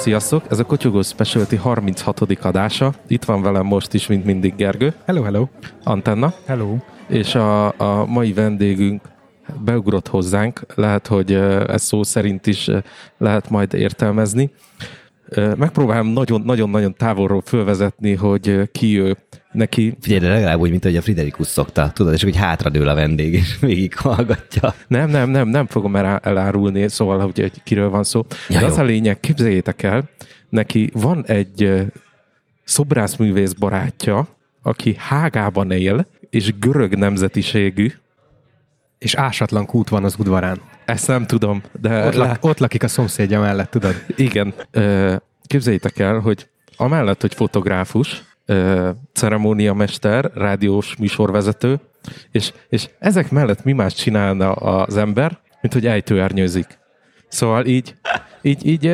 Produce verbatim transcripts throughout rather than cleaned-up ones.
Sziasztok! Ez a Kotyogó Specialty harminchatodik adása. Itt van velem most is, mint mindig Gergő. Hello, hello. Antenna. Hello. És a, a mai vendégünk beugrott hozzánk. Lehet, hogy ez szó szerint is lehet majd értelmezni. Megpróbálom nagyon-nagyon távolról fölvezetni, hogy ki ő. Neki... Figyelj, de legalább úgy, mint ahogy a Friderikus szokta, tudod, és hogy hátradől a vendég, és végig hallgatja. Nem, nem, nem, nem fogom elárulni, szóval, hogy, hogy kiről van szó. Ja, de az a lényeg, képzeljétek el, neki van egy szobrászművész barátja, aki Hágában él, és görög nemzetiségű. És ásatlan kút van az udvarán. Ezt nem tudom, de... Ott, lak, ott lakik a szomszédja mellett, tudod? Igen. Képzeljétek el, hogy amellett, hogy fotográfus, ceremóniamester, rádiós műsorvezető, és, és ezek mellett mi más csinálna az ember, mint hogy ejtőernyőzik. Szóval így, így, így...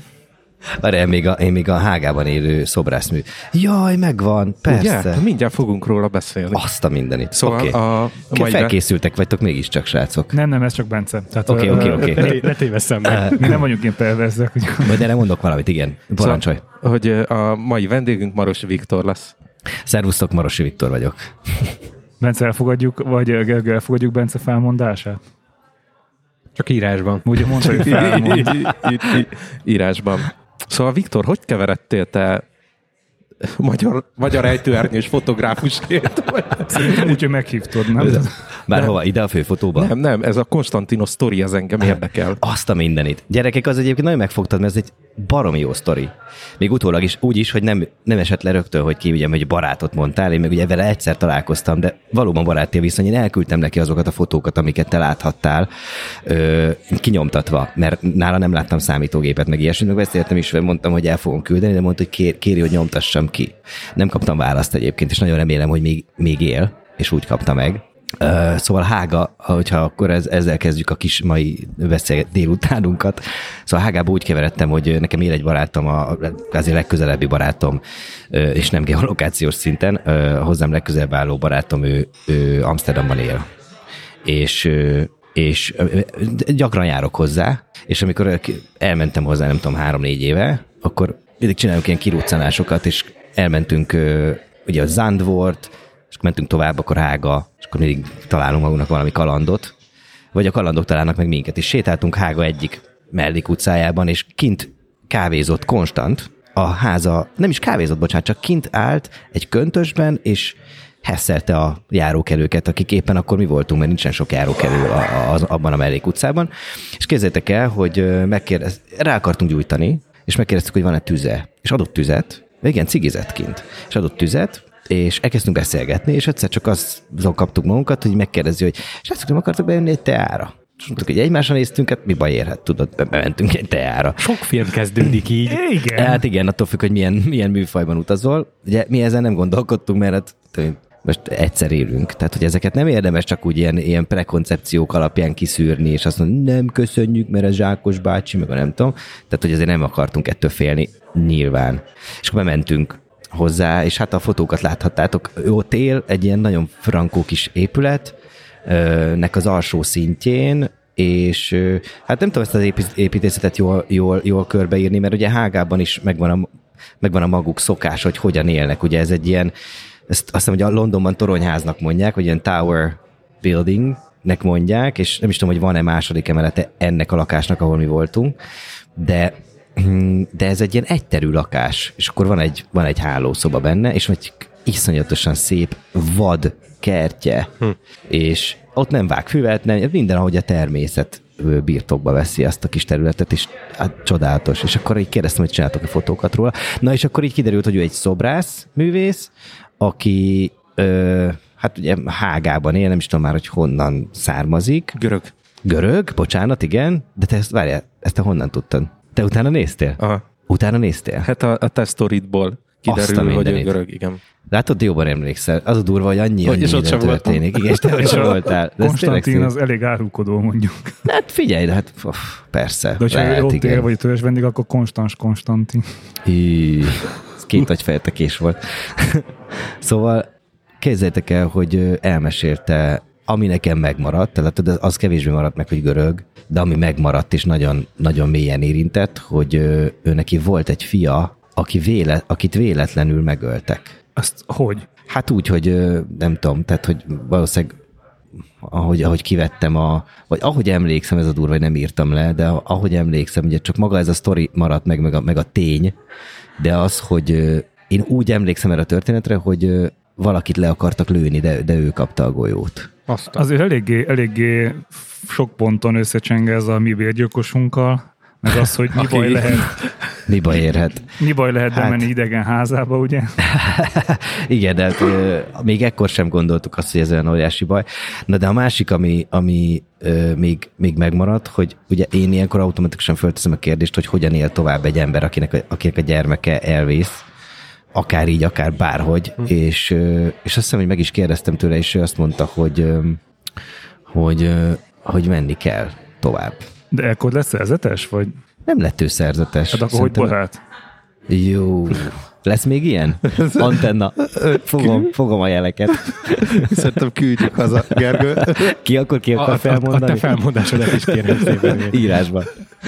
Várj, én még a, én még a Hágában élő szobrászmű. Jaj, megvan, persze. Ugye? Mindjárt fogunk róla beszélni. Azt a mindenit. Szóval okay. a... a mai felkészültek vagytok mégiscsak, srácok. Nem, nem, ez csak Bence. Oké, oké, oké. Ne tévesszem meg. Mi nem vagyunk ilyen perverzek. Majd erre mondok valamit, igen. Parancsolj. Szóval, hogy a mai vendégünk Marosi Viktor lesz. Szervusztok, Marosi Viktor vagyok. Bence, elfogadjuk, vagy Gergő, elfogadjuk Bence felmondását? Csak írásban. Ugye mondta, hogy felmond. Írásban. Szóval Viktor, hogy keveredtél te magyar, magyar ejtőernyős fotográfusként? Szerintem úgy, hogy meghívtad, nem? Bár hova? Ide a főfotóba? Nem, nem, ez a Konstantinos sztori, ez engem érdekel. Azt a mindenit. Gyerekek, az egyébként nagyon megfogtad, mert ez egy baromi jó sztori. Még utólag is úgy is, hogy nem, nem esett le rögtön, hogy kivigyem, hogy barátot mondtál. Én meg ugye vele egyszer találkoztam, de valóban baráti a viszony. Én elküldtem neki azokat a fotókat, amiket te láthattál, ö, kinyomtatva, mert nála nem láttam számítógépet, meg ilyesmit, meg beszéltem is, mondtam, hogy el fogom küldeni, de mondta, hogy kér, kéri, hogy nyomtassam ki. Nem kaptam választ egyébként, és nagyon remélem, hogy még, még él, és úgy kapta meg. Uh, szóval Hága, hogyha akkor ez, ezzel kezdjük a kis mai beszél délutánunkat. Szóval Hágába úgy keveredtem, hogy nekem él egy barátom, a, azért legközelebbi barátom, uh, és nem geolokációs szinten, uh, hozzám legközelebb álló barátom, ő, ő Amsterdamban él. És, uh, és uh, gyakran járok hozzá, és amikor elmentem hozzá, nem tudom, három-négy éve, akkor mindig csinálunk ilyen kiruccanásokat, és elmentünk uh, ugye a Zandvoort, és mentünk tovább, akkor Hága, és akkor mindig találunk magunknak valami kalandot, vagy a kalandok találnak meg minket, és sétáltunk Hága egyik mellékutcájában, és kint kávézott konstant, a háza, nem is kávézott, bocsánat, csak kint állt egy köntösben, és hesszelte a járókelőket, akik éppen akkor mi voltunk, mert nincsen sok járókelő a, a, abban a mellékutcában, és képzeljétek el, hogy megkérdez, rá akartunk gyújtani, és megkérdeztük, hogy van-e tüze, és adott tüzet, igen, cigizett kint, és adott tüzet, és elkezdtünk beszélgetni, és egyszer csak azon kaptuk magunkat, hogy megkérdezi, hogy srácok, nem akartok bejönni egy teára? És mondtuk, hogy egymásra néztünk, hát mi baj érhet, tudod, bementünk egy teára. Sok film kezdődik így. Igen. Hát igen, attól függ, hogy milyen, milyen műfajban utazol. Ugye mi ezen nem gondolkodtunk, mert hát most egyszer élünk. Tehát, hogy ezeket nem érdemes csak úgy ilyen, ilyen prekoncepciók alapján kiszűrni, és azt mondani, nem köszönjük, mert ez Zsákos bácsi, meg a nem tudom. Tehát, hogy azért nem akartunk ettől félni, nyilván. És akkor bementünk hozzá, és hát a fotókat láthattátok. Ő ott él, egy ilyen nagyon frankó kis épület, nek az alsó szintjén, és hát nem tudom ezt az építészetet jól, jól, jól körbeírni, mert ugye Hágában is megvan a, megvan a maguk szokás, hogy hogyan élnek. Ugye ez egy ilyen, ezt azt hiszem, hogy a Londonban toronyháznak mondják, hogy ilyen tower buildingnek mondják, és nem is tudom, hogy van-e második emelete ennek a lakásnak, ahol mi voltunk, de de ez egy ilyen egyterű lakás, és akkor van egy, van egy hálószoba benne, és egy iszonyatosan szép vad kertje, hm. és ott nem vág füvet, nem, minden, ahogy a természet birtokba veszi azt a kis területet, és hát csodálatos. És akkor így kérdeztem, hogy csináltok a fotókat róla. Na, és akkor így kiderült, hogy ő egy szobrász művész, aki ö, hát ugye Hágában él, nem is tudom már, hogy honnan származik. Görög. Görög, bocsánat, igen, de te ezt, várjál, ezt te honnan tudtad? Te utána néztél? Aha. Utána néztél? Hát a, a te sztoridból kiderül, hogy ő görög, igen. Látod, jobban emlékszel. Az a durva, hogy annyi, hogy annyi minden történik. Igen, és te hogy sem voltál. Konstantin az elég árulkodó, mondjuk. Hát figyelj, de hát of, persze. De hogyha lehet, ott igen. él, vagy törzs vendég, akkor Konstans Konstantin. Hű, ez két nagy fejtekés volt. Szóval képzeljétek el, hogy elmesélte, ami nekem megmaradt, tehát az kevésbé maradt meg, hogy görög, de ami megmaradt és nagyon, nagyon mélyen érintett, hogy ő, ő neki volt egy fia, aki véle, akit véletlenül megöltek. Azt hogy? Hát úgy, hogy ö, nem tudom, tehát hogy valószínűleg ahogy, ahogy kivettem a, vagy ahogy emlékszem, ez a durva, hogy nem írtam le, de ahogy emlékszem, ugye csak maga ez a sztori maradt meg, meg a, meg a tény, de az, hogy ö, én úgy emlékszem erre a történetre, hogy ö, valakit le akartak lőni, de, de ő kapta a golyót. Azt azért eléggé, eléggé sok ponton összecseng ez a mi bérgyilkosunkkal, meg az, hogy mi baj lehet, Mi baj érhet? mi baj lehet Hát- bemenni idegen házába, ugye? Igen, de hát, ö, még ekkor sem gondoltuk azt, hogy ez olyan óriási baj. Na de a másik, ami, ami ö, még, még megmaradt, hogy ugye én ilyenkor automatikusan fölteszem a kérdést, hogy hogyan él tovább egy ember, akinek a, akinek a gyermeke elvész, akár így, akár bárhogy, hm. és, ö, és azt hiszem, hogy meg is kérdeztem tőle, és ő azt mondta, hogy, ö, hogy, ö, hogy menni kell tovább. De ekkor lesz szerzetes, vagy? Nem lett ő szerzetes. Hát akkor hogy barát? Jó. Lesz még ilyen? Antenna. Fogom, fogom a jeleket. Szerintem küldjük haza, Gergő. Ki akkor ki akar A, a, a felmondani? te felmondásodat is kérem szépen. Írásban.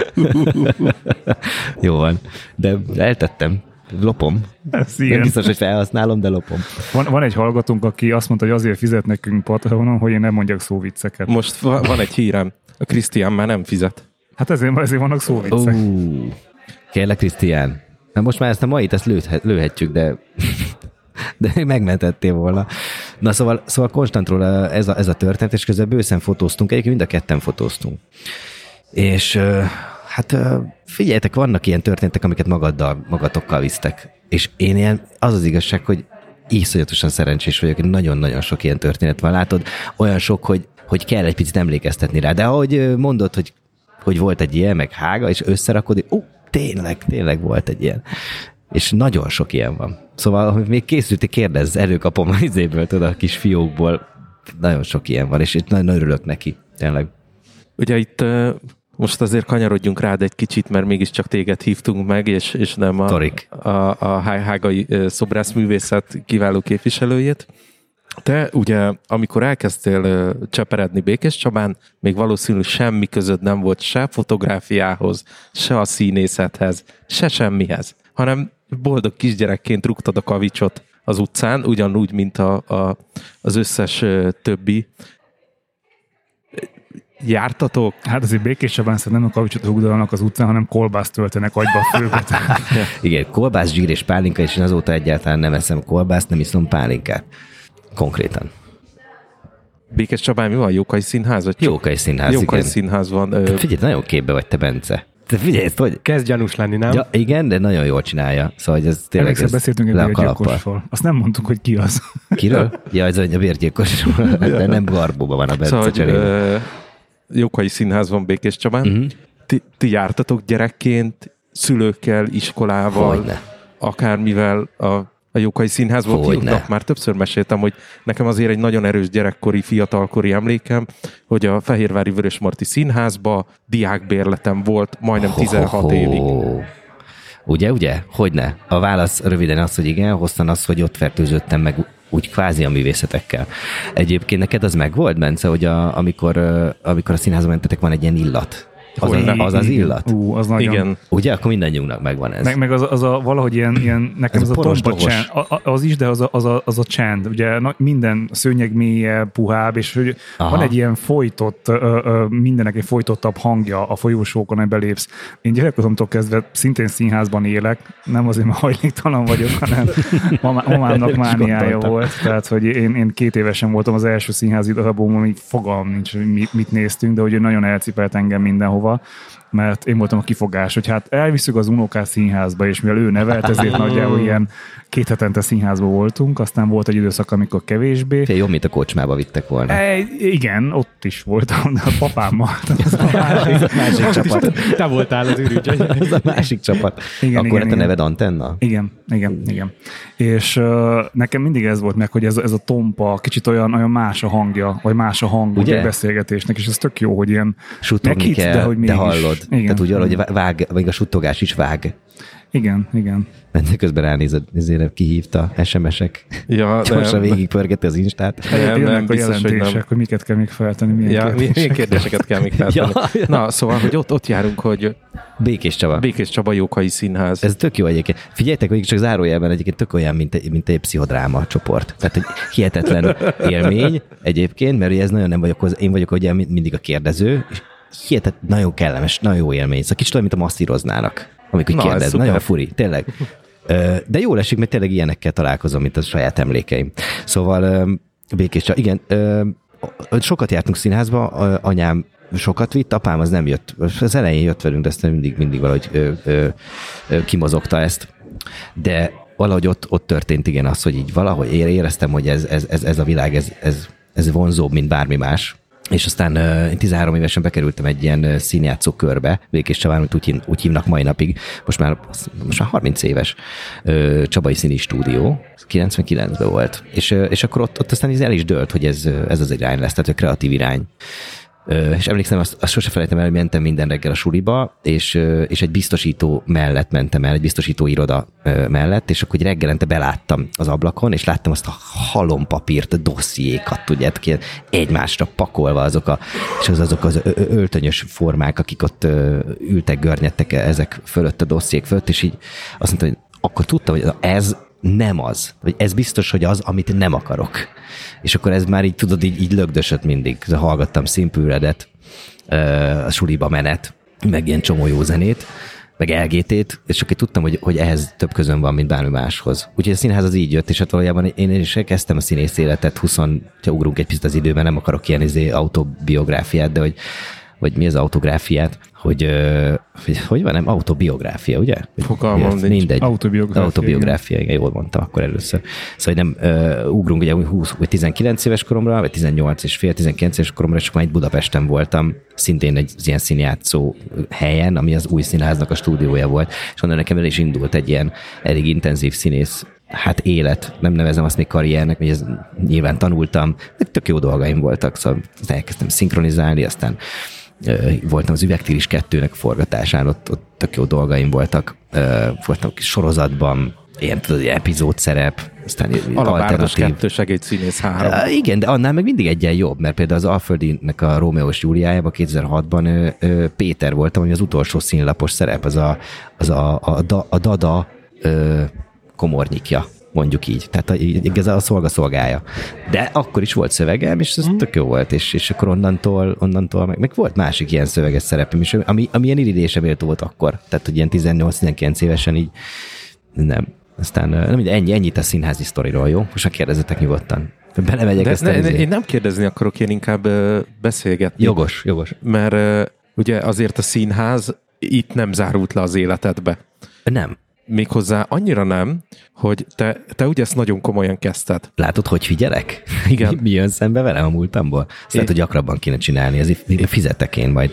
Jó van. De eltettem. Lopom. Ez Nem ilyen. biztos, hogy felhasználom, de lopom. Van, van egy hallgatónk, aki azt mondta, hogy azért fizet nekünk Patreonon, hogy én nem mondjak szóvicceket. Most va- van egy hírem. A Krisztián már nem fizet. Hát ezért, ezért vannak szóviccek. Uh, kérlek, Krisztián. Na most már ezt a mait, ezt lőhet, lőhetjük, de, de megmentettél volna. Na szóval, szóval Konstantról ez a, ez a történet, és közben bőszen fotóztunk, egyébként mind a ketten fotóztunk. És hát figyeljetek, vannak ilyen történetek, amiket magaddal, magatokkal visztek. És én ilyen, az az igazság, hogy iszonyatosan szerencsés vagyok, nagyon-nagyon sok ilyen történet van. Látod, olyan sok, hogy, hogy kell egy picit emlékeztetni rá. De ahogy mondod, hogy, hogy volt egy ilyen, meg Hága, és összerakod, ó, uh, tényleg, tényleg volt egy ilyen. És nagyon sok ilyen van. Szóval, hogy még készülti, kérdezz, előkapom a izéből, tudod, a kis fiókból. Nagyon sok ilyen van, és itt nagyon örülök neki, tényleg. Ugye itt uh, most azért kanyarodjunk rád egy kicsit, mert mégiscsak téged hívtunk meg, és, és nem a, Torik. a, a hágai uh, szobrászművészet kiváló képviselőjét. Te ugye, amikor elkezdtél uh, cseperedni Békés Csabán, még valószínűleg semmi között nem volt se fotográfiához, se a színészethez, se semmihez, hanem boldog kisgyerekként rúgtad a kavicsot az utcán, ugyanúgy, mint a, a, az összes uh, többi. Jártatok? Hát azért Békés Csabán szerintem nem a kavicsot rugdalnak az utcán, hanem kolbászt töltenek agyba a főbe. Igen, kolbász, zsír és pálinka, és én azóta egyáltalán nem eszem kolbászt, nem iszom pálinkát. Konkrétan. Békés Csabán mi van? Jókai Színház? Vagy Jókai Színház, Jókai igen. Színház van. Ö... Figyelj, nagyon képbe vagy te, Bence. Te figyelj, ezt hogy... Kezd gyanús lenni, nem? Ja, igen, de nagyon jól csinálja. Szóval, hogy ez tényleg Először ez beszéltünk egy le a kalappal. bérgyilkosról. Azt nem mondtuk, hogy ki az. Kiről? Ja, ez a bérgyilkos. De nem Garbóban van a Bence Szóval, hogy, cserébe. ö, Jókai Színház van Békés Csabán. Uh-huh. Ti, ti jártatok gyerekként, szülőkkel, iskolával, Hogyne. akármivel a, a Jókai Színházból Hogyne. kijutnak. Már többször meséltem, hogy nekem azért egy nagyon erős gyerekkori, fiatalkori emlékem, hogy a Fehérvári Vörösmarty Színházba diákbérletem volt majdnem tizenhat évig. Ugye, ugye? Hogyne? A válasz röviden az, hogy igen, hosszan az, hogy ott fertőzöttem meg úgy kvázi a művészetekkel. Egyébként neked az megvolt, Bence, hogy a, amikor, amikor a színházba mentetek, van egy ilyen illat. Az az, az, az illat? Ú, az nagyon... Igen. Ugye? Akkor mindannyiunknak megvan ez. Meg, meg az, az a valahogy ilyen, ilyen nekem Ez ez a a poros tompa dohos. csend, a, a- az is, de az a, az a, az a csend, ugye na, minden szőnyeg mélye, puhább, és hogy Aha. van egy ilyen folytott, ö, ö, mindenek egy folytottabb hangja a folyósókon, hogy belépsz. Én gyerekkoromtól kezdve szintén színházban élek, nem azért, mert hajléktalan vagyok, hanem mamá, mamámnak mániája gondoltam. volt, tehát hogy én, én két évesen voltam az első színházi darabom, amíg fogalm nincs, hogy mit, mit néztünk, de hogy ő nagyon elcipelt engem mindenhova, mert én voltam a kifogás, hogy hát elviszük az unokát színházba, és mivel ő nevelt, ezért nagyjából ilyen két hetente színházba voltunk, aztán volt egy időszak, amikor kevésbé. Fél jobb, mint a kocsmába vittek volna. E, igen, ott is voltam, de a papámmal. Az a Ez a másik csapat. Te voltál az ürügy. Ez a másik csapat. Igen, Akkor igen, hát a igen. neved Antenna? Igen, igen, igen. És uh, nekem mindig ez volt meg, hogy ez, ez a tompa, kicsit olyan, olyan más a hangja, vagy más a hang Ugye? a beszélgetésnek, és ez tök jó, hogy ilyen Suttogni meghitt, kell, de, hogy de mégis. hallod. Igen. Tehát úgy, hogy vág, vagy a suttogás is vág. Igen, igen. Mert közben ránézed, ezért kihívta es em es-ek. Ja, Gyorsan végigpörgeti az Instát. Nem, nem, Jönnek a biztos, hogy jelentések, nem. hogy miket kell még feltenni, milyen Ja, kérdéseket. milyen kérdéseket kell még feltenni. Ja, ja. Na, szóval, hogy ott, ott járunk, hogy Békés Csaba. Békés Csaba Jókai Színház. Ez tök jó egyébként. Figyeljetek, hogy csak zárójelben egyébként tök olyan, mint egy, mint egy pszichodráma csoport. Tehát egy hihetetlen élmény egyébként, mert ugye ez nagyon nem vagyok, én vagyok ugye mindig a kérdező, és hihetetlen, nagyon kellemes, nagyon jó élmény. Szóval kicsit olyan, mint a masszíroznának, amikor Na, ez kérdez. szuper. Nagyon furi, tényleg. Ö, De jól esik, mert tényleg ilyenekkel találkozom, mint a saját emlékeim. Szóval ö, Békés Csaba, igen, ö, sokat jártunk színházba, ö, anyám sokat vitt, apám az nem jött. Az elején jött velünk, de aztán mindig, mindig valahogy ö, ö, ö, kimozogta ezt. De valahogy ott, ott történt igen az, hogy így valahogy éreztem, hogy ez, ez, ez, ez a világ, ez, ez, ez vonzóbb, mint bármi más. És aztán uh, tizenhárom évesen bekerültem egy ilyen uh, színjátszó körbe, Békés Csabán, amit úgy, hív, úgy hívnak mai napig, most már, most már harminc éves, uh, Csabai Színi Stúdió, kilencvenkilencben volt. És, uh, és akkor ott, ott aztán el is dőlt, hogy ez, ez az irány lesz, tehát a kreatív irány. Uh, és emlékszem, azt, azt sose felejtem el, hogy mentem minden reggel a suliba, és, uh, és egy biztosító mellett mentem el, egy biztosító iroda uh, mellett, és akkor reggelente beláttam az ablakon, és láttam azt a halompapírt, a dossziékat, tudjátok, egymásra pakolva azok, a, és az azok az ö- ö- öltönyös formák, akik ott uh, ültek, görnyedtek ezek fölött a dossziék fölött, és így azt mondtam, hogy akkor tudtam, hogy ez nem az, vagy ez biztos, hogy az, amit nem akarok. És akkor ez már így, tudod, így, így lögdösött mindig. Hallgattam Simple Red-et, a suliba menet, meg ilyen csomó jó zenét, meg el gé té-t, és akkor tudtam, hogy, hogy ehhez több közön van, mint bármi máshoz. Úgyhogy a színház az így jött, és hát valójában én is kezdtem a színész életet, húsz, ha ugrunk egy picit az időben, nem akarok ilyen izé autobiográfiát, de hogy vagy mi az autográfiát, hogy, hogy, hogy van, nem autobiográfia, ugye? Fogalmam nincs. Mindegy. Autobiográfia, Autobiográfia, igen. igen, jól mondtam akkor először. Szóval nem uh, ugrunk ugye húsz vagy tizenkilenc éves koromra, vagy tizennyolc és fél, tizenkilenc éves koromra, és akkor már egy Budapesten voltam, szintén egy ilyen színjátszó helyen, ami az új színháznak a stúdiója volt, és onnan nekem el is indult egy ilyen elég intenzív színész hát élet, nem nevezem azt még karriernek, hogy ez nyilván tanultam, de tök jó dolgaim voltak, szóval elkezdtem szinkronizálni, aztán voltam az Üvegtíris kettőnek forgatásán, ott, ott tök jó dolgaim voltak. Voltam sorozatban, ilyen, tudod, epizód szerep, aztán Alabárdos kettő, segédszínész három. Uh, igen, de annál meg mindig egyen jobb, mert például az Alföldinek a Rómeó és Júliájában kétezer-hatban ö, ö, Péter voltam, ami az utolsó színlapos szerep, az a, az a, a, a, a Dada ö, komornyikja, mondjuk így. Tehát a, ez a szolga-szolgája. De akkor is volt szövegem, és ez mm. tök jó volt, és, és akkor onnantól, onnantól meg, meg volt másik ilyen szöveges szerepem is, ami, ami ilyen irigylésem méltó volt akkor. Tehát, hogy ilyen tizennyolc-tizenkilenc évesen így nem. Aztán nem, ennyi, ennyit a színházi sztoriról, jó? Most már kérdezzetek nyugodtan. Belemegyek De ezt ne, a ne, én nem kérdezni akarok, én inkább uh, beszélgetni. Jogos, jogos. Mert uh, ugye azért a színház itt nem zárult le az életedbe. Nem. Méghozzá annyira nem, hogy te, te ugye ezt nagyon komolyan kezdted. Látod, hogy figyelek? Igen. Mi, mi jön szembe velem a múltamból? Ezt lehet, hogy gyakrabban kéne csinálni, ezért fizetek én majd.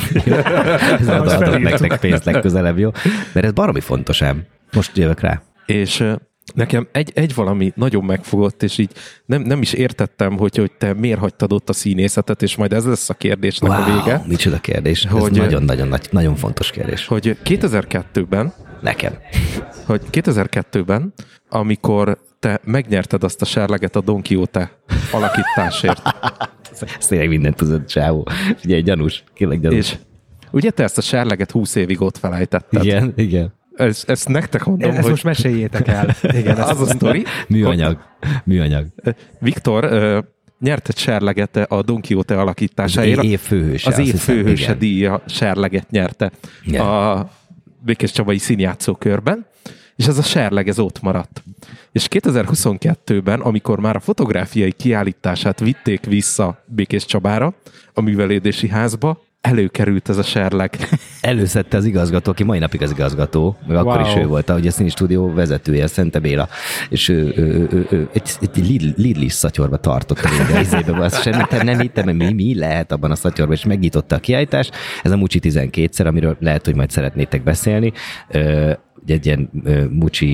Ez adok, adok nektek pénzt legközelebb, jó? Mert ez baromi fontos ám. Most jövök rá. És uh, nekem egy, egy valami nagyon megfogott, és így nem, nem is értettem, hogy, hogy te miért hagytad ott a színészetet, és majd ez lesz a kérdésnek Wow, a vége. micsoda kérdés. Hogy, ez nagyon-nagyon nagy, nagyon fontos kérdés. Hogy kétezer-kettőben, Nekem. hogy kétezer-kettőben, amikor te megnyerted azt a serleget a Don Quixote alakításért. Ez tényleg mindent tudod, csávó. Figyelj, gyanús. Kérlek, gyanús. És ugye te ezt a serleget húsz évig ott felejtetted. Igen, igen. Ez, ezt nektek mondom, Ezt hogy most meséljétek el. Igen, az a sztori. Műanyag. Műanyag. Viktor uh, nyert egy serleget a Don Quixote alakításáért. Az év főhőse. Az év hiszem, főhőse igen. díja serleget nyerte Igen. a Békés Csabai színjátszó körben, és ez a serleg, ez ott maradt. És kétezer-huszonkettőben, amikor már a fotográfiai kiállítását vitték vissza Békés Csabára, a művelődési házba, előkerült ez a serleg. Előszedte az igazgató, aki mai napig az igazgató, meg wow. akkor is ő volt, ugye a színi stúdió vezetője, Szente Béla, és ő, ő, ő, ő egy, egy Lidl-is szatyorba tartotta minden izébe, azt semmit nem hittem, mi, mi lehet abban a szatyorban, és megnyitotta a kiállítást. Ez a Mucsi tizenkétszer, amiről lehet, hogy majd szeretnétek beszélni. Egy ilyen Mucsi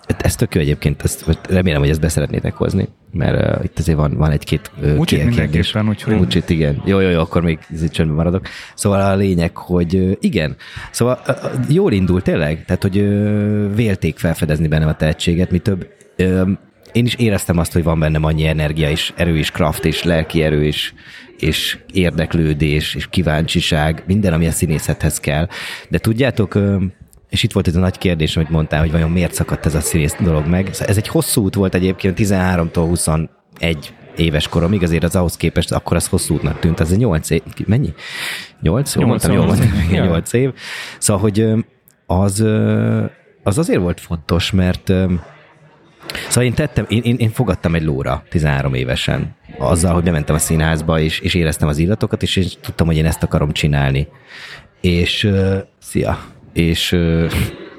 ez tök jó egyébként, ezt, remélem, hogy ezt beszeretnétek hozni, mert uh, itt azért van, van egy-két uh, Mucsit mindenképpen, úgyhogy... Mucsit, igen. Jó, jó, jó, akkor még csöndben maradok. Szóval a lényeg, hogy uh, igen, szóval uh, jól indult tényleg, tehát, hogy uh, vélték felfedezni bennem a tehetséget, mi több, uh, én is éreztem azt, hogy van bennem annyi energia és erő és kraft és lelki erő és, és érdeklődés és kíváncsiság, minden, ami a színészethez kell. De tudjátok, uh, és itt volt ez a nagy kérdés, amit mondtál, hogy vajon miért szakadt ez a színész dolog meg. Ez egy hosszú út volt egyébként, tizenháromtól huszonegy éves koromig, azért az ahhoz képest akkor az hosszú útnak tűnt. Ez egy nyolc év, mennyi? nyolc? Jól mondtam, jól mondtam, nyolc év. Szóval, hogy az, az azért volt fontos, mert szóval én tettem, én, én, én fogadtam egy lóra tizenhárom évesen. Azzal, hogy bementem a színházba, és, és éreztem az illatokat, és én tudtam, hogy én ezt akarom csinálni. És uh, szia! és uh,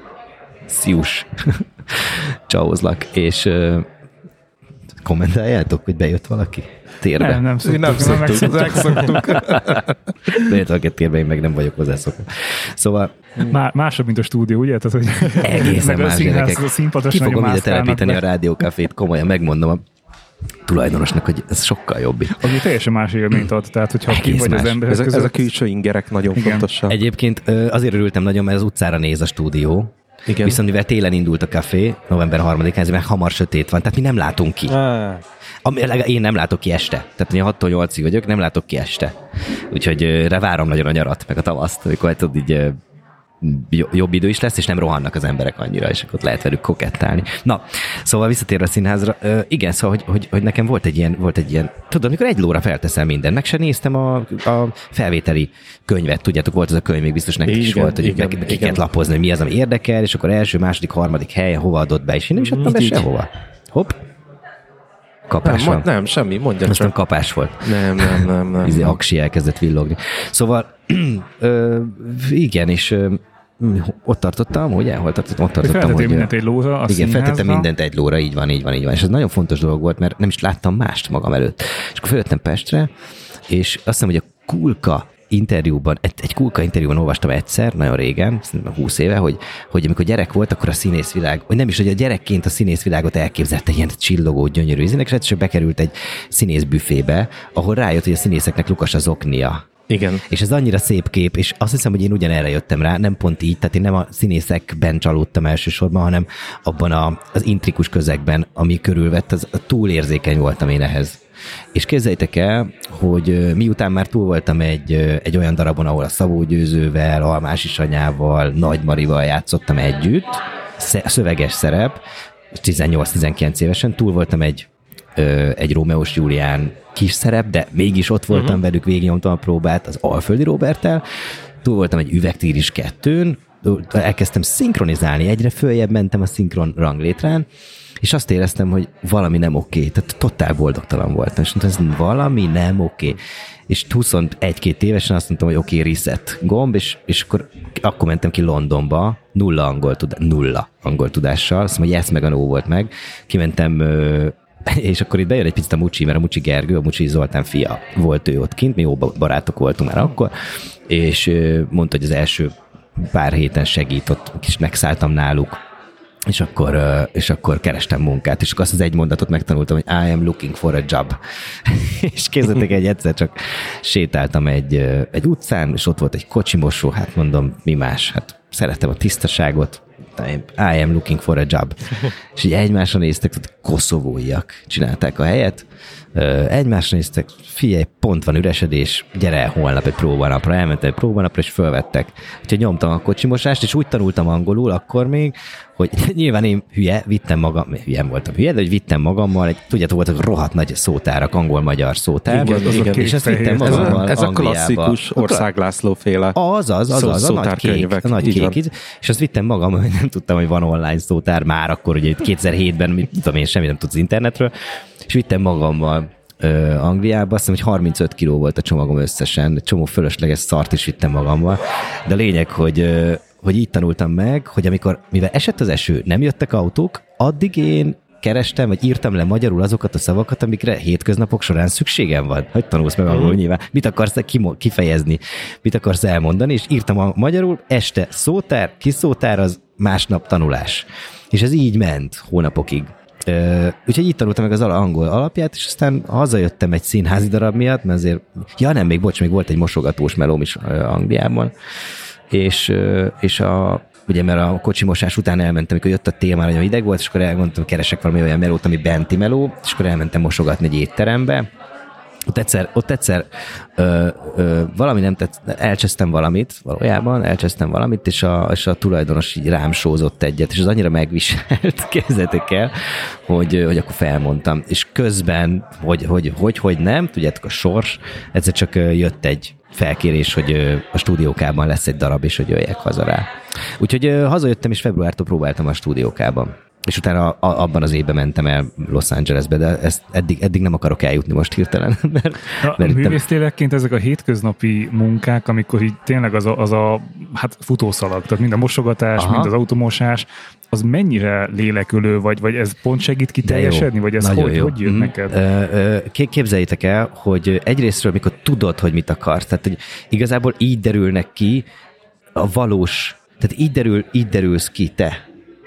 szius, csahozlak, és uh, kommentáljátok, hogy bejött valaki térbe? Nem, nem szoktuk. Nem szoktuk, megszoktuk. Bejött valaki térbe, én meg nem vagyok hozzászokva. Szóval... Má, másabb, mint a stúdió, ugye? Tehát, hogy egészen más gyerekek. Ki fogom ide telepíteni be. A rádiókafét, komolyan megmondom a tulajdonosnak, hogy ez sokkal jobb. Ami teljesen más élményt ad, tehát hogyha ki vagy az ember. Ez, ez a külső ingerek nagyon fontosak. Egyébként azért örültem nagyon, mert az utcára néz a stúdió. Igen. Viszont mivel télen indult a kafé, november harmadikán, ezért meg hamar sötét van, tehát mi nem látunk ki. Ah. Ami, én nem látok ki este. Tehát én hattól nyolcig vagyok, nem látok ki este. Úgyhogy rá várom nagyon a nyarat, meg a tavaszt, amikor tudod, így jobb idő is lesz, és nem rohannak az emberek annyira, és akkor lehet velük kokettálni. Na, szóval visszatérve a színházra, uh, igen, szóval, hogy, hogy, hogy nekem volt egy ilyen, volt egy ilyen, tudod, amikor egy lóra felteszem mindent, meg se néztem a, a felvételi könyvet, tudjátok, volt az a könyv, még biztos nektek is volt, hogy igen, meg, ki kellett lapozni, hogy mi az, ami érdekel, és akkor első, második, harmadik helyen hova adott be, és én nem is adtam be sehova. Hopp. Kapás nem, van. Nem, semmi, mondjam csak. Aztán kapás volt. Nem, nem, nem. nem, Izé, nem. aksi elkezdett villogni. Szóval, ö, igen, és ö, ott tartottam, ugye? Hol tartottam? Ott tartottam, feltettél hogy... mindent egy lóra a igen, feltettem színházba. mindent egy lóra, így van, így van, így van. És ez nagyon fontos dolog volt, mert nem is láttam mást magam előtt. És akkor feljöttem Pestre, és azt hiszem, hogy a Kulka interjúban, egy, egy Kulka interjúban olvastam egyszer, nagyon régen, húsz éve, hogy, hogy amikor gyerek volt, akkor a színészvilág, vagy nem is, hogy a gyerekként a színészvilágot elképzelte ilyen csillogó, gyönyörű ízének, és egyszer bekerült egy színészbüfébe, ahol rájött, hogy a színészeknek lukas az oknia. Igen. És ez annyira szép kép, és azt hiszem, hogy én ugyanerre jöttem rá, nem pont így, tehát én nem a színészekben csalódtam elsősorban, hanem abban a, az intrikus közegben, ami körülvett, az túl érzékeny voltam én ehhez. És képzeljétek el, hogy miután már túl voltam egy, egy olyan darabon, ahol a Szabó Győzővel, Almás Isanyával, Nagy Marival játszottam együtt, szöveges szerep, tizennyolc-tizenkilenc évesen, túl voltam egy, egy Rómeós Júlián kis szerep, de mégis ott voltam uh-huh. velük, végignyomtam a próbát az Alföldi Róberttel, túl voltam egy Üvegtíris kettőn, elkezdtem szinkronizálni, egyre följebb mentem a szinkron ranglétrán, és azt éreztem, hogy valami nem oké, tehát totál boldogtalan voltam, és mondtam, ez valami nem oké. És huszonegy-két évesen azt mondtam, hogy oké, okay, reset gomb, és, és akkor, akkor mentem ki Londonba, nulla angol, tudás, nulla angol tudással, azt mondom, hogy yes meg a no volt meg, kimentem, és akkor itt bejön egy picit a Mucsi, mert a Mucsi Gergő, a Mucsi Zoltán fia volt ő ott kint, mi jó barátok voltunk már akkor, és mondta, hogy az első pár héten segított, és megszálltam náluk, és akkor, és akkor kerestem munkát, és akkor azt az egy mondatot megtanultam, hogy I am looking for a job. És képzeljétek, egy egyszer csak sétáltam egy, egy utcán, és ott volt egy kocsimosó, hát mondom, mi más, hát szeretem a tisztaságot, I am looking for a job. És így egymásra néztek, tehát koszovóiak csinálták a helyet, egymásra néztek, figyelj, pont van üresedés, gyere el holnap egy próbanapra, elmentem egy próbanapra, és fölvettek. Úgyhogy nyomtam a kocsimosást, és úgy tanultam angolul akkor még, hogy nyilván én hülye, vittem magam, hülye voltam hülye, de hogy vittem magammal, egy, tudjátok, voltak rohadt nagy szótárak, angol-magyar szótár, igen, igen, igen, és ezt vittem magammal Ez a, ez a klasszikus Ország László féle az, az, az, az, a nagy kék, a nagy kék, és azt vittem magam, hogy nem tudtam, hogy van online szótár már akkor, ugye kétezer-hétben, mit tudom én, semmit nem tudsz internetről, és vittem magammal ö, Angliába, azt hiszem, hogy harmincöt kiló volt a csomagom összesen, egy csomó fölösleges szart is vittem magammal, de a lényeg, hogy, ö, hogy így tanultam meg, hogy amikor, mivel esett az eső, nem jöttek autók, addig én kerestem, vagy írtam le magyarul azokat a szavakat, amikre hétköznapok során szükségem van. Hogy tanulsz meg angolul nyilván. Mit akarsz kifejezni, mit akarsz elmondani, és írtam a magyarul, este szótár, kis szótár, az másnap tanulás. És ez így ment hónapokig. Uh, úgyhogy itt tanultam meg az angol alapját, és aztán hazajöttem egy színházi darab miatt, mert azért, ja nem, még bocs, még volt egy mosogatós melóm is uh, Angliában, és, uh, és a, ugye mert a kocsimosás után elmentem, amikor jött a tél, már nagyon hideg volt, és akkor elmondtam, keresek valami olyan melót, ami benti meló, és akkor elmentem mosogatni egy étterembe. Ott egyszer, ott egyszer ö, ö, valami nem tett, elcsesztem valamit, valójában elcsesztem valamit, és a, és a tulajdonos így rám sózott egyet, és az annyira megviselt, képzeljétek el, hogy, hogy akkor felmondtam. És közben, hogy, hogy, hogy, hogy nem, tudjátok, a sors, egyszer csak jött egy felkérés, hogy a stúdiókában lesz egy darab, és hogy jöjjek haza rá. Úgyhogy hazajöttem, és februártól próbáltam a stúdiókában. És utána a, abban az évben mentem el Los Angelesbe, de ezt eddig, eddig nem akarok eljutni most hirtelen. Mert, mert művészlélekként ezek a hétköznapi munkák, amikor így tényleg az a, az a hát futószalag, tehát mind a mosogatás, Aha. mind az automosás, az mennyire lélekülő, vagy, vagy ez pont segít kiteljesedni, vagy ez hogy, hogy jön mm. neked? Képzeljétek el, hogy egyrésztről, amikor tudod, hogy mit akarsz, tehát hogy igazából így derülnek ki a valós, tehát így, derül, így derülsz ki te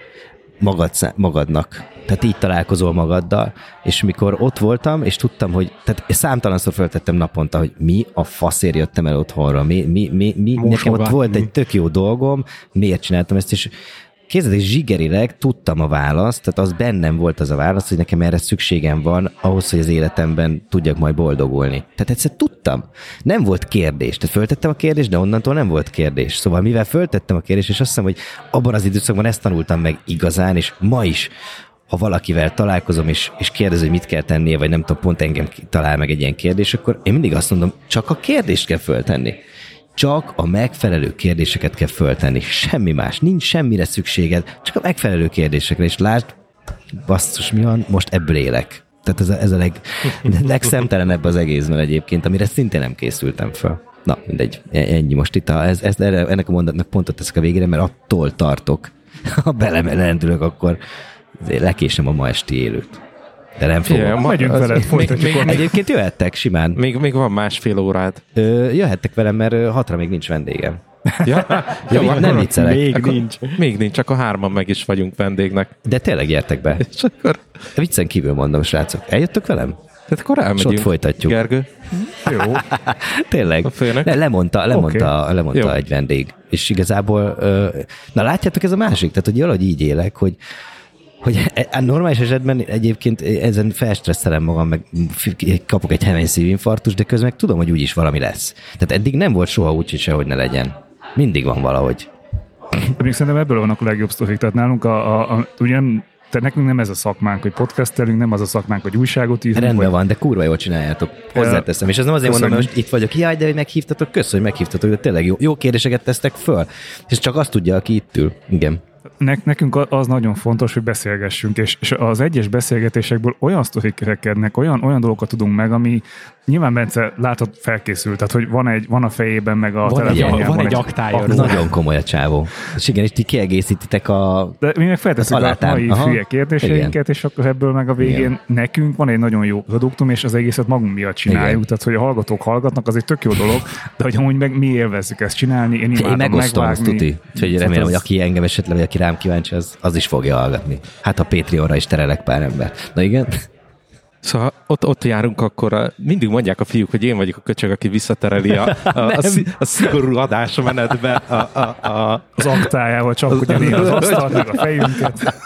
magad, magadnak. Tehát így találkozol magaddal, és mikor ott voltam, és tudtam, hogy, tehát számtalanszor föltettem naponta, hogy mi a faszért jöttem el otthonra, mi, mi, mi, mi nekem ott volt egy tök jó dolgom, miért csináltam ezt, és képzeld, és zsigerileg tudtam a választ, tehát az bennem volt az a válasz, hogy nekem erre szükségem van ahhoz, hogy az életemben tudjak majd boldogulni. Tehát egyszer tudtam. Nem volt kérdés. Tehát föltettem a kérdést, de onnantól nem volt kérdés. Szóval mivel föltettem a kérdést, és azt hiszem, hogy abban az időszakban ezt tanultam meg igazán, és ma is, ha valakivel találkozom, és, és kérdez, hogy mit kell tennie, vagy nem tudom, pont engem talál meg egy ilyen kérdés, akkor én mindig azt mondom, csak a kérdést kell föltenni. Csak a megfelelő kérdéseket kell föltenni. Semmi más. Nincs semmire szükséged, csak a megfelelő kérdésekre. És lásd, basszus, mi van? Most ebből élek. Tehát ez a, ez a leg, legszemtelenebb az egészben egyébként, amire szintén nem készültem föl. Na, mindegy. Ennyi most itt. A, ez, ez, ennek a mondatnak pontot teszek a végére, mert attól tartok. Ha belemellendülök, akkor lekésem a ma esti élőt. De nem fogom. Yeah, megyünk veled, folytatjuk. Egyébként jöhettek simán. Még, még van másfél órád. Ö, jöhettek velem, mert hatra még nincs vendégem. Ja? ja, ja nem viccelek. Még akkor, nincs. Még nincs, csak a hárman meg is vagyunk vendégnek. De tényleg gyertek be. És akkor... Viccen kívül mondom, srácok. Eljöttök velem? Tehát akkor elmegyünk. És ott folytatjuk. Gergő? Jó. Tényleg. Le, lemondta, lemondta, okay. lemondta egy vendég. És igazából, na látjátok, ez a másik. Tehát, hogy valahogy így élek, hogy hogy normális esetben egyébként ezen felstresszelem magam, meg kapok egy hemény szívinfarktus, de közben meg tudom, hogy úgyis valami lesz. Tehát eddig nem volt soha úgy, hogy sehogy ne legyen. Mindig van valahogy. De még szerintem ebből vannak a legjobb sztorik. Tehát nálunk a, a, a ugye nem, tehát nekünk nem ez a szakmánk, hogy podcastelünk, nem az a szakmánk, hogy újságot írunk. Rendben vagy... van, de kurva jól csináljátok. Hozzáteszem. És ez nem azért Köszönjük. mondom, hogy itt vagyok. Jaj, de hogy meghívtatok, köszönöm, hogy meghívtatok, de tényleg jó, jó kérdéseket tesztek föl. És csak azt tudja, aki itt ül. Igen. Ne, nekünk az nagyon fontos, hogy beszélgessünk, és, és az egyes beszélgetésekből olyan sztorik kerekednek, olyan, olyan dolgokat tudunk meg, ami nyilván Bence látod felkészült, tehát hogy van, egy, van a fejében, meg a telefonján. Van, van egy, egy aktája. Nagyon komoly a csávó. És igen, és ti kiegészítitek a De mi meg feltesszük a mai Aha. hülye kérdéseinket, igen. És akkor ebből meg a végén igen. nekünk van egy nagyon jó produktum, és az egészet magunk miatt csináljuk. Igen. Tehát, hogy a hallgatók hallgatnak, az egy tök jó dolog, de hogy amúgy meg mi élvezzük ezt csinálni, én imádom megosztom, megvágni. Tuti. Úgyhogy remélem, az... hogy aki engem esetleg, vagy aki rám kíváncsi, az, az is fogja hallgatni. Hát a Patreonra is terelek pár ember. Na igen? Szóval ott, ott járunk, akkor a, mindig mondják a fiúk, hogy én vagyok a köcsög, aki visszatereli a, a, a, a szigorú adásmenetbe a, a, a, az aktájával csak ugyanígy az asztalt, meg a fejünket.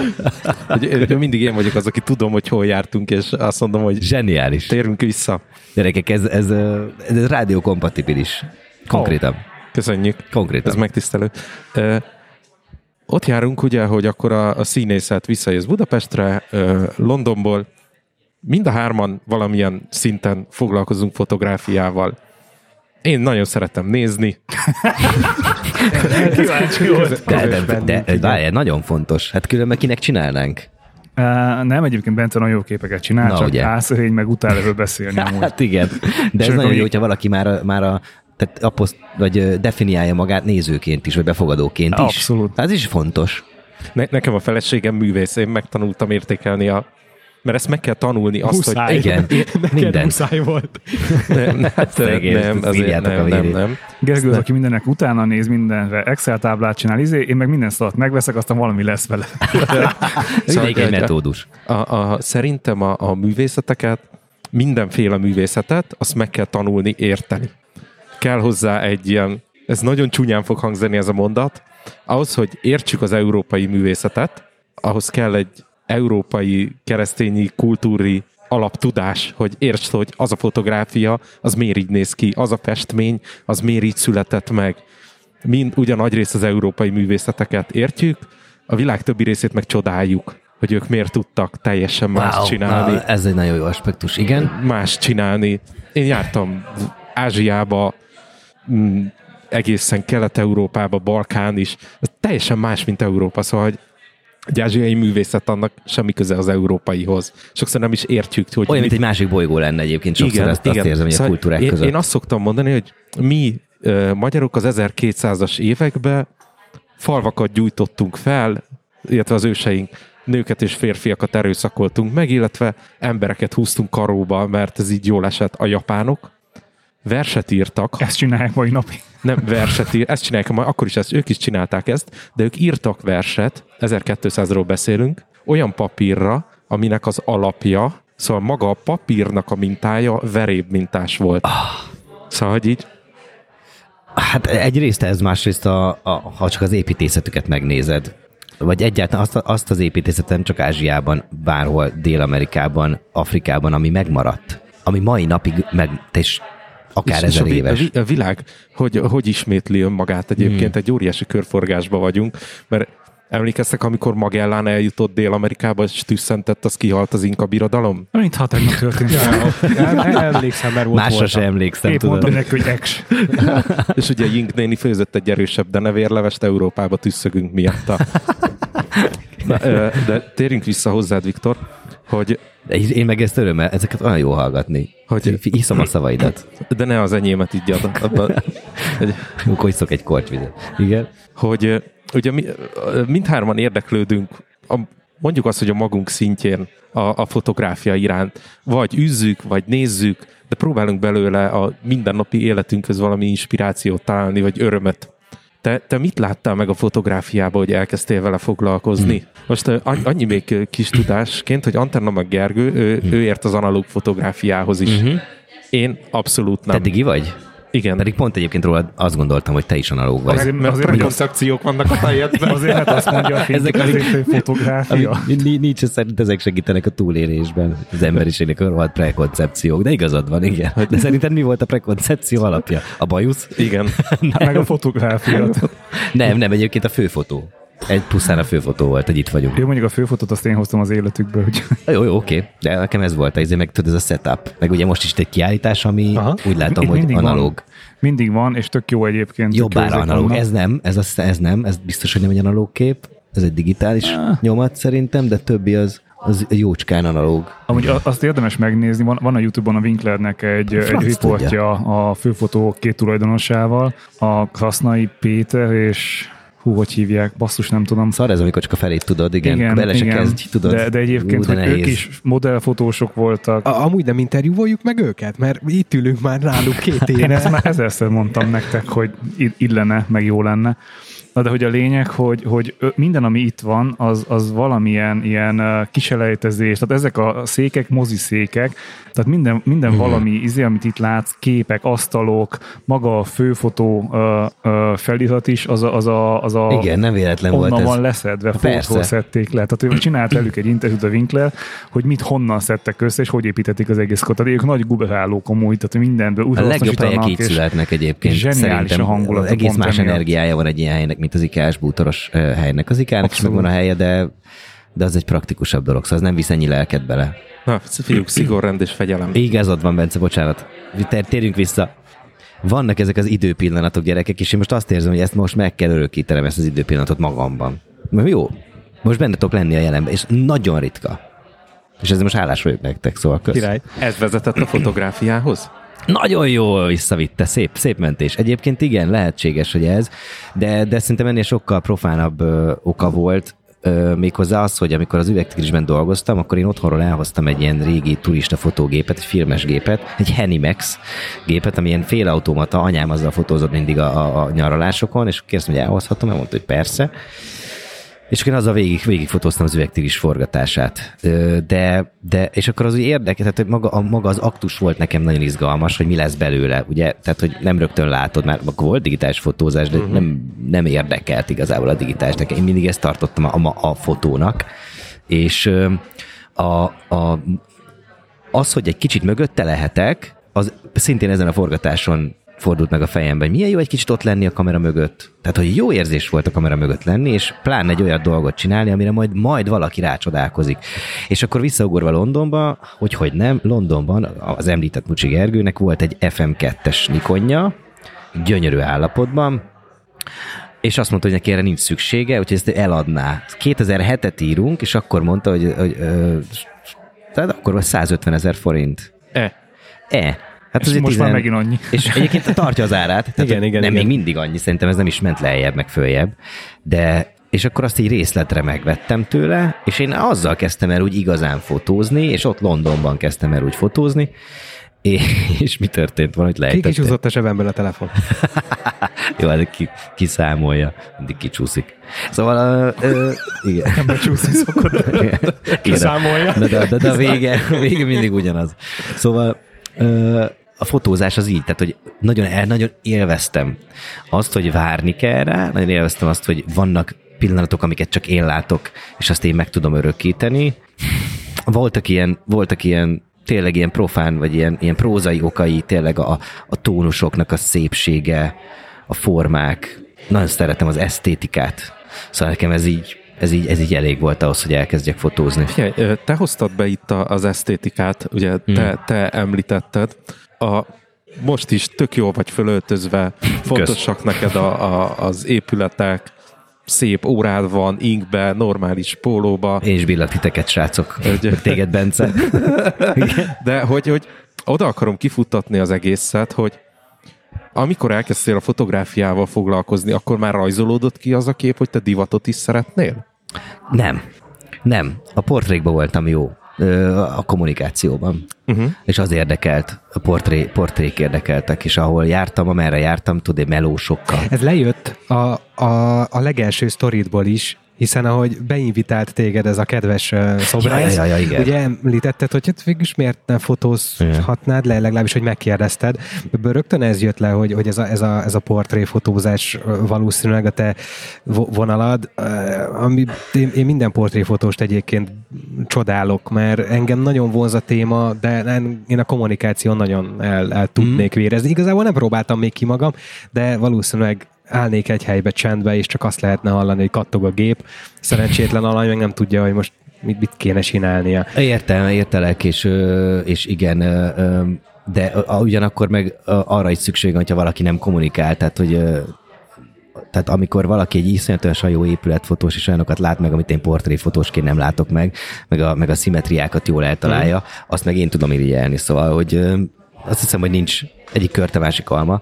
Mindig én vagyok az, aki tudom, hogy hol jártunk, és azt mondom, hogy zseniális. Térünk vissza. Gyerekek, ez, ez, ez, ez rádiókompatibilis. Konkrétan. Oh, köszönjük. Konkrétan. Ez megtisztelő. Uh, ott járunk ugye, hogy akkor a, a színészet visszajössz Budapestre, uh, Londonból. Mind a hárman valamilyen szinten foglalkozunk fotográfiával. Én nagyon szeretem nézni. Kíváncsi volt. De, de, de, de várjál, nagyon fontos. Hát különben kinek csinálnánk? Uh, nem, egyébként Bence nagyon jó képeket csinál, Na, csak ugye. Álszerény meg utál erről beszélni amúgy. Hát igen, de ez nagyon jó, hogyha valaki már a, már a tehát aposzt, vagy definiálja magát nézőként is, vagy befogadóként is. Abszolút. Ez is fontos. Ne, nekem a feleségem művész, én megtanultam értékelni a mert ezt meg kell tanulni. Azt, muszáj. hogy Igen, minden. Muszáj volt. Nem, hát, nem, azért nem, nem, nem. Gergő az, aki mindennek utána néz, mindenre Excel táblát csinál, izé, én meg minden szalat megveszek, aztán valami lesz vele. Mindig egy metódus. A, a, szerintem a, a művészeteket, mindenféle művészetet, azt meg kell tanulni, érteni. Kell hozzá egy ilyen, ez nagyon csúnyán fog hangzani ez a mondat, ahhoz, hogy értsük az európai művészetet, ahhoz kell egy európai keresztényi kultúri alaptudás, hogy értsd, hogy az a fotográfia, az miért így néz ki, az a festmény, az miért így született meg. Mind ugyan nagy rész az európai művészeteket értjük, a világ többi részét meg csodáljuk, hogy ők miért tudtak teljesen más wow, csinálni. Wow, ez egy nagyon jó aspektus, igen. Más csinálni. Én jártam Ázsiába, m- egészen Kelet-Európába, Balkán is. Ez teljesen más, mint Európa, szóval hogy egy ázsiai művészet, annak semmi köze az európaihoz. Sokszor nem is értjük, hogy... Olyan, mit... mint egy másik bolygó lenne egyébként, sokszor igen, ezt, igen. azt érzem, hogy szóval a kultúrák én, között. Én azt szoktam mondani, hogy mi uh, magyarok az ezerkétszázas években falvakat gyújtottunk fel, illetve az őseink nőket és férfiakat erőszakoltunk meg, illetve embereket húztunk karóba, mert ez így jól esett. A japánok verset írtak. Ezt csinálják mai napig. Nem verset ír, ezt csinálják, majd akkor is ezt, ők is csinálták ezt, de ők írtak verset, ezerkétszázról beszélünk, olyan papírra, aminek az alapja, szóval maga a papírnak a mintája veréb mintás volt. Ah. Szóval, hogy így... Hát egyrészt ez, másrészt, a, a, ha csak az építészetüket megnézed, vagy egyáltalán azt, azt az építészetet nem csak Ázsiában, bárhol, Dél-Amerikában, Afrikában, ami megmaradt, ami mai napig meg, és akár és, ezer és a, éves. A, a világ hogy, hogy ismétli önmagát egyébként, hmm. egy óriási körforgásba vagyunk, mert emlékeztek, amikor Magellán eljutott Dél-Amerikába, és tüsszentett, az kihalt az Inka birodalom? Mintha tegnap történt. Emlékszem, mert volt Másra sem emlékszem, Épp tudod. mondtam neki, hogy ex. És ugye Ying néni főzött egy erősebb denevérlevest, Európába tüsszögünk miatta. Na, de térjünk vissza hozzád, Viktor, hogy... Én meg ezt örömmel, ezeket olyan jó hallgatni. Hogy... Iszom a szavaidat. De ne az enyémet így ad. Abba, egy... Akkor iszok egy kortyvizet. Igen. Hogy ugye mi, mindhárman érdeklődünk, a, mondjuk azt, hogy a magunk szintjén a, a fotográfia iránt. Vagy üzzük, vagy nézzük, de próbálunk belőle a mindennapi életünkhöz valami inspirációt találni, vagy örömet. Te, te mit láttál meg a fotográfiában, hogy elkezdtél vele foglalkozni? Hmm. Most annyi még kis tudásként, hogy Antenna meg Gergő, ő, hmm. ő ért az analóg fotográfiához is. Hmm. Én abszolút nem. Te digi vagy? Igen. Pedig pont egyébként rólad azt gondoltam, hogy te is analóg vagy. Azért, mert azért koncepciók vannak a fejedben. Azért hát azt mondja, hogy ezek az fotográfia. Nincs, szerint ezek segítenek a túlélésben, az emberiségnek a rohadt prekoncepciók, de igazad van, igen. De szerinted mi volt a prekoncepció alapja? A bajusz? Igen. Meg a fotográfia. Nem, nem, egyébként a főfotó. Egy pusztán a főfotó volt, hogy itt vagyunk. Jó, mondjuk a főfotót azt én hoztam az életükből. Hogy... Jó, jó, oké. De nekem ez volt, ezért meg tudod, ez a setup. Meg ugye most is egy kiállítás, ami aha. úgy látom, itt hogy analóg. Van. Mindig van, és tök jó egyébként. Jobbára analóg. Ez nem, ez, a, ez nem, ez biztos, hogy nem egy analóg kép. Ez egy digitális ah. nyomat szerintem, de többi az, az jócskán analóg. Amúgy azt érdemes megnézni, van, van a YouTube-on a Winklernek egy, egy riportja a főfotó két tulajdonosával, a Krasznai Péter és... Hú, hogy hívják, basszus, nem tudom. Szar ez, amikor csak a felét tudod, igen, igen bele se igen. kezdj, tudod. De, de egyébként, Ú, de hogy ők is modellfotósok voltak. A, amúgy nem interjúvoljuk meg őket, mert itt ülünk már náluk két éve. Én ezt már ezerszer mondtam nektek, hogy illene, meg jó lenne. Na de hogy a lényeg, hogy, hogy minden, ami itt van, az, az valamilyen ilyen kiselejtezés, tehát ezek a székek, moziszékek, tehát minden, minden hmm. valami izé, amit itt látsz, képek, asztalok, maga a főfotó uh, uh, felirat is, az a, az a, az a igen, nem véletlen onnan volt ez. van leszedve, fotól szedték le. Tehát ő csinált velük egy interjút a Winkler, hogy mit honnan szedtek össze, és hogy építették az egész kort. Tehát ők nagy guberálók amúgy, tehát mindenből a legjobb helyek így születnek egyébként. Zseniális a hangulat. Az egész más energiája van egy ilyen helynek, mint az ikás bútoros helynek. Az ikának is megvan a helye, de, de az egy praktikusabb dolog, szóval az nem visz ennyi lelket bele. Na, fiúk, szigorrend és fegyelem. Igazad van, Bence, bocsánat. Térjünk vissza. Vannak ezek az időpillanatok, gyerekek, és én most azt érzem, hogy ezt most meg kell örökítenem, ezt az időpillanatot magamban. Mert jó, most benne tudok lenni a jelenben, és nagyon ritka. És ezzel most hálás vagyok nektek, szóval kösz. Király. Ez vezetett a fotográfiához? Nagyon jól visszavitte, szép, szép mentés. Egyébként igen, lehetséges, hogy ez, de, de szerintem ennél sokkal profánabb ö, oka volt. méghozzá az, hogy amikor az üvegtigrisben dolgoztam, akkor én otthonról elhoztam egy ilyen régi turista fotógépet, egy filmes gépet, egy Henimex gépet, ami ilyen félautomata, anyám azzal fotózott mindig a, a, a nyaralásokon, és kérdeztem, hogy elhozhatom, elmondta, hogy persze. És akkor én azzal végig, végigfotóztam az üvegtigris forgatását. De, de, és akkor az úgy érdekel, tehát maga, a, maga az aktus volt nekem nagyon izgalmas, hogy mi lesz belőle, ugye? Tehát, hogy nem rögtön látod, már akkor volt digitális fotózás, de uh-huh. nem, nem érdekelt igazából a digitális. Én mindig ezt tartottam a, a, a fotónak. És a, a, az, hogy egy kicsit mögötte lehetek, az szintén ezen a forgatáson fordult meg a fejemben, milyen jó egy kicsit ott lenni a kamera mögött. Tehát, hogy jó érzés volt a kamera mögött lenni, és pláne egy olyan dolgot csinálni, amire majd, majd valaki rácsodálkozik. És akkor visszaugorva Londonba, hogy hogy nem, Londonban az említett Mucsi Gergőnek volt egy ef em kettes Nikonja, gyönyörű állapotban, és azt mondta, hogy neki erre nincs szüksége, úgyhogy ezt eladná. kétezer-hetet írunk, és akkor mondta, hogy, hogy ö, tehát akkor százötven ezer forint. E. E. Hát és most tizen... már megint annyi. És egyébként tartja az árát, tehát igen, igen, nem igen. még mindig annyi, szerintem ez nem is ment lejjebb, meg följebb, de és akkor azt így részletre megvettem tőle, és én azzal kezdtem el úgy igazán fotózni, és ott Londonban kezdtem el úgy fotózni, és mi történt? Van, hogy lejtettem. Kicsúszott a zsebemből a telefon. Jó, hát ki, kiszámolja, mindig kicsúszik. Szóval, uh, uh, igen. Nem becsúszik szokott. Kiszámolja. De, de, de, de a vége, a vége mindig ugyanaz. Szóval uh, a fotózás az így, tehát hogy nagyon, nagyon élveztem azt, hogy várni kell rá, nagyon élveztem azt, hogy vannak pillanatok, amiket csak én látok, és azt én meg tudom örökíteni. Voltak ilyen, voltak ilyen tényleg ilyen profán, vagy ilyen, ilyen prózai okai, tényleg a, a tónusoknak a szépsége, a formák. Nagyon szeretem az esztétikát. Szóval nekem ez így, ez így, ez így elég volt ahhoz, hogy elkezdjek fotózni. Figyelj, te hoztad be itt az esztétikát, ugye te, hmm. te említetted. A, most is tök jól vagy fölöltözve, fontosak neked a, a, az épületek, szép órád van, inkbe, normális pólóba. Én is billak titeket, srácok. Hogy... Téged, Bence. De hogy, hogy oda akarom kifuttatni az egészet, hogy amikor elkezdtél a fotográfiával foglalkozni, akkor már rajzolódott ki az a kép, hogy te divatot is szeretnél? Nem. Nem. A portrékban voltam jó. A kommunikációban. Uh-huh. És az érdekelt, a portré, portrék érdekeltek, és ahol jártam, amerre jártam, tudod, melósokkal. Ez lejött a, a, a legelső sztoridból is, hiszen ahogy beinvitált téged ez a kedves uh, szobrász, ja, ja, ja, ugye említetted, hogy hát végülis miért nem fotózhatnád le, legalábbis, hogy megkérdezted. Ebből rögtön ez jött le, hogy, hogy ez, a, ez, a, ez a portréfotózás valószínűleg a te vonalad, ami én, én minden portréfotóst egyébként csodálok, mert engem nagyon vonz a téma, de én a kommunikáción nagyon el, el tudnék mm. vérezni. Igazából nem próbáltam még ki magam, de valószínűleg állnék egy helybe csendbe, és csak azt lehetne hallani, hogy kattog a gép. Szerencsétlen alany meg nem tudja, hogy most mit, mit kéne csinálnia. Értem, értelek, és, és igen, de ugyanakkor meg arra is szükség van, hogyha valaki nem kommunikál, tehát hogy tehát amikor valaki egy iszonyatosan jó épületfotós, és olyanokat lát meg, amit én portréfotósként nem látok meg, meg a, meg a szimmetriákat jól eltalálja, mm. azt meg én tudom irigyelni. Szóval, hogy azt hiszem, hogy nincs egyik kört a másik alma.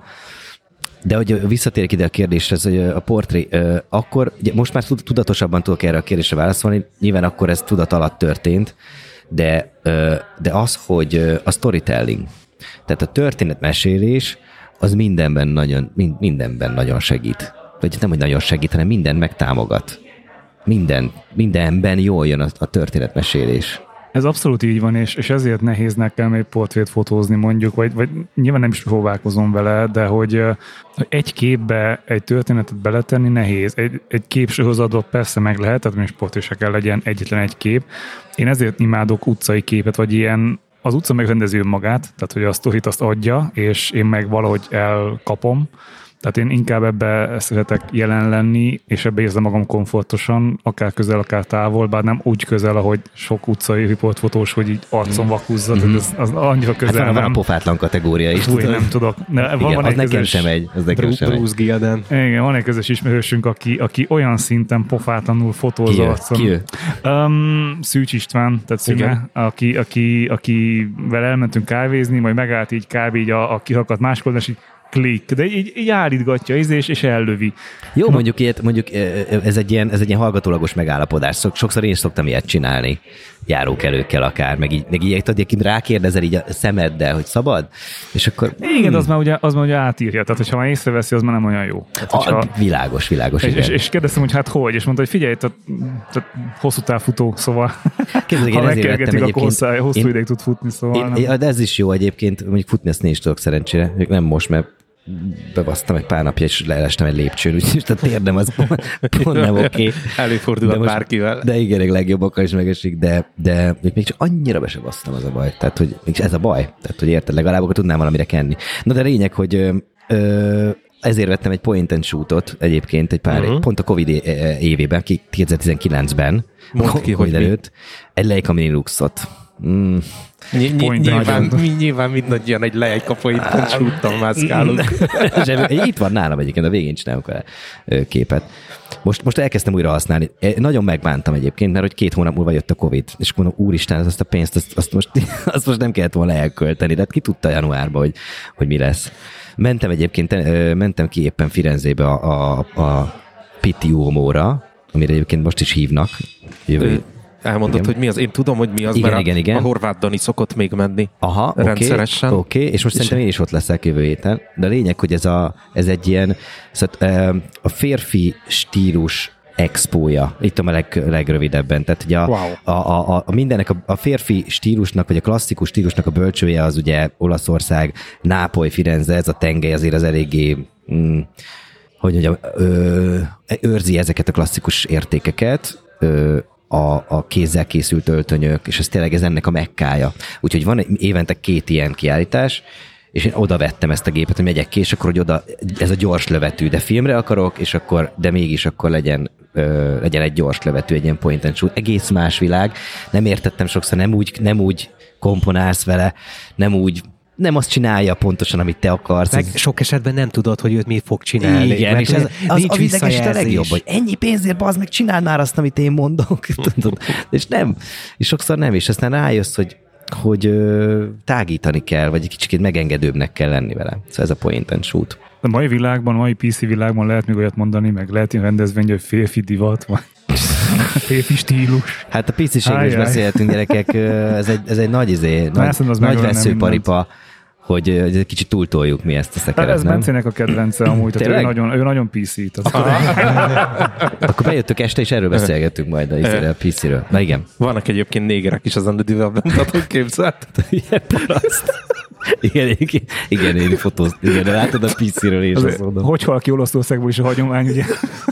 De hogy visszatérek ide a kérdésre, hogy a portré, akkor, most már tudatosabban tudok erre a kérdésre válaszolni, nyilván akkor ez tudat alatt történt, de, de az, hogy a storytelling, tehát a történetmesélés, az mindenben nagyon, mindenben nagyon segít. Vagy nem, hogy nagyon segít, hanem minden megtámogat. Minden, mindenben jól jön a, a történetmesélés. Ez abszolút így van, és, és ezért nehéz nekem egy portrét fotózni mondjuk, vagy, vagy nyilván nem is próbálkozom vele, de hogy egy képbe egy történetet beletenni nehéz. Egy, egy képsorozatban persze meg lehet, tehát most portré se kell legyen egyetlen egy kép. Én ezért imádok utcai képet, vagy ilyen, az utca megrendezi önmagát, tehát hogy a sztorit azt adja, és én meg valahogy elkapom. Tehát én inkább ebbe szeretek jelen lenni, és ebbe érzem magam komfortosan, akár közel, akár távol, bár nem úgy közel, ahogy sok utcai riportfotós, hogy így arcon vakuzza, mm-hmm. az, az annyira közel hát van, nem. Van a pofátlan kategória is. Úgy, nem tudok. Ne, igen, van, van az egy nekem közös, sem egy. Az nekem Bruce, sem Bruce egy. Gilden. Igen, van egy közös ismerősünk, aki, aki olyan szinten pofátlanul fotóz arcon. Ki ő? Um, Szűcs István, tehát Szüme, aki, aki, akivel elmentünk kávézni, majd megállt így kb. így a, a kihakadt máskor, és így klik, de így, így állítgatja és, és ellövi. Jó, mondjuk, ilyet, mondjuk ez egy ilyen, ez egy ilyen hallgatólagos megállapodás. Sokszor én is szoktam ilyet csinálni, járókelőkkel akár, meg így, meg így tudod, rákérdezel így a szemeddel, hogy szabad, és akkor... Igen, hmm. az már ugye, az már ugye átírja, tehát hogyha már észreveszi, az már nem olyan jó. Tehát, hogyha... a, világos, világos. És, és, és kérdeztem, hogy hát hogy, és mondta, hogy figyelj, tehát, tehát hosszú távfutó, szóval Képzeljük, ha megkergetik, akkor hosszú, hosszú én, ideig tud futni, szóval én, nem. De ez is jó egyébként, mondjuk futni ezt én is tudok szerencsére, nem most, mert bebasztam egy pár napja, és leestem egy lépcsőn, úgyhogy a térdem az pont, pont nem oké. Okay. Előfordul bárkivel. De igen, a legjobbakkal is megesik, de, de még csak annyira be se basztam, az a baj. Tehát, hogy ez a baj. Tehát, hogy érted, legalább akkor tudnám valamire kenni. Na de lényeg, hogy ö, ö, ezért vettem egy point and shootot egyébként egy pár, uh-huh. pont a Covid évében, kétezer-tizenkilencben, Mondd ki, hogy előtt, egy Leica Mini Luxot. Mm. Ny- ny- nyilván, nyilván mindannyian egy Leica point and shoottal mászkálunk. Itt van nálam egyébként, a végén csinálunk a képet. Most, most elkezdtem újra használni. Nagyon megbántam egyébként, mert hogy két hónap múlva jött a Covid, és mondom, úristen, azt a pénzt, azt, azt, most, azt most nem kellett volna elkölteni, de hát ki tudta januárban, hogy, hogy mi lesz. Mentem egyébként, mentem ki éppen Firenzébe a, a, a Pitti Uomo-ra, amire egyébként most is hívnak. Jövő. Elmondod, igen. hogy mi az? Én tudom, hogy mi az, igen, mert igen, a, igen. a Horváth Dani szokott még menni. Aha, rendszeresen. Oké, okay, és most és szerintem én is ott leszek jövő héten. De a lényeg, hogy ez, a, ez egy ilyen, szóval, a férfi stílus expója, itt a leg, legrövidebben. Tehát ugye a, wow. a, a, a mindennek, a, a férfi stílusnak, vagy a klasszikus stílusnak a bölcsője az ugye Olaszország, Nápoly, Firenze, ez a tengely azért az eléggé... Mm, hogy mondjam, ö, őrzi ezeket a klasszikus értékeket, ö, a, a kézzel készült öltönyök, és ez tényleg ez ennek a mekkája. Úgyhogy van évente két ilyen kiállítás, és én oda vettem ezt a gépet, hogy megyek ki, és akkor, hogy oda, ez a gyors lövetű, de filmre akarok, és akkor, de mégis akkor legyen, ö, legyen egy gyors lövetű, egy ilyen point and shoot. Egész más világ. Nem értettem sokszor, nem úgy, nem úgy komponálsz vele, nem úgy nem azt csinálja pontosan, amit te akarsz. Meg ez... sok esetben nem tudod, hogy őt mit fog csinálni. Igen, és ez, az a videges a legjobb, hogy ennyi pénzért bazd meg, csináld már azt, amit én mondok. És nem. És sokszor nem, és aztán rájössz, hogy, hogy ö, tágítani kell, vagy egy kicsit megengedőbbnek kell lenni vele. Szóval ez a point and shoot. A mai világban, a mai pé cé világban lehet még olyat mondani, meg lehet ilyen rendezvény, hogy férfi divat, vagy férfi stílus. Hát a pé cé-ségről is beszélhetünk, gyerekek, ez egy, ez egy nagy, izé, nagy, nagy veszőparipa, hogy egy kicsit túltoljuk mi ezt a szekeret, ez nem? Bencének a kedvence amúgy, tehát ő nagyon, ő nagyon pé cé. Akkor bejöttök este, és erről beszélgettünk majd a, a pé céről. Na igen. Vannak egyébként négerek is az Andedivel bentatok, képzelt? Ilyen paraszt. Igen, igen, igen, én fotóztam. Igen, de látod a pé céről is. Hogy hal ki Olaszországból is a hagyomány, ugye?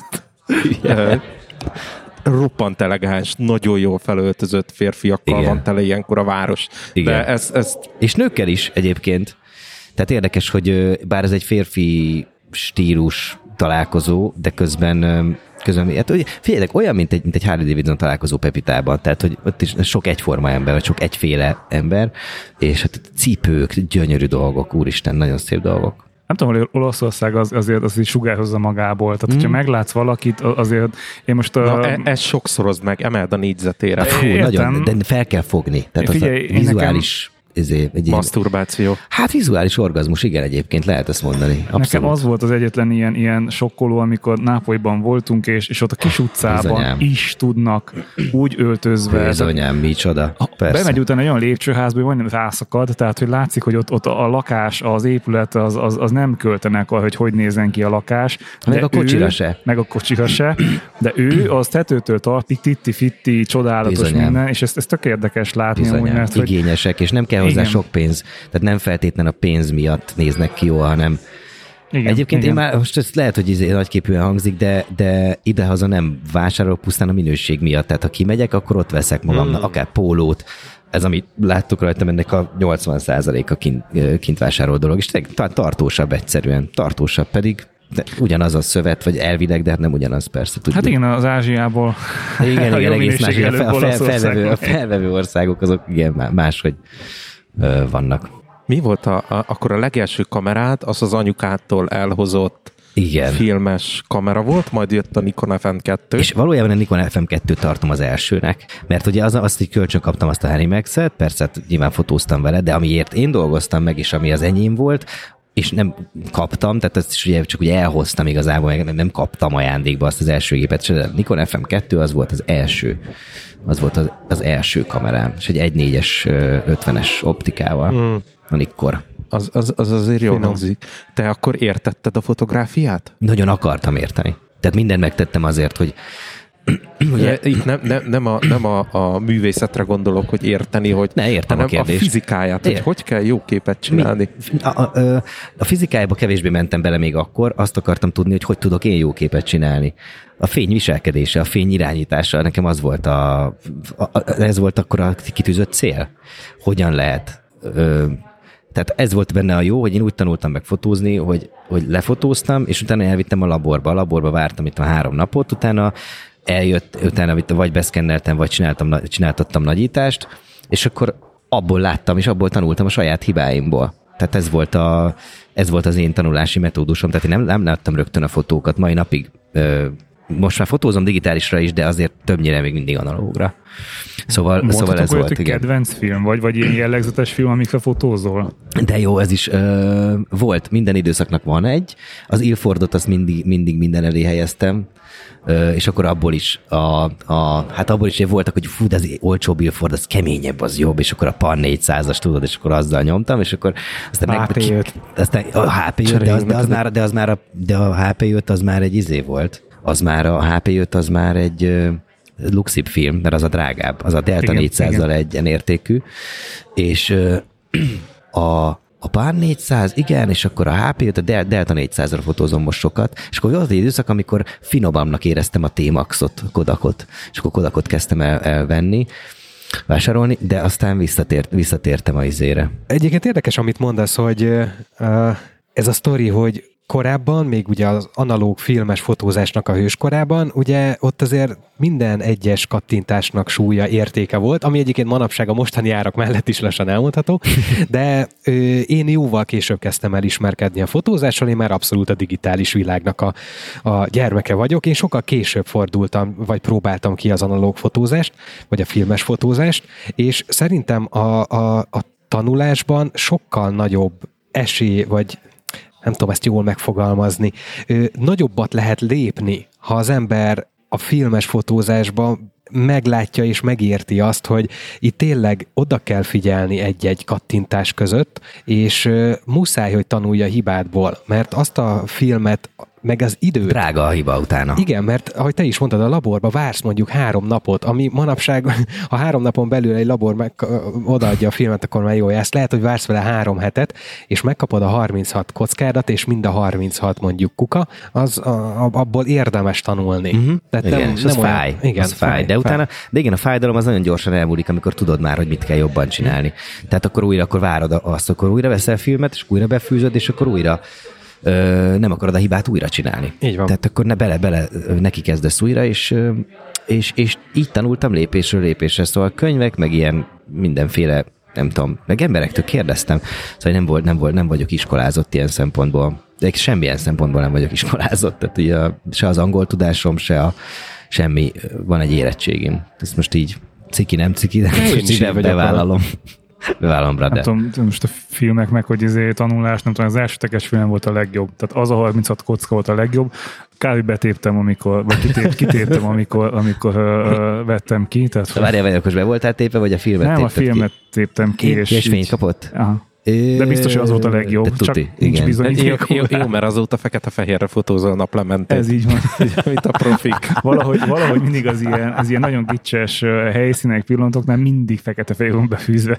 Igen. Roppant elegáns, nagyon jól felöltözött férfiakkal igen. van tele ilyenkor a város. Igen. De ez, ez... És nőkkel is egyébként. Tehát érdekes, hogy bár ez egy férfi stílus találkozó, de közben, közben hát, figyeljetek, olyan, mint egy, mint egy Harley Davidson találkozó Pepitában, tehát, hogy ott is sok egyforma ember, vagy sok egyféle ember, és hát cipők, gyönyörű dolgok, úristen, nagyon szép dolgok. Nem tudom, hogy Olaszország az, azért az így sugárhozza magából. Tehát, mm. hogyha meglátsz valakit, azért én most... Na, a... e- ez sokszorozd meg, emeld a négyzetére. Fú, nagyon, de fel kell fogni. Tehát figyelj, az a vizuális... Ezért, egy maszturbáció. Ilyen, hát vizuális orgazmus, igen, egyébként lehet ezt mondani. Abszolút. Nekem az volt az egyetlen ilyen, ilyen sokkoló, amikor Nápolyban voltunk, és, és ott a kis utcában Bizonyám. is tudnak úgy öltözve. Bizonyám, micsoda. Persze. Bemegy utána egy olyan lépcsőházba, hogy majdnem rászakad, tehát hogy látszik, hogy ott, ott a lakás, az épület, az, az, az nem költenek arra, hogy hogy nézzen ki a lakás. Meg a kocsira ő, se. Meg a kocsira se. De ő az tetőtől talpig, titti-fitti, csodálatos Bizonyám. minden, és ezt, ezt tök érdekes látni. Amúgy, mert, igényesek, és nem kell hozzá igen. sok pénz. Tehát nem feltétlen a pénz miatt néznek ki jól, hanem igen, egyébként igen. én már, most ez lehet, hogy ez nagyképűen hangzik, de, de idehaza nem vásárolok pusztán a minőség miatt. Tehát ha kimegyek, akkor ott veszek magamnak hmm. akár pólót. Ez, amit láttuk rajtam, ennek a nyolcvan százaléka kint, kint vásárol dolog, és talán tartósabb egyszerűen. Tartósabb pedig de ugyanaz a szövet, vagy elvileg, de hát nem ugyanaz persze. Tudjuk. Hát igen, az Ázsiából. Igen, igen, egész más. A, fel, a, fel, felvevő, a felvevő országok azok igen, máshogy ö, vannak. Mi volt a, a, akkor a legelső kamerád, az az anyukától elhozott igen. filmes kamera volt, majd jött a Nikon ef em kettő. És valójában a Nikon ef em kettőt tartom az elsőnek, mert ugye az, azt így kölcsön kaptam azt a Hanimax-et, persze nyilván fotóztam vele, de amiért én dolgoztam meg, és ami az enyém volt, és nem kaptam, tehát ezt is ugye csak ugye elhoztam igazából, meg nem kaptam ajándékba azt az első gépet, és a Nikon ef em kettő az volt az első, az volt az, az első kamerám, és egy egy négyes ötvenes optikával, mm. a Nikkor. Az, az, az azért jól hangzik. Te akkor értetted a fotográfiát? Nagyon akartam érteni. Tehát mindent megtettem azért, hogy ugye, itt nem, nem, nem, a, nem a, a művészetre gondolok, hogy érteni, hogy ne, értem hanem a, a fizikáját, hogy hogy kell jó képet csinálni. Mi, a, a, a fizikájába kevésbé mentem bele még akkor, azt akartam tudni, hogy hogy tudok én jó képet csinálni. A fény viselkedése, a fény irányítása, nekem az volt a, a ez volt akkor a kitűzött cél. Hogyan lehet... Ö, Tehát ez volt benne a jó, hogy én úgy tanultam meg fotózni, hogy, hogy lefotóztam, és utána elvittem a laborba. A laborba vártam itt a három napot, utána eljött, utána vagy beszkenneltem, vagy csináltam, csináltattam nagyítást, és akkor abból láttam, és abból tanultam a saját hibáimból. Tehát ez volt, a, ez volt az én tanulási metódusom. Tehát én nem, nem láttam rögtön a fotókat, mai napig ö, most már fotózom digitálisra is, de azért többnyire még mindig analógra. Szóval, szóval ez olyat, volt, hogy igen. kedvenc film, vagy, vagy ilyen jellegzetes film, amikre fotózol? De jó, ez is ö, volt. Minden időszaknak van egy. Az Ilfordot azt mindig, mindig minden elé helyeztem, ö, és akkor abból is, a, a, hát abból is voltak, hogy fú, de az olcsóbb Ilford, az keményebb, az jobb, és akkor a Pan négyszázas, tudod, és akkor azzal nyomtam, és akkor aztán há pé öt. Meg, aztán a há pé öt, de az, de az már, de az már a, de a há pé öt az már egy izé volt. Az már a há pé öt az már egy ö, luxibb film, mert az a drágább, az a Delta négyszázzal egyenértékű, és ö, a, a Pan négyszáz, igen, és akkor a há pé öt, a Delta négyszázra fotózom most sokat, és akkor volt az időszak, amikor finomabbnak éreztem a T-Maxot, a Kodakot, és akkor Kodakot kezdtem el, elvenni, vásárolni, de aztán visszatért, visszatértem a izére. Egyébként érdekes, amit mondasz, hogy uh, ez a sztori, hogy korábban, még ugye az analóg filmes fotózásnak a hőskorában, ugye ott azért minden egyes kattintásnak súlya, értéke volt, ami egyébként manapság a mostani árak mellett is lassan elmondható, de ö, én jóval később kezdtem el ismerkedni a fotózással, én már abszolút a digitális világnak a, a gyermeke vagyok, én sokkal később fordultam, vagy próbáltam ki az analóg fotózást, vagy a filmes fotózást, és szerintem a, a, a tanulásban sokkal nagyobb esély, vagy nem tudom ezt jól megfogalmazni, ö, nagyobbat lehet lépni, ha az ember a filmes fotózásban meglátja és megérti azt, hogy itt tényleg oda kell figyelni egy-egy kattintás között, és ö, muszáj, hogy tanulja hibádból, mert azt a filmet meg az időt. Drága a hiba utána. Igen, mert ahogy te is mondtad, a laborba vársz mondjuk három napot, ami manapság, ha három napon belül egy labor meg, odaadja a filmet, akkor már jó jársz. Lehet, hogy vársz vele három hetet, és megkapod a harminchat kockádat, és mind a harminchat mondjuk kuka, az a, abból érdemes tanulni. Uh-huh. Tehát igen, nem, és nem az olyan, fáj. Igen, az fáj. fáj. De utána, de igen, a fájdalom az nagyon gyorsan elmúlik, amikor tudod már, hogy mit kell jobban csinálni. Tehát akkor újra, akkor várod azt, akkor újra veszel filmet, és újra befűzöd, és akkor újra Ö, nem akarod a hibát újra csinálni. Így van. Tehát akkor ne bele-bele neki kezdesz újra, és, és, és így tanultam lépésről lépésre. Szóval könyvek, meg ilyen mindenféle, nem tudom, meg emberektől kérdeztem, szóval nem, volt, nem, volt, nem vagyok iskolázott ilyen szempontból, de semmilyen szempontból nem vagyok iskolázott, tehát ugye se az angol tudásom, se a semmi, van egy érettségim. Ezt most így ciki, nem ciki, de most így bevállalom. Bevállalom, brother. Nem tudom, most a filmek meg, hogy izé tanulás, nem tudom, az első tekes film volt a legjobb. Tehát az a harminchat kocka volt a legjobb. Kb. Betéptem, amikor, vagy kitép, kitéptem, amikor, amikor uh, vettem ki. Tehát, de várjál, vagy akkor be voltál tépve, vagy a filmet nem, tépted a filmet ki? téptem ki. Én, és, és fényt kapott? Aha. De biztos, hogy az volt a legjobb, de csak tuti, nincs igen. bizonyíték. Jó, jó, jó, mert azóta fekete-fehérre fotózol a naplementét. Ez így van. Mint a profik. Valahogy, valahogy mindig az ilyen, az ilyen nagyon gicses helyszínek, pillanatoknál mindig fekete-fehér van befűzve.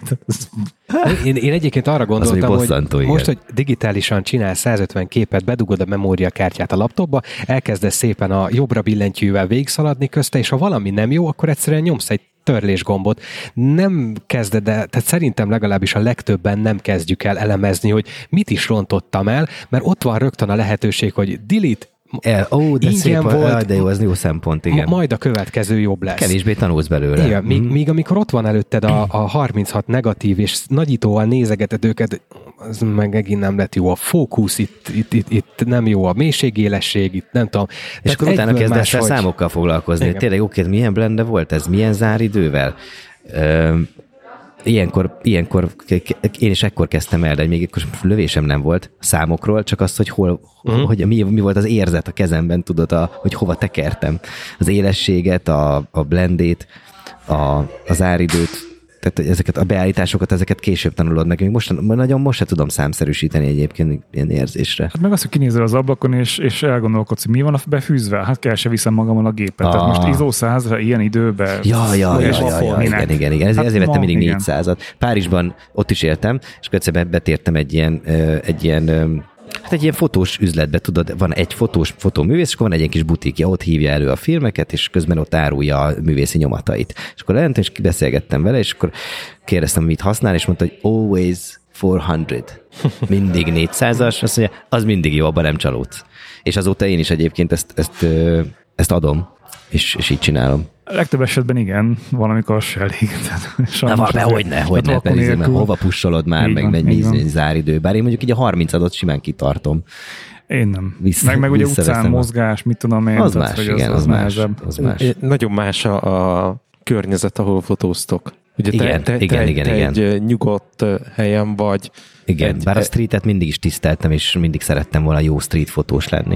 Én, én egyébként arra gondoltam, az, hogy bosszantó, most, hogy digitálisan csinálsz száz ötven képet, bedugod a memóriakártyát a laptopba, elkezdesz szépen a jobbra billentyűvel végigszaladni közte, és ha valami nem jó, akkor egyszerűen nyomsz egy törlésgombot. Nem kezded el, tehát szerintem legalábbis a legtöbben nem kezdjük el elemezni, hogy mit is rontottam el, mert ott van rögtön a lehetőség, hogy delete, El, ó, de szép, volt, de jó, az jó szempont, igen. Majd a következő jobb lesz. Kevésbé tanulsz belőle. Igen, míg, mm. míg amikor ott van előtted a, a harminchat negatív, és nagyítóval nézegeted őket, az meg megint nem lett jó a fókusz, itt, itt, itt, itt nem jó a mélységélesség, itt nem tudom. És akkor utána kezdesz el számokkal foglalkozni. Igen. Tényleg oké, milyen blende volt ez, milyen záridővel? Ö, ilyenkor, ilyenkor, én is ekkor kezdtem el, de még ekkor lövésem nem volt számokról, csak azt, hogy hol, uh-huh. hogy mi, mi volt az érzet a kezemben, tudod, a, hogy hova tekertem. Az élességet, a, a blendét, a, az áridőt, tehát ezeket a beállításokat, ezeket később tanulod meg. Még most, nagyon most se tudom számszerűsíteni egyébként ilyen érzésre. Hát meg azt, hogy kinézel az ablakon, és, és elgondolkodsz, hogy mi van a befűzve? Hát kell se viszem magamon a gépet. Ah. Tehát most izó százra ilyen időben... Ja, ja, ja, ja, ja, igen, igen, igen. Ez, hát ezért vettem mindig négyszázat. Párizsban ott is éltem, és egyszer betértem egy ilyen, egy ilyen hát egy ilyen fotós üzletbe, tudod, van egy fotós fotóművész, és akkor van egy ilyen kis butikja, ott hívja elő a filmeket, és közben ott árulja a művészi nyomatait. És akkor lehentem, és kibeszélgettem vele, és akkor kérdeztem, mit használ, és mondta, hogy always fourszáz. Mindig négyszázas, azt mondja, az mindig jó, abban nem csalódsz. És azóta én is egyébként ezt, ezt, ezt adom, és, és így csinálom. Legtöbb esetben igen, valamikor se elég. Na valami, hogyne, hogyne, pedig hova pussolod már, így meg megy víz, záridő. Bár én mondjuk így a harmincadot simán kitartom. Én nem. Vissza, meg meg ugye utcán mozgás, mit tudom én. Az tehát, más, igen, az, az, más, az más. Nagyon más a, a környezet, ahol fotóztok. Ugye te, igen, te, igen, te, igen, te igen. egy nyugodt helyen vagy. Igen, egy, bár a streetet mindig is tiszteltem, és mindig szerettem volna jó street fotós lenni.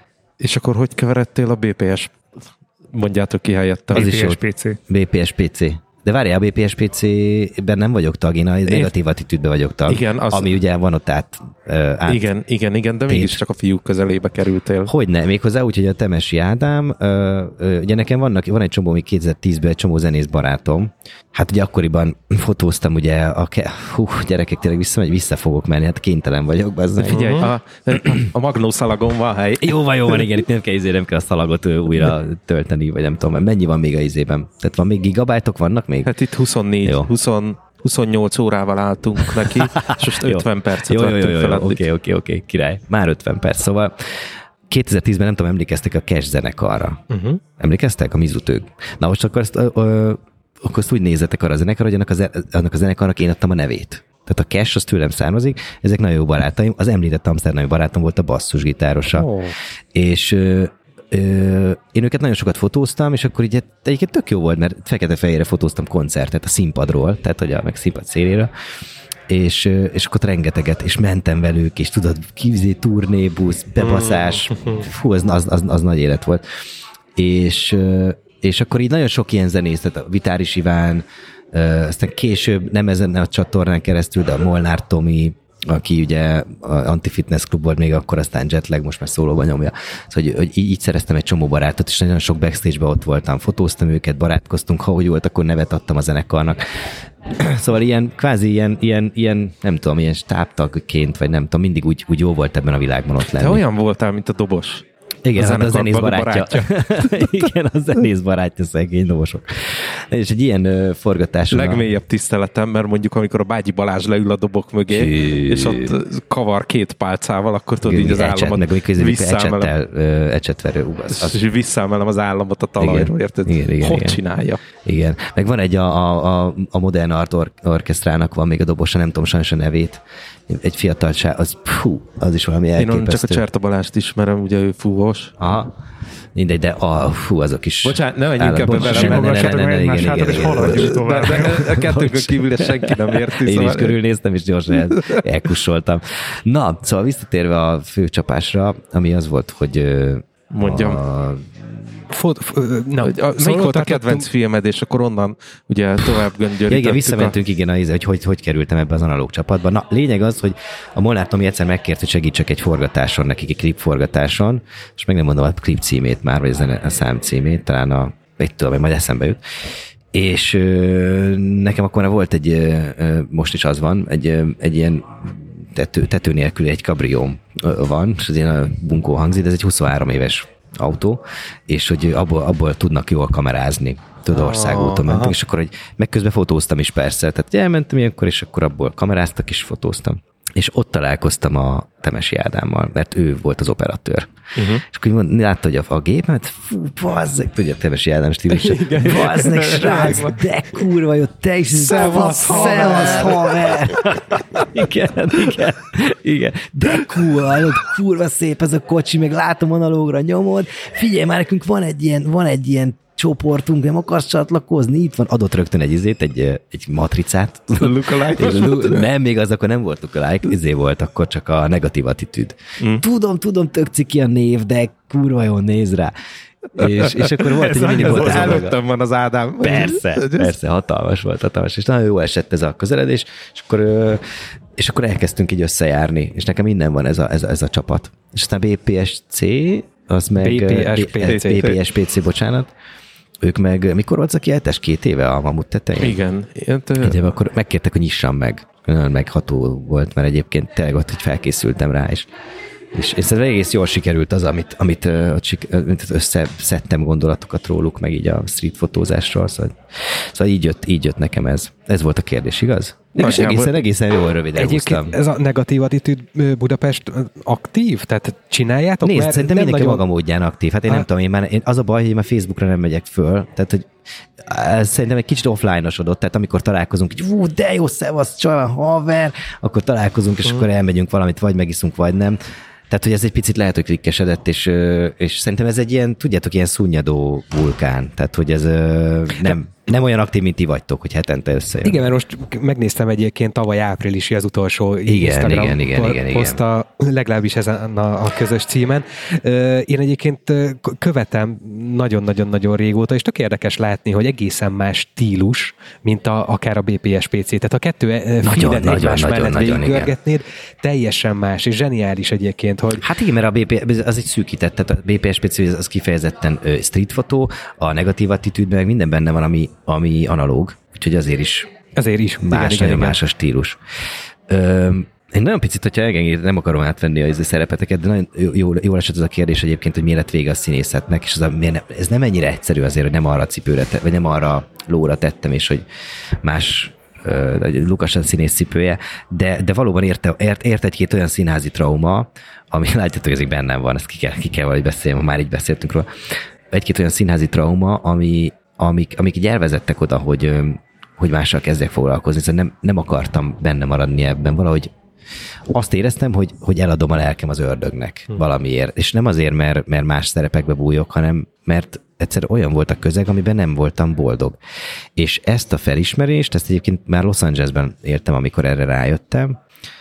És akkor hogy keveredtél a bé pé es? Mondjátok ki helyette. bé pé es pé cé. bé pé es pé cé. De várjál, a bé pé es pé cé-ben nem vagyok tag, én a negatív attitűdben vagyok tag, igen, az... ami ugye van ott át, uh, át igen, igen, igen, de mégis csak a fiúk közelébe kerültél. Hogyne, méghozzá úgy, hogy a Temesi Ádám, uh, uh, ugye nekem vannak, van egy csomó, még kétezer-tízben egy csomó zenész barátom, hát ugye akkoriban fotóztam ugye a, ke- hú, gyerekek, tényleg visszamegy, vissza fogok menni, hát kénytelen vagyok. Bazzá. Figyelj, a, a Magnó szalagon van hely. Jó van, jó van, igen, itt nem kell, izé, nem kell a szalagot újra tölteni, vagy nem tudom, mennyi van még a izében. Tehát van még gigabájtok, vannak még? Hát itt huszonnégy, húsz, huszonnyolc órával álltunk neki, és most ötven percet jó, vettünk jó, jó, fel. Oké, oké, oké, király. Már ötven perc. Szóval kétezer-tízben nem tudom, emlékeztek a Cash zenekarra. Uh-huh. Emlékeztek? A Mizutők. Na most akkor ezt, ö, ö, akkor ezt úgy nézzetek arra a zenekarra, hogy annak a, ze- annak a zenekarnak én adtam a nevét. Tehát a Cash az tőlem származik, ezek nagyon jó barátaim. Az említett amsterdami barátom volt a basszusgitárosa. Oh. És ö, Ö, én őket nagyon sokat fotóztam, és akkor így egyébként tök jó volt, mert fekete-fehérre fotóztam koncertet a színpadról, tehát hogy a meg színpad széléről, és, és akkor rengeteget, és mentem velük, és tudod, kivizé, turnébusz, bebaszás, fú, az, az, az, az nagy élet volt. És, és akkor így nagyon sok ilyen zenész, tehát a Vitáris Iván, aztán később, nem ezen a csatornán keresztül, de a Molnár Tomi, aki ugye Anti-Fitness Club volt még akkor, aztán Jetlag, most már szólóban nyomja. Szóval, hogy, hogy így, így szereztem egy csomó barátot, és nagyon sok backstage-ben ott voltam, fotóztam őket, barátkoztunk, ha úgy volt, akkor nevet adtam a zenekarnak. Szóval ilyen, kvázi ilyen, ilyen, ilyen nem tudom, ilyen stábtagként, vagy nem tudom, mindig úgy, úgy jó volt ebben a világban ott lenni. Te olyan voltál, mint a dobos. Igen, a, hát a zenész barátja. barátja. Igen, a zenész barátja, szegény dobosok. És egy ilyen uh, forgatáson... Legmélyebb tiszteletem, mert mondjuk amikor a Bágyi Balázs leül a dobok mögé, Hű. és ott kavar két pálcával, akkor tudod így az ecset, államot meg visszaemelem. Uh, ecsetverő ugasz. És, és visszaemelem az államot a talajról, érted? Igen, igen, hogy igen. csinálja? Igen. Meg van egy a, a, a Modern Art Or- Orchestrának van még a dobosa, nem tudom sajnos a nevét. Egy fiatalság, az, pfú, az is valami elképesztő. Én csak a Cserta Balást ismerem, ugye ő fúvós. Aha. Mindegy, de a, fú, azok is... Bocsánat, ne menjünk ebbe vele. Ne, ne, ne, ne, ne, igen, igen, igen. A kettőnkön kívül senki nem érti. Én is körülnéztem, és gyorsan elkussoltam. Na, szóval visszatérve a főcsapásra, ami az volt, hogy... Mondjam. A, Fot, f, na, a, melyik volt a kedvenc filmed, és akkor onnan ugye tovább göngyörítettük. Igen, visszamentünk, a... igen, a, hogy, hogy hogy kerültem ebbe az analóg csapatba. Na, lényeg az, hogy a Molnár Tomi egyszer megkért, hogy segítsek egy forgatáson, nekik egy klip forgatáson, és meg nem mondom a klip címét már, vagy a, zene, a szám címét, talán a, egy tudom, majd eszembe jut. És ö, nekem akkor volt egy, ö, most is az van, egy, ö, egy ilyen tető, tető nélkül egy kabrióm van, és az ilyen bunkó hangzik, de ez egy huszonhárom éves autó, és hogy abból, abból tudnak jól kamerázni. Tudod, országúton mentünk, és akkor hogy meg közben fotóztam is persze. Tehát elmentem ilyenkor, és akkor abból kameráztak, és fotóztam. És ott találkoztam a Temesi Ádámmal, mert ő volt az operatőr. Uh-huh. És akkor mond, látta, hogy a, a gépemet, fú, bazzeg, tudja, a Temesi Ádám stílusa, bazzeg, srác, de kurva jó, te is, szevasz, szevasz, haver. Igen, igen, igen, de kurva, kurva szép ez a kocsi, meg látom analógra nyomod, figyelj már, nekünk van egy ilyen, van egy ilyen csoportunk, nem akarsz csatlakozni, itt van, adott rögtön egy izét, egy, egy matricát. Lookalike? Nem, még az akkor nem volt lookalike, izé volt akkor csak a negatív attitűd. Mm. Tudom, tudom, tök ciki a név, de kurva jól néz rá. És, és akkor volt egy mini volt. Előttem van az Ádám. Persze, persze, hatalmas volt, hatalmas. És nagyon jó esett ez a közeledés, és akkor, és akkor elkezdtünk így összejárni, és nekem innen van ez a, ez a, ez a csapat. És aztán bé pé es cé, az meg... bé pé es pé cé. bé pé es pé cé, bocsánat. Ők meg, mikor volt a kiállítás? Két éve a Mamut tetején? Igen. Egyébként akkor megkértek, hogy nyissam meg. Nagyon megható volt, mert egyébként tényleg ott, hogy felkészültem rá, és És, és ez egész jól sikerült az, amit, amit, amit összeszedtem gondolatokat róluk, meg így a street fotózásról. Szóval, szóval így, jött, így jött nekem ez. Ez volt a kérdés, igaz? És egészen, egészen jól röviden húztam. Ez a negatív attitűd Budapest aktív? Tehát csináljátok? Nézd, mert szerintem mindenki nagyon... maga módján aktív. Hát én ha. nem tudom, én már, én az a baj, hogy én már Facebookra nem megyek föl. Tehát, hogy ez szerintem egy kicsit offline-osodott, tehát amikor találkozunk, hogy hú, de jó, szevasz, csaj, haver, akkor találkozunk, és hmm. akkor elmegyünk valamit, vagy megiszunk, vagy nem. Tehát, hogy ez egy picit lehet, hogy klikkesedett, és, és szerintem ez egy ilyen, tudjátok, ilyen szunnyadó vulkán. Tehát, hogy ez nem, nem olyan aktív, mint ti vagytok, hogy hetente összejön. Igen, mert most megnéztem egyébként tavaly áprilisi az utolsó igen, Instagram igen, igen, igen, poszta, legalábbis ezen a, a közös címen. Én egyébként követem nagyon-nagyon-nagyon régóta, és tök érdekes látni, hogy egészen más stílus, mint a, akár a bé pé es pé cé. Tehát a kettő feedet egymás mellett végigörgetnéd, teljesen más, és zseniális egyébként. Hogy... Hát igen, mert a bé pé, az egy szűkített, tehát a bé pé es pé cé az kifejezetten street fotó, a negatív attitűd, meg minden benne van, ami, ami analóg, úgyhogy azért is, azért is más, igen, nagyon igen. más a stílus. Ö, én nagyon picit, hogyha elgengít, nem akarom átvenni a szerepeteket, de nagyon jól, jól esett az a kérdés egyébként, hogy miért lett vége a színészetnek, és az a, ez nem ennyire egyszerű azért, hogy nem arra a cipőre, te, vagy nem arra a lóra tettem, és hogy más Lukas a színész cipője, de, de valóban érte, ért, ért egy-két olyan színházi trauma, ami látjátok, ez bennem van, ezt ki kell, ki kell valahogy beszélni, már így beszéltünk róla. Egy-két olyan színházi trauma, ami, amik, amik így elvezettek oda, hogy, hogy mással kezdjek foglalkozni, szóval nem, nem akartam benne maradni ebben, valahogy azt éreztem, hogy, hogy eladom a lelkem az ördögnek hmm. valamiért, és nem azért, mert, mert más szerepekbe bújok, hanem mert egyszer olyan volt a közeg, amiben nem voltam boldog. És ezt a felismerést, ezt egyébként már Los Angelesben értem, amikor erre rájöttem,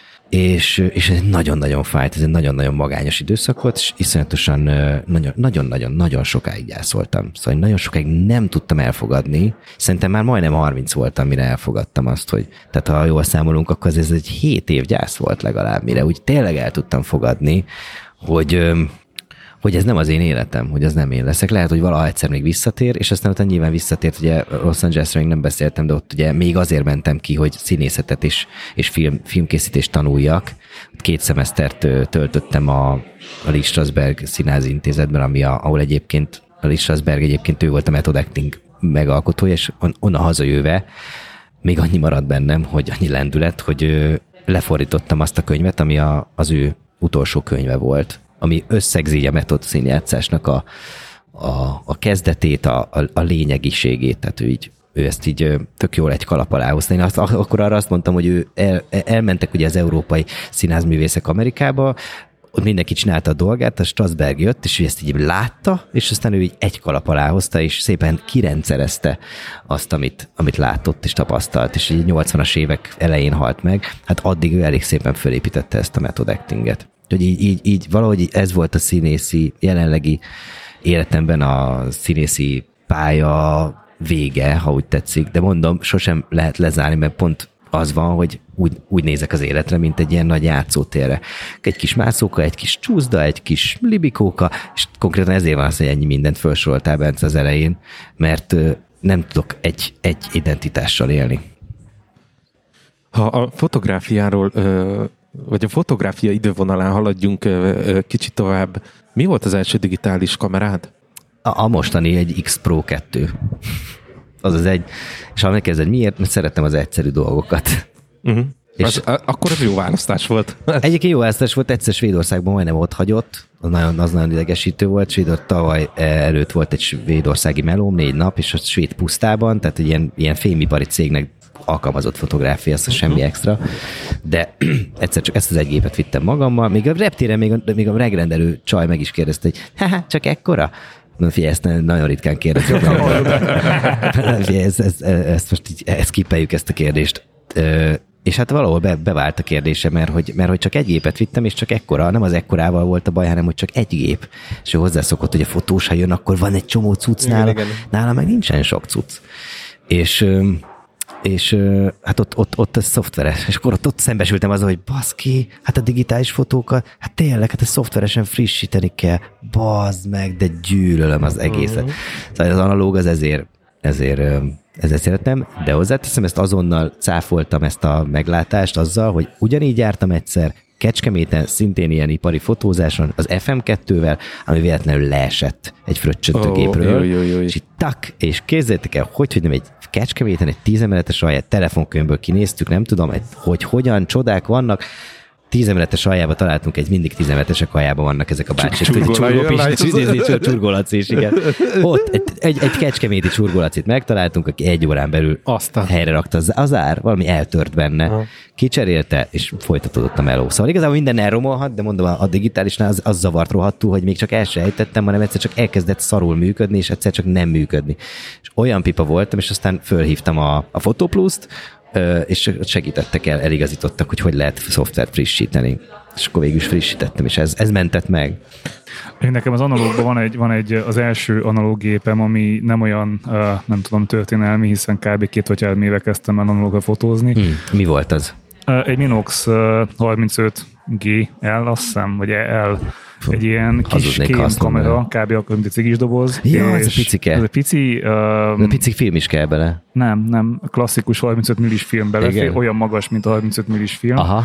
és, és ez nagyon-nagyon fájt, ez egy nagyon-nagyon magányos időszak volt, és iszonyatosan nagyon-nagyon-nagyon sokáig gyászoltam. Szóval nagyon sokáig nem tudtam elfogadni. Szerintem már majdnem harminc voltam, mire elfogadtam azt, hogy tehát ha jól számolunk, akkor ez egy hét év gyász volt legalább, mire úgy tényleg el tudtam fogadni, hogy... hogy ez nem az én életem, hogy ez nem én leszek. Lehet, hogy valaha egyszer még visszatér, és aztán utána nyilván visszatért, ugye Los Angelesről még nem beszéltem, de ott ugye még azért mentem ki, hogy színészetet és, és film, filmkészítést tanuljak. Két szemesztert töltöttem a, a Lee Strasberg Színházi Intézetben, ami a, ahol egyébként a Lee Strasberg egyébként ő volt a method acting megalkotója, és on, onnan hazajöve még annyi maradt bennem, hogy annyi lendület, hogy lefordítottam azt a könyvet, ami a, az ő utolsó könyve volt, ami összegzi a metód színjátszásnak a, a, a kezdetét, a, a, a lényegiségét, tehát ő, így, ő ezt így tök jól egy kalap alá hozta. Én azt, akkor arra azt mondtam, hogy ő el, elmentek ugye az európai színházművészek Amerikába, ott mindenki csinálta a dolgát, a Strasberg jött, és ő ezt így látta, és aztán ő így egy kalap alá hozta, és szépen kirendszerezte azt, amit, amit látott és tapasztalt, és így nyolcvanas évek elején halt meg. Hát addig ő elég szépen fölépítette ezt a method actinget. Hogy így, így, így valahogy ez volt a színészi, jelenlegi életemben a színészi pálya vége, ha úgy tetszik, de mondom, sosem lehet lezárni, mert pont az van, hogy úgy, úgy nézek az életre, mint egy ilyen nagy játszótérre. Egy kis mászóka, egy kis csúszda, egy kis libikóka, és konkrétan ezért van az, hogy ennyi mindent felsoroltál, Bence, az elején, mert nem tudok egy, egy identitással élni. Ha a fotográfiáról, vagy a fotográfia idővonalán haladjunk kicsit tovább, mi volt az első digitális kamerád? A, a mostani egy X Pro kettő. Az az egy, és ha megkezded, miért? Mert szerettem az egyszerű dolgokat. Uh-huh. És az, akkor az jó választás volt. Egyébként jó választás volt, egyszer Svédországban majdnem ott hagyott, az nagyon, az nagyon idegesítő volt. Svédország tavaly előtt volt egy svédországi melóm, négy nap, és a svéd pusztában, tehát egy ilyen, ilyen fémipari cégnek alkalmazott fotográfia, ez uh-huh. semmi extra, de egyszer csak ezt az egy gépet vittem magammal, még a reptéren még a, még a megrendelő csaj meg is kérdezte, hogy haha, csak ekkora? Na, figyelj, ezt nagyon ritkán kérdezik. ezt, ezt, ezt most így ezt kipeljük, ezt a kérdést. És hát valahol be, bevált a kérdése, mert hogy, mert hogy csak egy gépet vittem, és csak ekkora, nem az ekkorával volt a baj, hanem hogy csak egy gép. És ő hozzászokott, hogy a fotós, ha jön, akkor van egy csomó cucc nála, igen, igen. nála meg nincsen sok cucc. És, és hát ott, ott, ott ez szoftveres. És akkor ott, ott szembesültem azzal, hogy baszki, hát a digitális fotókat, hát tényleg, hát ezt szoftveresen frissíteni kell, bazd meg, de gyűlölöm az egészet. Uh-huh. Szóval az analóg az ezért, ezért ezért szeretem, de hozzáteszem, ezt azonnal cáfoltam ezt a meglátást azzal, hogy ugyanígy jártam egyszer Kecskeméten, szintén ilyen ipari fotózáson, az ef em kettővel, ami véletlenül leesett egy fröccsöntőgépről, oh, jó, jó, jó. és így tak, és képzeljétek el, hogy, hogy nem egy Kecskeméten, egy tízemeletes alját telefonkönyvből kinéztük, nem tudom, hogy hogyan, csodák vannak, tízemeletes aljában találtunk, egy mindig tízemeletesek aljában vannak ezek a bácsik. Csurgólaci is, igen. Ott egy, egy, egy kecskeméti csurgólacit megtaláltunk, aki egy órán belül Aztán. helyre rakta az ár, valami eltört benne, ha. kicserélte, és folytatódott a meló. Szóval igazából minden elromolhat, de mondom, a digitálisnál az, az zavart rohadtul, hogy még csak el se ejtettem, hanem egyszer csak elkezdett szarul működni, és egyszer csak nem működni. És olyan pipa voltam, és aztán fölhívtam a, a Photopluszt, és segítettek el, eligazítottak, hogy hogy lehet szoftvert frissíteni. És akkor végül is frissítettem, és ez, ez mentett meg. Én nekem az analógban van egy, van egy az első analóg gépem, ami nem olyan, nem tudom, történelmi, hiszen kb. két vagy három éve kezdtem el analógra fotózni. Hmm. Mi volt az? Egy Minox harmincöt gé el, azt hiszem, vagy L. Egy ilyen kis kém kamera, kb. Akkor, mint egy cigis doboz. Ja, ez a picike. Ez a pici... Um, a pici film is kell bele. Nem, nem. Klasszikus harmincöt millis film belefér, olyan magas, mint a harmincöt millis film. Aha.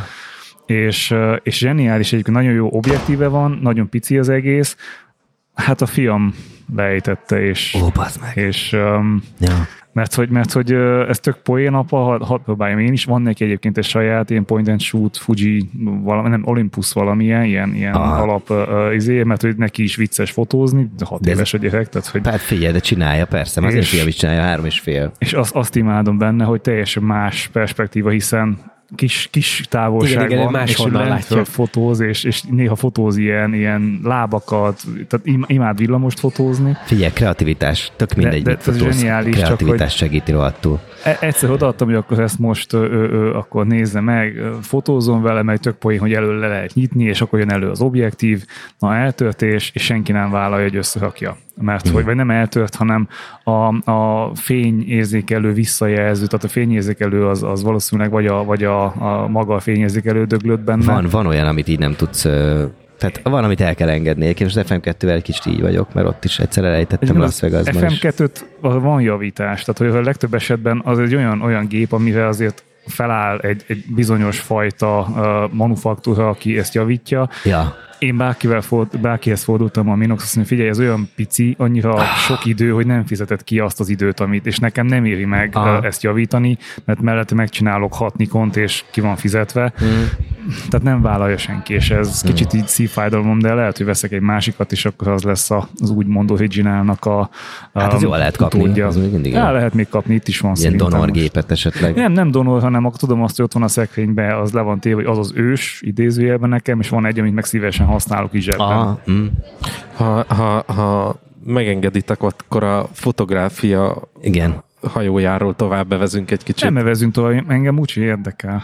És, és zseniális, egyébként nagyon jó objektíve van, nagyon pici az egész. Hát a fiam beejtette, és... Ó, bazd meg. És... Um, ja. Mert hogy, mert hogy ez tök poén apa, hadd had próbáljam én is. Van neki egyébként egy saját ilyen point and shoot, Fuji, valami, nem Olympus valamilyen, ilyen, ilyen alap uh, izé, mert hogy neki is vicces fotózni, hat de éves a gyerek. Tehát, hogy... Hát figyelj, de csinálja, persze, mert azért fiam is csinálja, három és fél. És azt, azt imádom benne, hogy teljesen más perspektíva, hiszen kis, kis távolság igen, van, és lentről fotóz, és, és néha fotóz ilyen, ilyen lábakat, tehát imád villamost fotózni. Figyelj, kreativitás, tök mindegy, de, de mit fotóz, zseniális, kreativitás csak, segíti rohadtul. Egyszer odaadtam, hogy akkor ezt most ö, ö, akkor nézze meg, fotózom vele, meg tök poén, hogy elő le lehet nyitni, és akkor jön elő az objektív, na eltörtés, és senki nem vállalja, hogy összerakja. Mert hmm. hogy vagy nem eltört, hanem a, a fényérzékelő visszajelző, tehát a fényérzékelő az, az valószínűleg vagy, a, vagy a, a maga a fényérzékelő döglött benne. Van, van olyan, amit így nem tudsz... Tehát van, amit el kell engedni. Én az ef em kettővel egy kicsit így vagyok, mert ott is egyszer elejtettem Las Vegasban. ef em kettőt van javítás, tehát hogy a legtöbb esetben az egy olyan, olyan gép, amivel azért feláll egy, egy bizonyos fajta uh, manufaktúra, aki ezt javítja. Ja. Én bárkivel ford, bárkihez fordultam a Minox, azt mondja, figyelj, ez olyan pici, annyira ah. sok idő, hogy nem fizetett ki azt az időt, amit, és nekem nem éri meg ah. ezt javítani, mert mellette megcsinálok hat Nikont, és ki van fizetve. Hmm. Tehát nem vállalja senki, és ez hmm. kicsit így szívfájdalom, de lehet, hogy veszek egy másikat, és akkor az lesz az úgymond originálnak a, a hát az jól lehet kapni. Az el lehet még kapni, itt is van ilyen szerintem. Donor gépet esetleg. Nem, nem donor, hanem akkor tudom azt, hogy ott van a szekrényben, az le van téve, hogy az az ős idézőjelben nekem, és van egy, amit meg szívesen használok is zsebben. Ah, mm. ha, ha, ha megengeditek, akkor a fotográfia igen. hajójáról tovább bevezünk egy kicsit. Nem bevezünk tovább, engem úgy érdekel.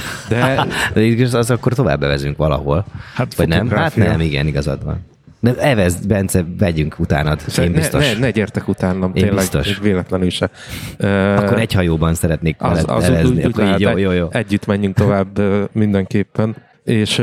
De, de az akkor tovább bevezünk valahol. Hát vagy nem? Hát nem, igen, igazad van. De evezd, Bence, vegyünk utánad. Én biztos. Ne, ne, ne gyertek utánam, én tényleg, biztos. Véletlenül se. Akkor egy hajóban szeretnék az, az evezni. Úgy, úgy jó, jó, jó. Együtt menjünk tovább mindenképpen. És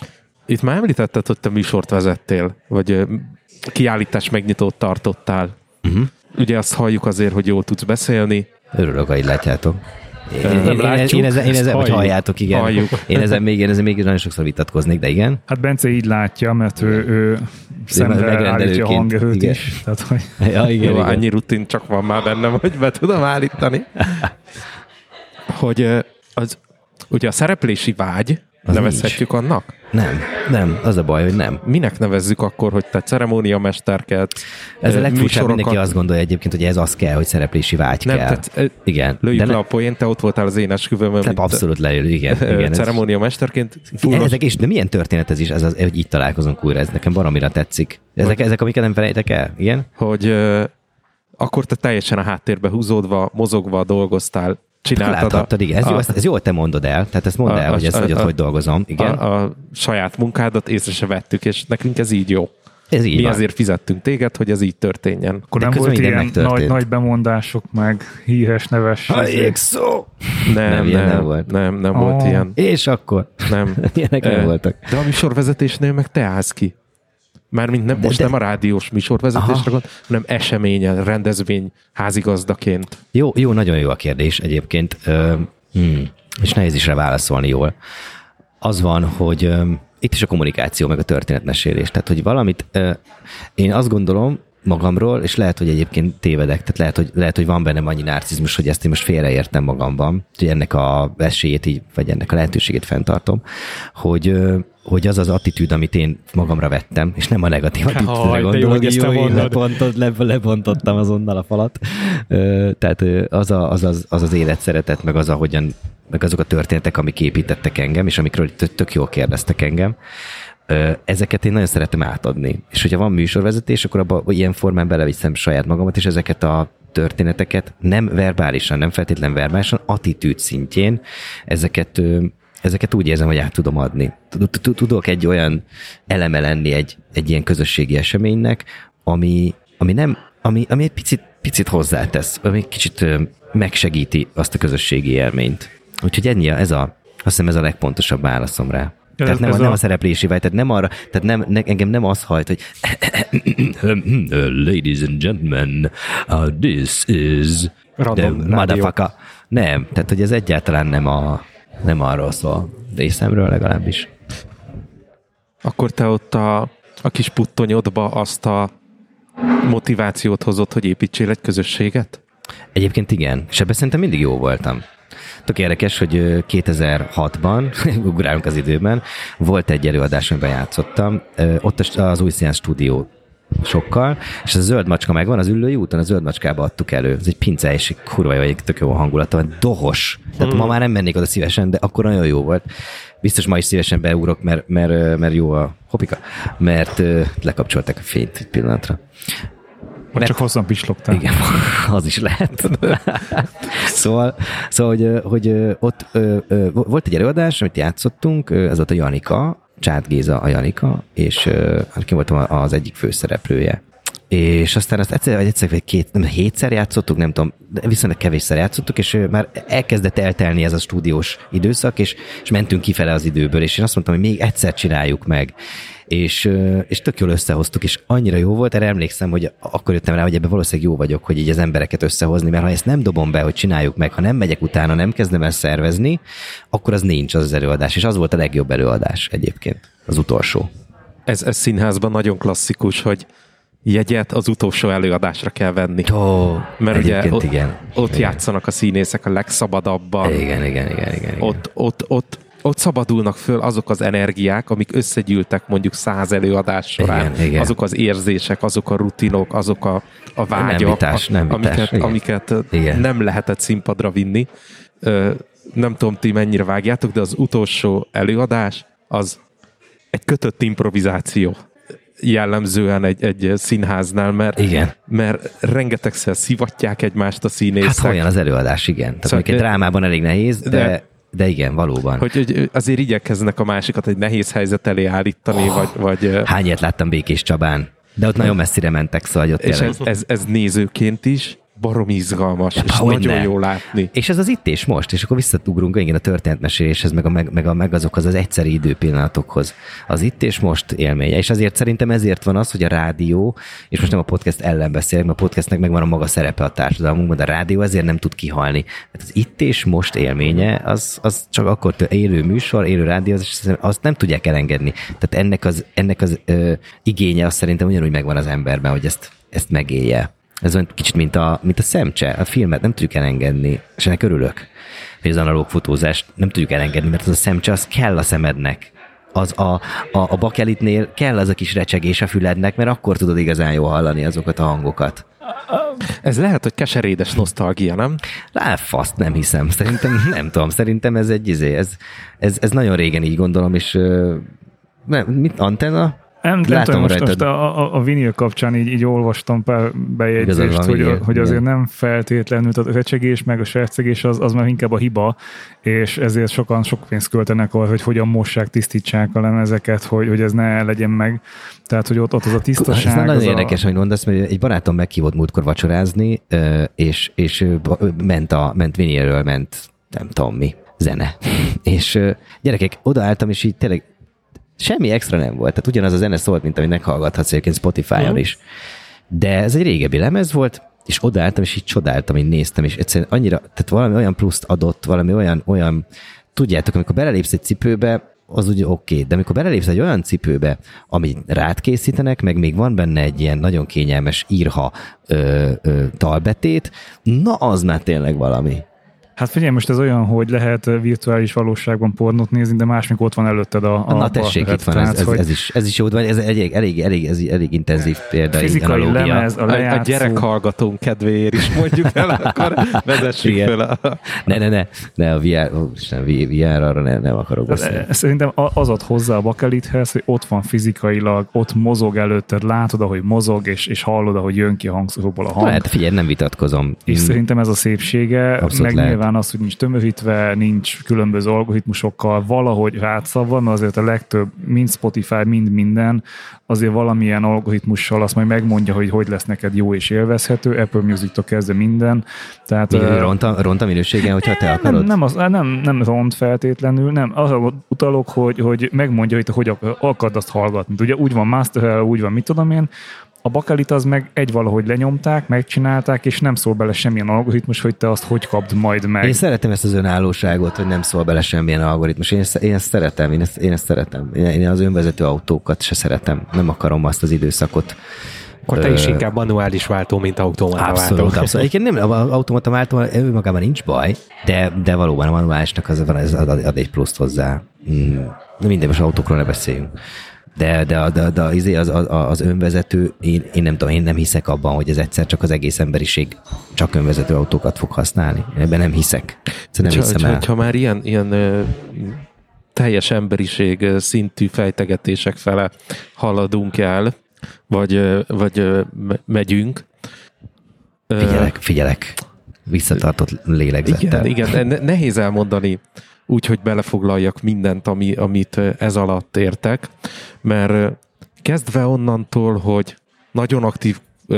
itt már említetted, hogy te műsort vezettél, vagy kiállítás megnyitót tartottál. Uh-huh. Ugye azt halljuk azért, hogy jól tudsz beszélni. Örülök, hogy látjátok. Én, én, én, látjuk, én ezen, én ezen hogy halljátok, igen. Halljuk. Én ezen még, én ezen még nagyon sokszor vitatkoznék, de igen. Hát Bence így látja, mert ő, ő szemre állítja a hangerőt is. Tehát, hogy... ja, igen, jó, igen. annyi rutin csak van már bennem, hogy be tudom állítani. Hogy az, ugye a szereplési vágy, Az Nevezhetjük nincs. annak? Nem, nem, az a baj, hogy nem. Minek nevezzük akkor, hogy te ceremóniamesterket, Ez a legfurcsább, műsorokat... mindenki azt gondolja egyébként, hogy ez az kell, hogy szereplési vágy Nem, kell. tehát, igen. Lőjük de le a poént, te ott voltál az én esküvőmön, mint abszolút leül, igen. igen ceremóniamesterként. Ezek is, de milyen történet ez is, ez az, hogy így találkozunk újra, ez nekem baromira tetszik. Ezek, hogy, ezek amiket nem felejtek el, igen? Hogy uh, akkor te teljesen a háttérbe húzódva, mozogva dolgoztál, csináltad. Láthattad, igen. Ez, a, jó, ezt, ez jó, hogy te mondod el. Tehát ezt mondd a, el, hogy, ezt, a, hogy ott a, hogy dolgozom. Igen. A, a saját munkádat észre se vettük, és nekünk ez így jó. Ez így Mi van. azért fizettünk téged, hogy ez így történjen. Akkor de nem volt ilyen nagy, nagy bemondások, meg híres, neves... Ha szó! Nem, Nem, nem, ilyen nem, nem volt. nem, nem Oh. volt ilyen. És akkor? Nem. Ilyenek nem Eh, voltak. De a műsorvezetésnél meg te állsz ki. Mármint nem, De- most de- nem a rádiós műsorvezetésre gond, hanem eseményen, rendezvény, házigazdaként. Jó, jó, nagyon jó a kérdés egyébként, Ö, hmm, és nehéz is rá válaszolni jól. Az van, hogy ö, itt is a kommunikáció, meg a történetmesélés. Tehát, hogy valamit, ö, én azt gondolom magamról, és lehet, hogy egyébként tévedek, tehát lehet, hogy, lehet, hogy van bennem annyi narcizmus, hogy ezt én most félreértem magamban, hogy ennek a esélyét így, vagy ennek a lehetőségét fenntartom, hogy ö, hogy az az attitűd, amit én magamra vettem, és nem a negatív attitűdre Haj, de jó, gondolok, hogy ezt te jó, én mondod. lepontod, le, lebontottam azonnal a falat. Ö, tehát ö, az, a, az, az, az az életszeretet, meg az, ahogyan, meg azok a történetek, amik építettek engem, és amikről tök, tök jól kérdeztek engem, ö, ezeket én nagyon szeretem átadni. És hogyha van műsorvezetés, akkor abban ilyen formán beleviszem saját magamat, és ezeket a történeteket nem verbálisan, nem feltétlen verbálisan, attitűd szintjén ezeket ö, ezeket úgy érzem, hogy át tudom adni. Tudok egy olyan eleme lenni egy, egy ilyen közösségi eseménynek, ami, ami, nem, ami, ami egy picit, picit hozzátesz, ami kicsit megsegíti azt a közösségi élményt. Úgyhogy ennyi, ez a, azt hiszem ez a legpontosabb válaszom rá. Ez, tehát nem, ez a, nem a... a szereplési vágy, tehát nem arra, tehát nem, ne, engem nem az hajt, hogy ladies and gentlemen, uh, this is Random the rádió. motherfucker. Nem, tehát hogy ez egyáltalán nem a nem arról szól, részemről legalábbis. Akkor te ott a, a kis puttonyodba azt a motivációt hozott, hogy építsél egy közösséget? Egyébként igen, és ebben szerintem mindig jó voltam. Tök érdekes, hogy kétezer-hatban, ugrálunk az időben, volt egy előadás, amiben játszottam, ott az Új Színház stúdió sokkal, és a Zöld Macska megvan, az Üllői úton a Zöld Macskába adtuk elő. Ez egy pince, és kurva jó, egy tök jó hangulata, dohos. Tehát mm. ma már nem mennék oda szívesen, de akkor nagyon jó volt. Biztos ma is szívesen beugrok, mert, mert, mert jó a hopika, mert uh, lekapcsolták a fényt egy pillanatra. Vagy mert, csak hosszan pislogtál. Igen, az is lehet. szóval, szóval hogy, hogy ott volt egy előadás, amit játszottunk, ez volt a Janika, Csát Géza a Janika, és uh, ki voltam az egyik főszereplője. És aztán azt egyszer, vagy egyszer, vagy két, nem, hétszer játszottuk, nem tudom, de viszonylag kevésszer játszottuk, és uh, már elkezdett eltelni ez a stúdiós időszak, és, és mentünk kifele az időből, és én azt mondtam, hogy még egyszer csináljuk meg. És, uh, és tök jól összehoztuk, és annyira jó volt, erre emlékszem, hogy akkor jöttem rá, hogy ebben valószínűleg jó vagyok, hogy így az embereket összehozni, mert ha ezt nem dobom be, hogy csináljuk meg, ha nem megyek utána, nem kezdem el szervezni, akkor az nincs az, az előadás, és az volt a legjobb előadás egyébként, az utolsó. Ez, ez színházban nagyon klasszikus, hogy jegyet az utolsó előadásra kell venni. Ó, mert ugye ott, igen. ott igen. játszanak a színészek a legszabadabban. Igen, igen, igen, igen, igen. Ott, ott, ott, ott szabadulnak föl azok az energiák, amik összegyűltek mondjuk száz előadás során. Igen, igen. Azok az érzések, azok a rutinok, azok a, a vágyak, nem vitás, nem vitás, amiket, amiket nem lehetett színpadra vinni. Nem tudom, ti mennyire vágjátok, de az utolsó előadás az egy kötött improvizáció jellemzően egy, egy színháznál, mert, igen. mert rengetegszer szivatják egymást a színészek. Hát olyan az előadás, igen. Tehát szóval egy drámában elég nehéz, de, de, de igen, valóban. Hogy, hogy azért igyekeznek a másikat egy nehéz helyzet elé állítani, oh, vagy, vagy... Hány ilyet láttam Békés Csabán, de ott nagyon messzire mentek, szóval ott és ez, ez, ez nézőként is baromi izgalmas, ja, és nagyon ne. Jó látni. És ez az itt és most, és akkor visszatugrunk igen a történetmeséléshez, meg, a, meg, meg, a, meg azokhoz az egyszeri időpillanatokhoz. Az itt és most élménye. És azért szerintem ezért van az, hogy a rádió, és most nem a podcast ellen beszélek, mert a podcastnek megvan a maga szerepe a társadalmunkban, de a rádió ezért nem tud kihalni. Tehát az itt és most élménye, az, az csak akkor élő műsor, élő rádió, és azt nem tudják elengedni. Tehát ennek az, ennek az ö, igénye azt szerintem ugyanúgy megvan az emberben, hogy ezt, ezt megélje. Ez olyan kicsit, mint a, mint a szemcse, a filmet nem tudjuk elengedni, és ennek örülök, hogy az analóg fotózást nem tudjuk elengedni, mert az a szemcse, az kell a szemednek. Az a, a, a bakelitnél kell az a kis recsegés a fülednek, mert akkor tudod igazán jól hallani azokat a hangokat. Ez lehet, hogy keserédes nosztalgia, nem? Lá, faszt, nem hiszem. Szerintem, nem tudom, szerintem ez egy izé, ez, ez, ez nagyon régen így gondolom, és nem, mit, antenna? Nem, nem tudom, most, most a, a, a vinil kapcsán így, így olvastam pár bejegyzést, van, hogy, igen, hogy azért igen. nem feltétlenül, tehát a recsegés meg a sercegés az, az már inkább a hiba, és ezért sokan sok pénzt költenek arra, hogy hogyan mossák, tisztítsák a lemezeket, hogy, hogy ez ne legyen meg. Tehát, hogy ott, ott az a tisztaság. Ez nagyon érdekes, a... hogy mondasz, mert egy barátom meghívott múltkor vacsorázni, és, és ment, a, ment vinilről, ment nem tudom mi, zene. És gyerekek, odaálltam, és így tényleg semmi extra nem volt. Tehát ugyanaz a zene szólt, mint amit meghallgathatsz egyébként Spotify-on is. De ez egy régebbi lemez volt, és odaálltam, és így csodáltam, így néztem, és egyszerűen annyira, tehát valami olyan pluszt adott, valami olyan, olyan, tudjátok, amikor belelépsz egy cipőbe, az ugye oké, okay, de amikor belelépsz egy olyan cipőbe, amit rád készítenek, meg még van benne egy ilyen nagyon kényelmes írha ö, ö, talbetét, na az már tényleg valami. Hát figyelj, most ez olyan, hogy lehet virtuális valóságban pornót nézni, de más, mikor ott van előtted a... a Na tessék, itt van, ez, ez, ez, is, ez is jó, ez elég, elég, elég, ez elég intenzív példa. Fizikai lemez, a lejátszó. A gyerekhallgatónk kedvéért is mondjuk el, akkor vezessük fel a... Ne, ne, ne, ne, a vé er, ó, Isten, vé er arra ne, nem akarok beszélni. Szerintem az ad hozzá a bakelithez, hogy ott van fizikailag, ott mozog előtted, látod, ahogy mozog, és, és hallod, ahogy jön ki a hangszóróból a hang. Hát figyelj, nem vitatkozom. És hmm. szerintem ez a szépsége, abszolút meg lehet. Nyilván az, hogy nincs tömörítve, nincs különböző algoritmusokkal, valahogy rátszabva, mert azért a legtöbb, mind Spotify, mind minden, azért valamilyen algoritmussal azt majd megmondja, hogy hogy lesz neked jó és élvezhető, Apple Music-tól kezdve minden. Tehát, Mi, ront, a, ront a minőségen, hogyha te akarod? Nem, nem, az, nem, nem ront feltétlenül, nem. Arra utalok, hogy, hogy megmondja, hogy te hogy akarod azt hallgatni. Ugye úgy van master, úgy van mit tudom én, a bakelit az meg egy valahogy lenyomták, megcsinálták, és nem szól bele semmilyen algoritmus, hogy te azt hogy kapd majd meg. Én szeretem ezt az önállóságot, hogy nem szól bele semmilyen algoritmus. Én ezt, én ezt szeretem, én ezt, én ezt szeretem. Én az önvezető autókat se szeretem. Nem akarom azt az időszakot. Akkor te is inkább manuális váltó, mint automata váltó. Abszolút, abszolút. Egyébként nem, az automata váltó, ő magában nincs baj, de, de valóban a manuálisnak az, az ad, ad egy pluszt hozzá. Hmm. Minden, most autókról ne beszéljünk. De, de, de, de az, az, az önvezető, én, én nem tudom, én nem hiszek abban, hogy ez egyszer csak az egész emberiség csak önvezető autókat fog használni. Én ebben nem hiszek. Nem Cs- hiszem el. Ha már ilyen, ilyen ö, teljes emberiség szintű fejtegetések fele haladunk el, vagy, ö, vagy ö, megyünk. Figyelek, figyelek. Visszatartott lélegzettel. Igen, igen, nehéz elmondani úgy, hogy belefoglaljak mindent, ami, amit ez alatt értek, mert kezdve onnantól, hogy nagyon aktív,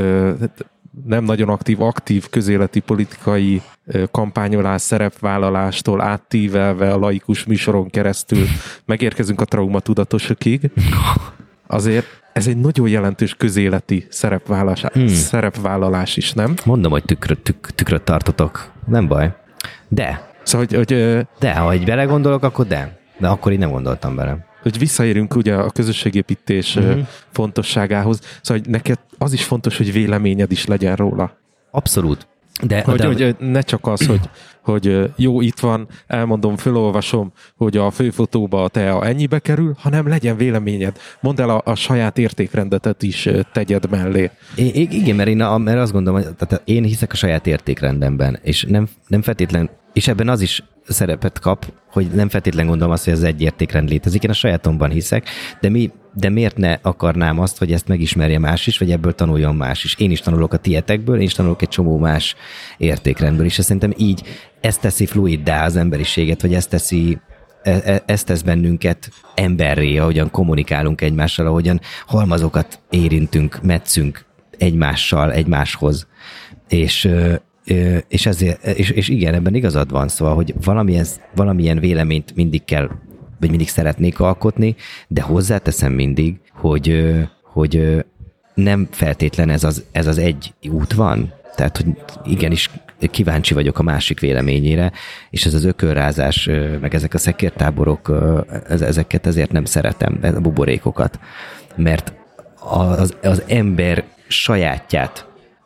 nem nagyon aktív, aktív közéleti politikai kampányolás, szerepvállalástól áttívelve a laikus műsoron keresztül megérkezünk a traumatudatosokig, azért ez egy nagyon jelentős közéleti szerepvállalás, hmm. szerepvállalás is, nem? Mondom, hogy tükröt, tük, tükröt tartotok. Nem baj. De... Szóval, hogy, hogy, de, ha egy belegondolok, akkor de. De akkor így nem gondoltam bele. Hogy visszaérünk ugye a közösségépítés uh-huh. fontosságához. Szóval, hogy neked az is fontos, hogy véleményed is legyen róla. Abszolút. De, hogy, de... hogy ne csak az, hogy, hogy jó, itt van, elmondom, fölolvasom, hogy a főfotóba a tea ennyibe kerül, hanem legyen véleményed. Mondd el a, a saját értékrendetet is tegyed mellé. I- igen, mert én, a, mert azt gondolom, hogy tehát én hiszek a saját értékrendemben, és nem, nem feltétlen, és ebben az is szerepet kap, hogy nem feltétlen gondolom azt, hogy az egy értékrend létezik. Én a sajátomban hiszek, de mi de miért ne akarnám azt, hogy ezt megismerje más is, vagy ebből tanuljon más is. Én is tanulok a tietekből, én is tanulok egy csomó más értékrendből, és szerintem így ezt teszi fluiddá az emberiséget, vagy ezt teszi, ezt tesz bennünket emberré, ahogyan kommunikálunk egymással, ahogyan halmazokat érintünk, metszünk egymással, egymáshoz. És, és, ezért, és, és igen, ebben igazad van, szóval, hogy valamilyen, valamilyen véleményt mindig kell, vagy mindig szeretnék alkotni, de hozzáteszem mindig, hogy, hogy nem feltétlen ez az, ez az egy út van. Tehát, hogy igenis kíváncsi vagyok a másik véleményére, és ez az ökölrázás, meg ezek a szekértáborok, ezeket ezért nem szeretem, a buborékokat. Mert az, az ember sajátját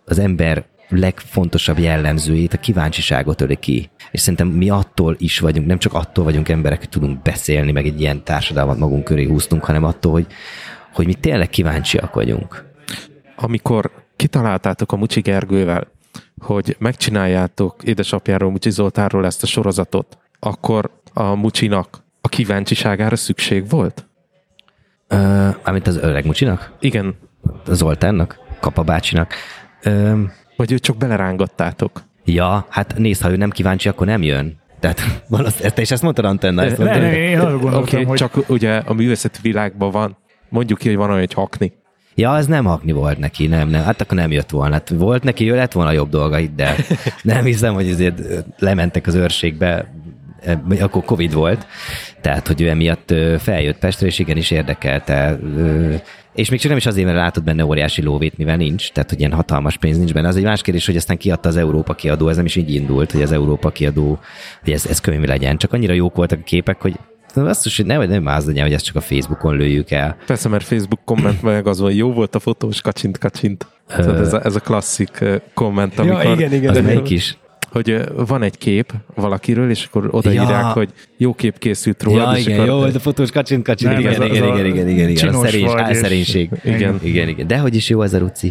az ember legfontosabb jellemzőjét, a kíváncsiságot öli ki. És szerintem mi attól is vagyunk, nem csak attól vagyunk emberek, hogy tudunk beszélni, meg egy ilyen társadalmat magunk köré húztunk, hanem attól, hogy, hogy mi tényleg kíváncsiak vagyunk. Amikor kitaláltátok a Mucsi Gergővel, hogy megcsináljátok édesapjáról, Mucsi Zoltánról ezt a sorozatot, akkor a Mucsinak a kíváncsiságára szükség volt? Uh, Amit az öreg Mucsinak? Igen. A Zoltánnak? Kapa bácsinak? Uh, Vagy őt csak belerángattátok? Ja, hát nézd, ha ő nem kíváncsi, akkor nem jön. Tehát valószínűleg, te is ezt mondtad, Antenna? Ezt ne, ne, én arra gondoltam, okay, hogy... csak ugye a művészeti világban van, mondjuk ki, hogy van olyan, hogy hakni. Ja, ez nem hakni volt neki, nem, nem. Hát akkor nem jött volna. Hát volt neki, ő lett volna jobb dolgait, de nem hiszem, hogy azért lementek az őrségbe, akkor Covid volt, tehát, hogy ő emiatt feljött Pestre, és igenis érdekelte. És még csak nem is azért, mert látod benne óriási lóvét, mivel nincs, tehát, hogy ilyen hatalmas pénz nincs benne. Az egy más kérdés, hogy aztán kiadta az Európa kiadó, ez nem is így indult, hogy az Európa kiadó, hogy ez, ez könyv legyen. Csak annyira jók voltak a képek, hogy azt is, hogy nehogy nem máz legyen, hogy ezt csak a Facebookon lőjük el. Persze, mert Facebook komment meg az van, jó volt a fotós, kacsint, kacsint. Ö... Ez, a, ez a klasszik komment, amikor... Ja, igen, igen. Az melyik is? Hogy van egy kép valakiről, és akkor odaírják, ja. hogy jó kép készült róla. Ja, igen, akkor... jó volt a fotós, kacsint, kacsint. Nem, igen, igen, igen, igen, igen, igen, igen. A szerény, álszerénység. Igen. igen, igen. De hogy is jó ez a ruci.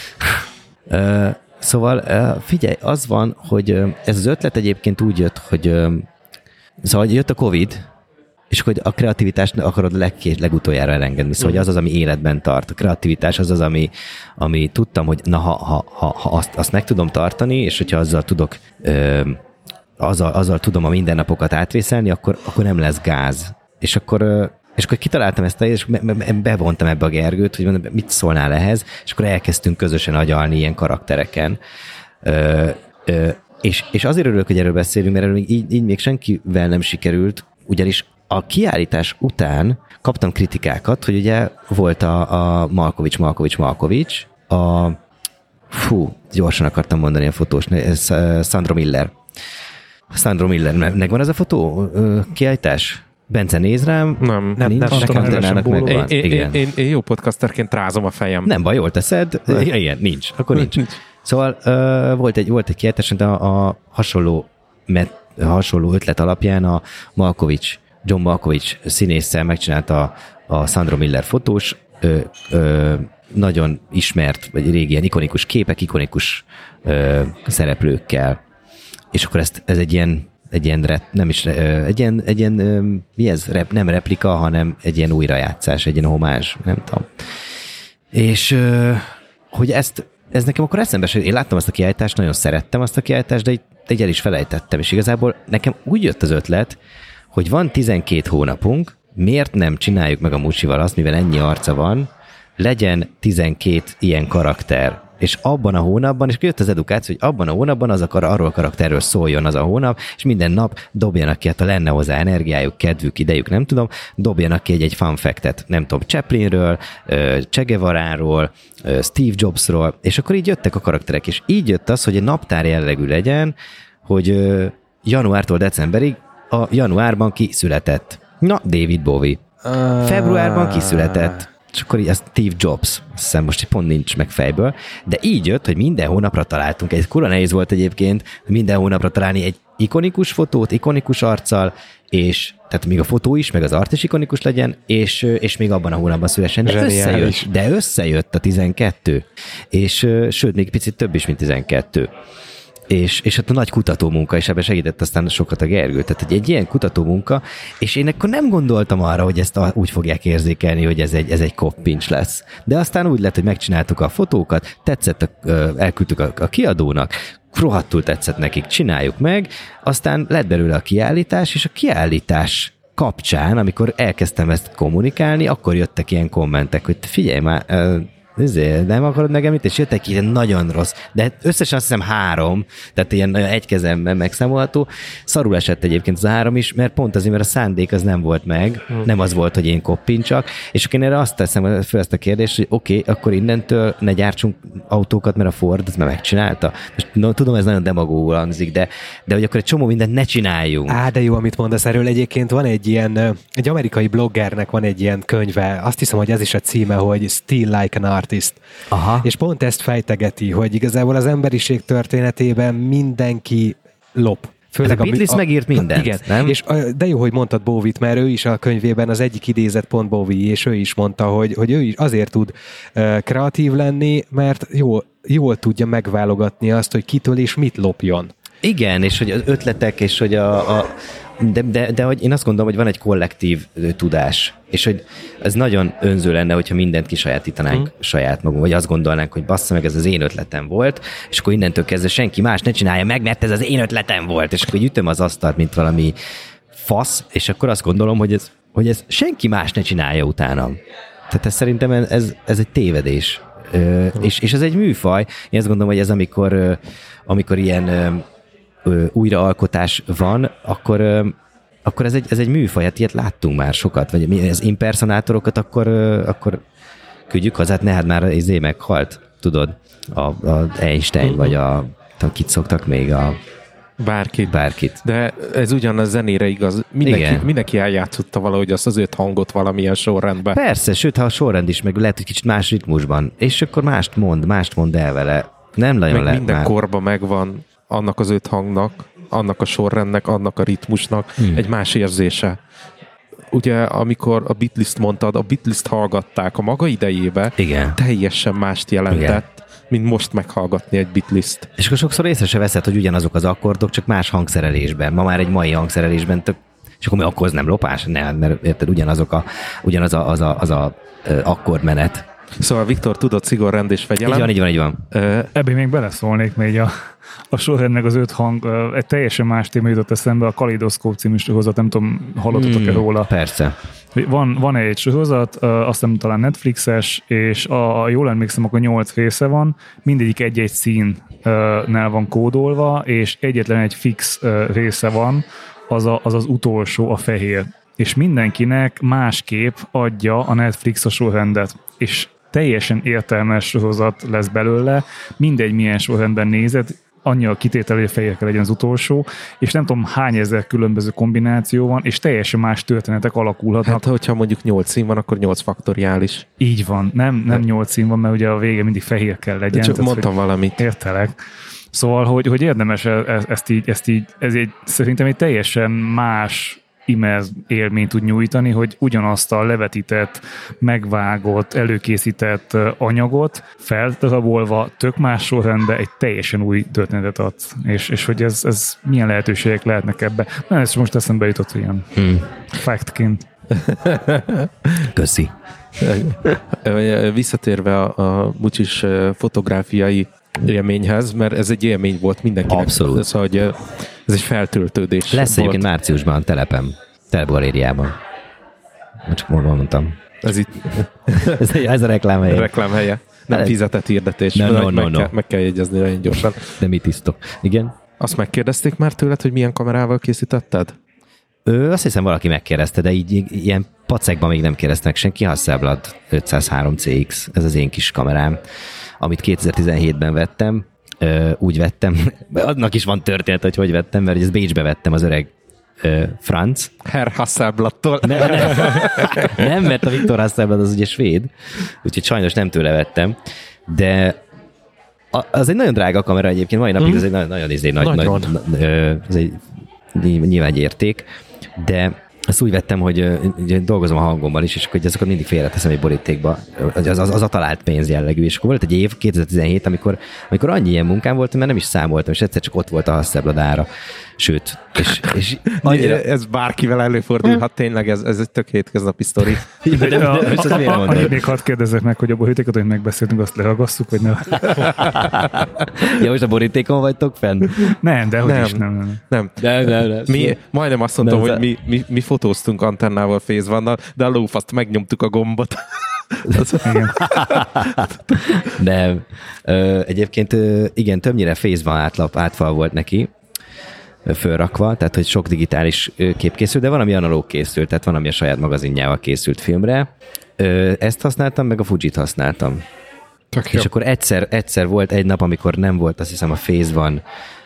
uh, szóval uh, figyelj, az van, hogy uh, ez az ötlet egyébként úgy jött, hogy uh, szóval jött a Covid, és hogy a kreativitást akarod legkét, legutoljára elengedni. Szóval az az, ami életben tart. A kreativitás az az, ami, ami tudtam, hogy na, ha, ha, ha, ha azt, azt meg tudom tartani, és hogyha azzal tudok, ö, azzal, azzal tudom a mindennapokat átvészelni, akkor, akkor nem lesz gáz. És akkor, ö, és akkor kitaláltam ezt, és bevontam ebbe a Gergőt, hogy mit szólnál ehhez, és akkor elkezdtünk közösen agyalni ilyen karaktereken. Ö, ö, és, és azért örülök, hogy erről beszélünk, mert erről így, így még senkivel nem sikerült, ugyanis a kiállítás után kaptam kritikákat, hogy ugye volt a, a Malkovics, Malkovics, Malkovics, a fú, gyorsan akartam mondani a fotós, ez Sandro Miller. Sandro Miller, megvan ez a fotó kiállítás? Bence néz rám. Nem, nem, nem nekem Antennának megvan. Én, én, én, én jó podcasterként rázom a fejem. Nem baj, jól teszed. Ja, ilyen, nincs. Akkor nincs. nincs. Szóval uh, volt egy, volt egy kiállítás, a, a hasonló, met, hasonló ötlet alapján a Malkovics John Malkovich színésszel megcsinálta a, a Sandro Miller fotós, ö, ö, nagyon ismert, vagy régi ilyen ikonikus képek, ikonikus ö, szereplőkkel. És akkor ezt, ez egy ilyen, egy ilyen rep, nem is, ö, egy ilyen, egy ilyen ö, mi ez? Rep, nem replika, hanem egy ilyen újrajátszás, egy ilyen homázs, nem tudom. És ö, hogy ezt, ez nekem akkor eszembe se, én láttam azt a kiállítást, nagyon szerettem azt a kiállítást, de így, így el is felejtettem, és igazából nekem úgy jött az ötlet, hogy van tizenkét hónapunk, miért nem csináljuk meg a Mucsival azt, mivel ennyi arca van, legyen tizenkét ilyen karakter. És abban a hónapban, és jött az edukáció, hogy abban a hónapban az a kar, arról a karakterről szóljon az a hónap, és minden nap dobjanak ki, hát ha lenne hozzá energiájuk, kedvük, idejük, nem tudom, dobjanak ki egy, egy fun fact-et, nem tudom, Chaplinről, Che Guevaráról, Steve Jobsról, és akkor így jöttek a karakterek, és így jött az, hogy egy naptár jellegű legyen, hogy januártól decemberig a januárban kiszületett. Na, David Bowie. Uh... Februárban kiszületett. És akkor így ez Steve Jobs. Azt hiszem, most pont nincs meg fejből. De így jött, hogy minden hónapra találtunk. Ez kurva nehéz volt egyébként, minden hónapra találni egy ikonikus fotót, ikonikus arccal, és tehát még a fotó is, meg az art is ikonikus legyen, és, és még abban a hónapban szülessen. De összejött, de összejött a tizenkettő. És sőt, még picit több is, mint tizenkettő. És, és hát a nagy kutatómunka, és ebben segített aztán sokat a Gergő. Tehát egy, egy ilyen kutatómunka, és én akkor nem gondoltam arra, hogy ezt a, úgy fogják érzékelni, hogy ez egy, ez egy koppincs lesz. De aztán úgy lett, hogy megcsináltuk a fotókat, tetszett, a, elküldtük a, a kiadónak, rohadtul tetszett nekik, csináljuk meg, aztán lett belőle a kiállítás, és a kiállítás kapcsán, amikor elkezdtem ezt kommunikálni, akkor jöttek ilyen kommentek, hogy figyelj már, ezért nem akarod megemlíteni, és jöttek ilyen nagyon rossz, de összesen azt hiszem három, tehát ilyen egy kezemben megszámolható. Szarul esett egyébként az a három is, mert pont azért, mert a szándék az nem volt meg, hmm. nem az volt, hogy én koppincsak, és akkor én erre azt teszem föl ezt a kérdést, hogy oké, okay, akkor innentől ne gyártsunk autókat, mert a Ford az már megcsinálta. Most no, tudom, ez nagyon demagógul hangzik, de, de hogy akkor egy csomó mindent ne csináljunk. Á, de jó, amit mondasz erről. Egyébként van egy ilyen, egy amerikai bloggernek van egy ilyen könyve, azt hiszem, hogy ez is a címe, hogy Still Like an artist. Aha. És pont ezt fejtegeti, hogy igazából az emberiség történetében mindenki lop. Főleg a Beatles a, megírt mindent, igen, nem? És a, de jó, hogy mondtad Bowie-t, mert ő is a könyvében az egyik idézet pont Bowie, és ő is mondta, hogy, hogy ő is azért tud uh, kreatív lenni, mert jól, jól tudja megválogatni azt, hogy kitől és mit lopjon. Igen, és hogy az ötletek, és hogy a... a de, de, de hogy én azt gondolom, hogy van egy kollektív tudás, és hogy ez nagyon önző lenne, hogyha mindent kisajátítanánk hmm. saját magunk, vagy azt gondolnánk, hogy bassza meg, ez az én ötletem volt, és akkor innentől kezdve senki más ne csinálja meg, mert ez az én ötletem volt, és akkor ütöm az asztalt, mint valami fasz, és akkor azt gondolom, hogy ez, hogy ez senki más ne csinálja utánam. Tehát ez szerintem ez, ez egy tévedés. Ö, és, és ez egy műfaj. Én azt gondolom, hogy ez amikor, amikor ilyen Ö, újraalkotás van, akkor, ö, akkor ez, egy, ez egy műfaj, hát ilyet láttunk már sokat, vagy mi, az impersonátorokat, akkor, ö, akkor küldjük haza, hát ne, hát már izé meghalt, tudod, a, a Einstein, uh-huh. vagy a, a kit szoktak még a Bárkit. Bárkit. De ez ugyan a zenére igaz. Mindenki, mindenki eljátszotta valahogy azt az öt hangot valamilyen sorrendben. Persze, sőt, ha a sorrend is, meg lehet, hogy kicsit más ritmusban, és akkor mást mond, mást mond el vele. Nem nagyon meg lehet minden már. korban megvan annak az öt hangnak, annak a sorrendnek, annak a ritmusnak hmm. egy más érzése. Ugye, amikor a Beatles-t mondtad, a Beatles-t hallgatták a maga idejébe, igen. teljesen mást jelentett, igen. mint most meghallgatni egy Beatles-t. És akkor sokszor észre se veszed, hogy ugyanazok az akkordok, csak más hangszerelésben. Ma már egy mai hangszerelésben tök, és akkor mi akkor nem lopás? Ne, mert érted, ugyanazok a, ugyanaz a, az a, az a uh, akkordmenet. Szóval Viktor, tudod, szigorrend és fegyelem. Így van, így van, így van. Uh, Ebből még beleszólnék még a, a sorrendnek az öt hang. Uh, egy teljesen más téma jutott eszembe, a Kaleidoszkóp című sorozat, nem tudom, hallottatok-e hmm, róla? Persze. Van, van egy sorozat, uh, azt hiszem talán Netflixes, és a, a jól emlékszem, akkor nyolc része van, mindegyik egy-egy színnel van kódolva, és egyetlen egy fix uh, része van, az, a, az az utolsó, a fehér. És mindenkinek másképp adja a Netflix a sorrendet. És teljesen értelmes sorozat lesz belőle, mindegy milyen sorrendben nézed, annyi a kitétel, hogy a fehér kell legyen az utolsó, és nem tudom hány ezer különböző kombináció van, és teljesen más történetek alakulhatnak. Hát, hogyha mondjuk nyolc szín van, akkor nyolc faktoriális. Így van, nem, nem nyolc szín van, mert ugye a vége mindig fehér kell legyen. De csak tehát, mondtam valamit. Értelek. Szóval, hogy, hogy érdemes ezt így, ezt így, ez egy, szerintem egy teljesen más immerz élményt tud nyújtani, hogy ugyanazt a levetített, megvágott, előkészített anyagot feldarabolva tök más sorrendben egy teljesen új történetet adsz. És, és hogy ez, ez milyen lehetőségek lehetnek ebbe. Na, ez most eszembe jutott ilyen hmm. factként. Köszi. Visszatérve a, a Mucsis fotográfiai élményhez, mert ez egy élmény volt mindenkinek. Abszolút. Szóval, hogy ez egy feltöltődés. Lesz volt. Egyébként márciusban a telepem, Telegalériában. Csak mondtam. Ez itt... ez, ez a reklámhelye. A reklámhelye. Nem ez... fizetett hirdetés. No, no, no, meg, no. Kell, meg kell jegyezni nagyon gyorsan. De mit tisztok. Igen? Azt megkérdezték már tőled, hogy milyen kamerával készítetted? Ö, azt hiszem valaki megkérdezte, de így ilyen pacekban még nem kérdeztek senki. Hasselblad ötszázhárom cé iksz, ez az én kis kamerám, amit kétezer-tizenhétben vettem. Ö, úgy vettem, annak is van történet, hogy hogy vettem, mert ezt Bécsbe vettem az öreg ö, Franz. Herr Hasselbladtól. Nem, nem, nem, mert a Viktor Hasselblad az ugye svéd, úgyhogy sajnos nem tőle vettem, de az egy nagyon drága kamera egyébként, mai napig mm. ez egy nagyon, nagyon, izé, nagy, nagy, nagy, ez egy nyilván egy érték, de ezt úgy vettem, hogy ugye, dolgozom a hangomban is, és akkor ezeket mindig félreteszem egy borítékba, az, az, az a talált pénz jellegű, és akkor volt egy év, kétezer-tizenhét, amikor, amikor annyi ilyen munkám volt, mert nem is számoltam, és egyszer csak ott volt a Hasselblad ára. Sőt, és, és annyira... Ez bárkivel előfordulhat, tényleg ez, ez egy tök hétköznapi sztori. De, de, a, a, a, annyit még hadd kérdezzek meg, hogy a borítékot, amit megbeszéltünk, azt leragasszuk, vagy nem? Ja, most a borítékon vagytok fenn? Nem, de hogy is nem. Nem, nem. nem, nem, nem. Mi, majdnem azt mondtam, nem, hogy mi, mi, mi fotóztunk antennával Phase One-nal, de a lófaszt megnyomtuk a gombot. Igen. Nem. Ö, egyébként igen, többnyire Phase One átlap, átfal volt neki, fölrakva, tehát hogy sok digitális kép készült, de van, ami analóg készült, tehát van, ami a saját magazinjával készült filmre. Ezt használtam, meg a Fujit használtam. Tök és jó. Akkor egyszer, egyszer volt egy nap, amikor nem volt, azt hiszem a Phase One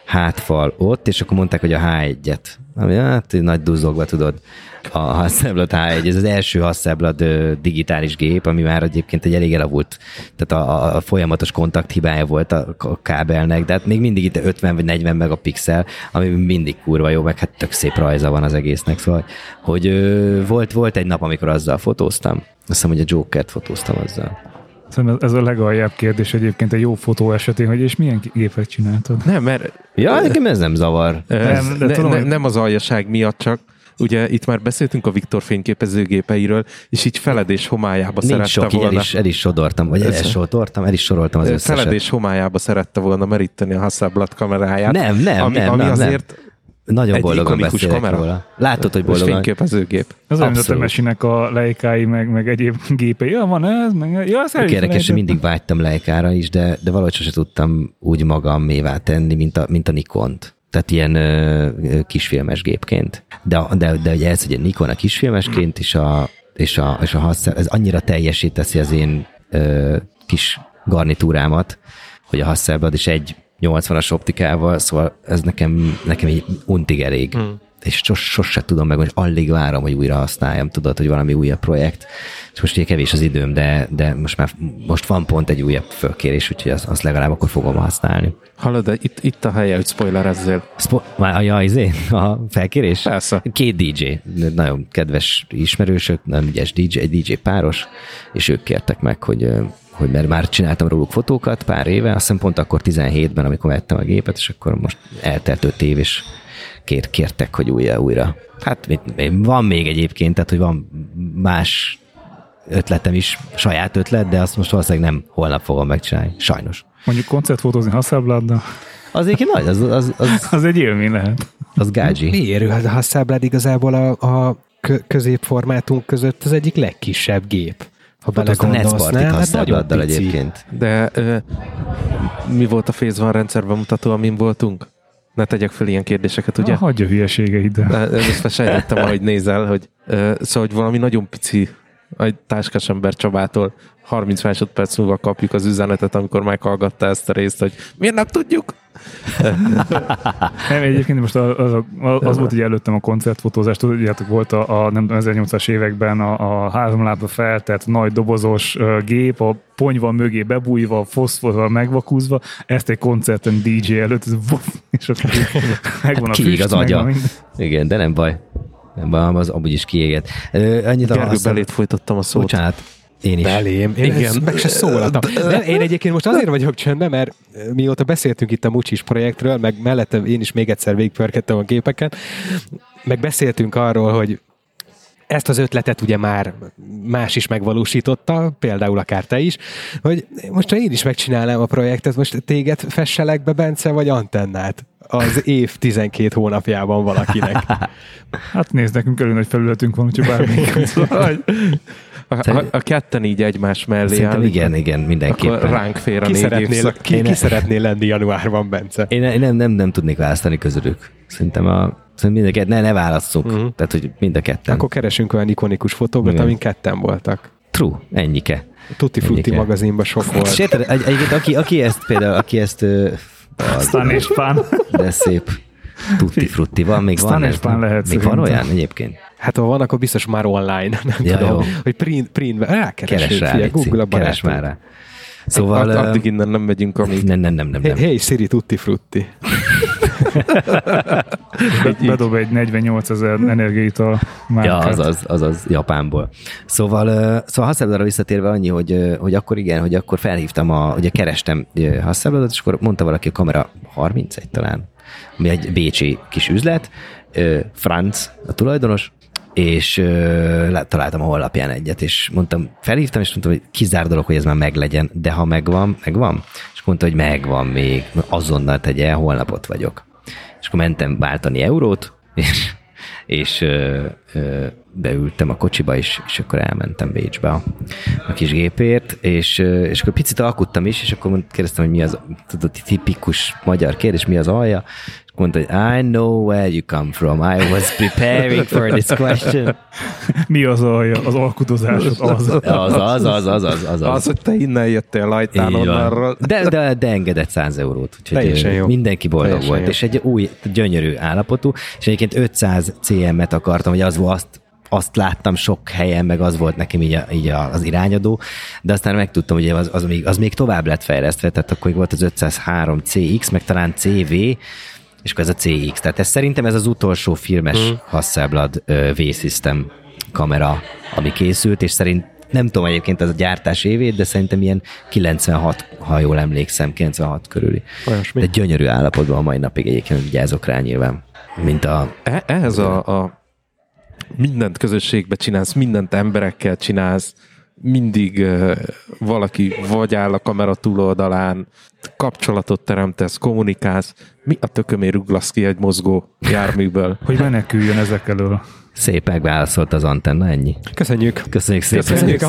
hátfal ott, és akkor mondták, hogy a há egyet. Ami hát nagy duzzogva, tudod, a Hasselblad há egy, ez az első Hasselblad digitális gép, ami már egyébként egy elég elavult, tehát a, a folyamatos kontakt hibája volt a, a kábelnek, de hát még mindig itt ötven vagy negyven megapixel, ami mindig kurva jó, meg hát tök szép rajza van az egésznek, szóval, hogy ö, volt, volt egy nap, amikor azzal fotóztam, azt hiszem, hogy a Jokert fotóztam azzal. Szerintem ez a legaljább kérdés egyébként egy jó fotó esetén, hogy és milyen gépet csináltad? Nem, mert... Ja, nekem ez nem zavar. Ez, nem, de ne, tudom, ne, nem az aljaság miatt csak. Ugye itt már beszéltünk a Viktor fényképezőgépeiről, és így feledés homályába Nincs szerette sok, volna. El is, el is sodortam, vagy el is sodortam, el is soroltam az összeset. Feledés homályába szerette volna meríteni a Hasselblad kameráját. Nem, nem, ami, nem. Ami nem, azért nem. Nagyon boldogan beszélek kamera. róla. Látod, hogy boldogan. Fényképezőgép. Az olyan, mint a Temesinek a Leicái, meg, meg egyéb gépei. Ja, van ez, meg... Ja, érdekes, mindig vágytam Leicára is, de, de valahogy sose tudtam úgy magamévá tenni, mint a, mint a Nikont. Tehát ilyen ö, kisfilmes gépként. De, de, de ugye ez, hogy a Nikon a kisfilmesként, és a, és a, és a Hasselblad, ez annyira teljesít teszi az én ö, kis garnitúrámat, hogy a Hasselblad is egy nyolcvanas optikával, szóval ez nekem, nekem egy untig elég. Hmm. És sos, sose tudom meg, hogy alig várom, hogy újra használjam, tudod, hogy valami újabb projekt. És most ugye kevés az időm, de, de most már most van pont egy újabb fölkérés, úgyhogy azt, azt legalább akkor fogom használni. Hallod, de itt, itt a helye, hogy spoilerezzél. Spo- már ja, izé, a felkérés? Persze. Két dé dzsé, nagyon kedves ismerősök, nagyon ügyes dé dzsé, egy dé dzsé páros, és ők kértek meg, hogy hogy mert már csináltam róluk fotókat pár éve, azt hiszem pont akkor tizenhétben, amikor vettem a gépet, és akkor most eltelt öt év, és kér, kértek, hogy újra, újra. Hát van még egyébként, tehát hogy van más ötletem is, saját ötlet, de azt most valószínűleg nem holnap fogom megcsinálni, sajnos. Mondjuk koncertfotózni Hasselbladdal? Az egyébként nagy, az, az, az, az egy élmény lehet. Az gágyi. Miért? A Hasselblad igazából a, a középformátum között az egyik legkisebb gép. Ha belegondolsz, nem? Hát Hasselbladdal egyébként. De ö, mi volt a Phase One rendszer bemutató, amin voltunk? Ne tegyek fel ilyen kérdéseket, ugye? Ah, hagyja hülyeségeid. Ezt sejtettem, ahogy nézel, hogy ö, szóval, hogy valami nagyon pici, egy táskás ember Csabától harminc másodperc múlva kapjuk az üzenetet, amikor meghallgatta ezt a részt, hogy miért nem tudjuk? Nem, egyébként most az, az, az volt ugye előttem a koncertfotózás, tudjátok, volt a, a nem ezernyolcszas években a, a három lábra feltett nagy dobozos uh, gép, a ponyva mögé bebújva, foszforral megvakúzva, ezt egy koncerten dé dzsé előtt, és akkor megvan hát a füst, az agya. Meg igen, de nem baj. Nem baj, az amúgy is kiégett. Annyit Gergő, a belét folytattam a szót. Bocsánat. Én is. Belém. Én igen. Meg se szólaltam. De én egyébként most azért vagyok csöndben, mert mióta beszéltünk itt a Mucsis projektről, meg mellettem én is még egyszer végigpörgettem a gépeken, meg beszéltünk arról, hogy ezt az ötletet ugye már más is megvalósította, például akár te is, hogy most ha én is megcsinálnám a projektet, most téged fesselek be, Bence, vagy antennát? Az év tizenkét hónapjában valakinek. Hát nézd, nekünk elő nagy felületünk van, úgyhogy bármelyik. A, a, a ketten így egymás mellé áll. Igen, igen, mindenképpen. Akkor ránk fér a ki négy szeretnél, évszak. ki, ki szeretnél lenni januárban, Bence? Én, én nem, nem, nem tudnék választani közülük. Szerintem a Szerintem mind a ketten, ne, ne válasszuk. Uh-huh. Tehát, hogy mind a ketten. Akkor keresünk olyan ikonikus fotókat, igen, amin ketten voltak. True, ennyike. Tutti Frutti magazinban sok volt. Sérted, egy, egyébként aki, aki ezt például, aki ezt... Stan és Pán. De szép. Tutti Frutti van, még Stan van. És Pán lehet még van olyan egyébként? Hát ha van, akkor biztos már online. Nem ja, tudom, jó. hogy print, print, rákeresünk. Keres rá, Google a keres már rá. Szóval... Ad, addig innen nem megyünk, amíg... Nem, nem, nem, nem. Hey, hey Siri, Tutti Frutti. Bedob egy negyvennyolcezer energiaital márkát. Ja, azaz, azaz, Japánból. Szóval, szóval Hasselbladra visszatérve annyi, hogy, hogy akkor igen, hogy akkor felhívtam, a, ugye kerestem Hasselbladot, és akkor mondta valaki, a kamera harmincegy talán, ami egy bécsi kis üzlet, Franz a tulajdonos, és uh, találtam a honlapján egyet, és mondtam, felhívtam, és mondtam, hogy kizár dolog, hogy ez már meglegyen, de ha megvan, megvan? És mondta, hogy megvan még, azonnal tegye, holnap ott vagyok. És akkor mentem váltani eurót, és, és, uh, beültem a kocsiba, és, és akkor elmentem Bécsbe a, a kis gépért, és, és akkor picit alkuttam is, és akkor kérdeztem, hogy mi az, tudod, tipikus magyar kérdés, mi az alja, és mondta, hogy I know where you come from, I was preparing for this question. Mi az alja? Az alkudozásod az. Az, az, az, az, az, az. Az, hogy te innen jöttél Lajtán onnarról. De, de, de engedett száz eurót, úgyhogy mindenki boldog Teljesen volt, jó. És egy új, gyönyörű állapotú, és egyébként ötszáz cé-et akartam, hogy az volt, azt azt láttam sok helyen, meg az volt nekem így, a, így az irányadó, de aztán megtudtam, hogy az, az, még, az még tovább lett fejlesztve, tehát akkor volt az ötszázhárom cé iksz, meg talán cé vé, és akkor ez a cé iksz. Tehát ez szerintem ez az utolsó filmes hmm. Hasselblad uh, V-System kamera, ami készült, és szerint nem tudom egyébként az a gyártás évét, de szerintem ilyen kilencvenhat, ha jól emlékszem, kilencvenhat körüli. Olyasmi. De gyönyörű állapotban a mai napig egyébként vigyázok rá nyilván, mint a... E- ehhez a, a mindent közösségbe csinálsz, mindent emberekkel csinálsz, mindig uh, valaki vagy áll a kamera túloldalán, kapcsolatot teremtesz, kommunikálsz. Mi a tökömé ruglasz ki egy mozgó járműből? Hogy meneküljön ezek elől. Szép megválaszolt az antenna, ennyi. Köszönjük. Köszönjük szépen. Köszönjük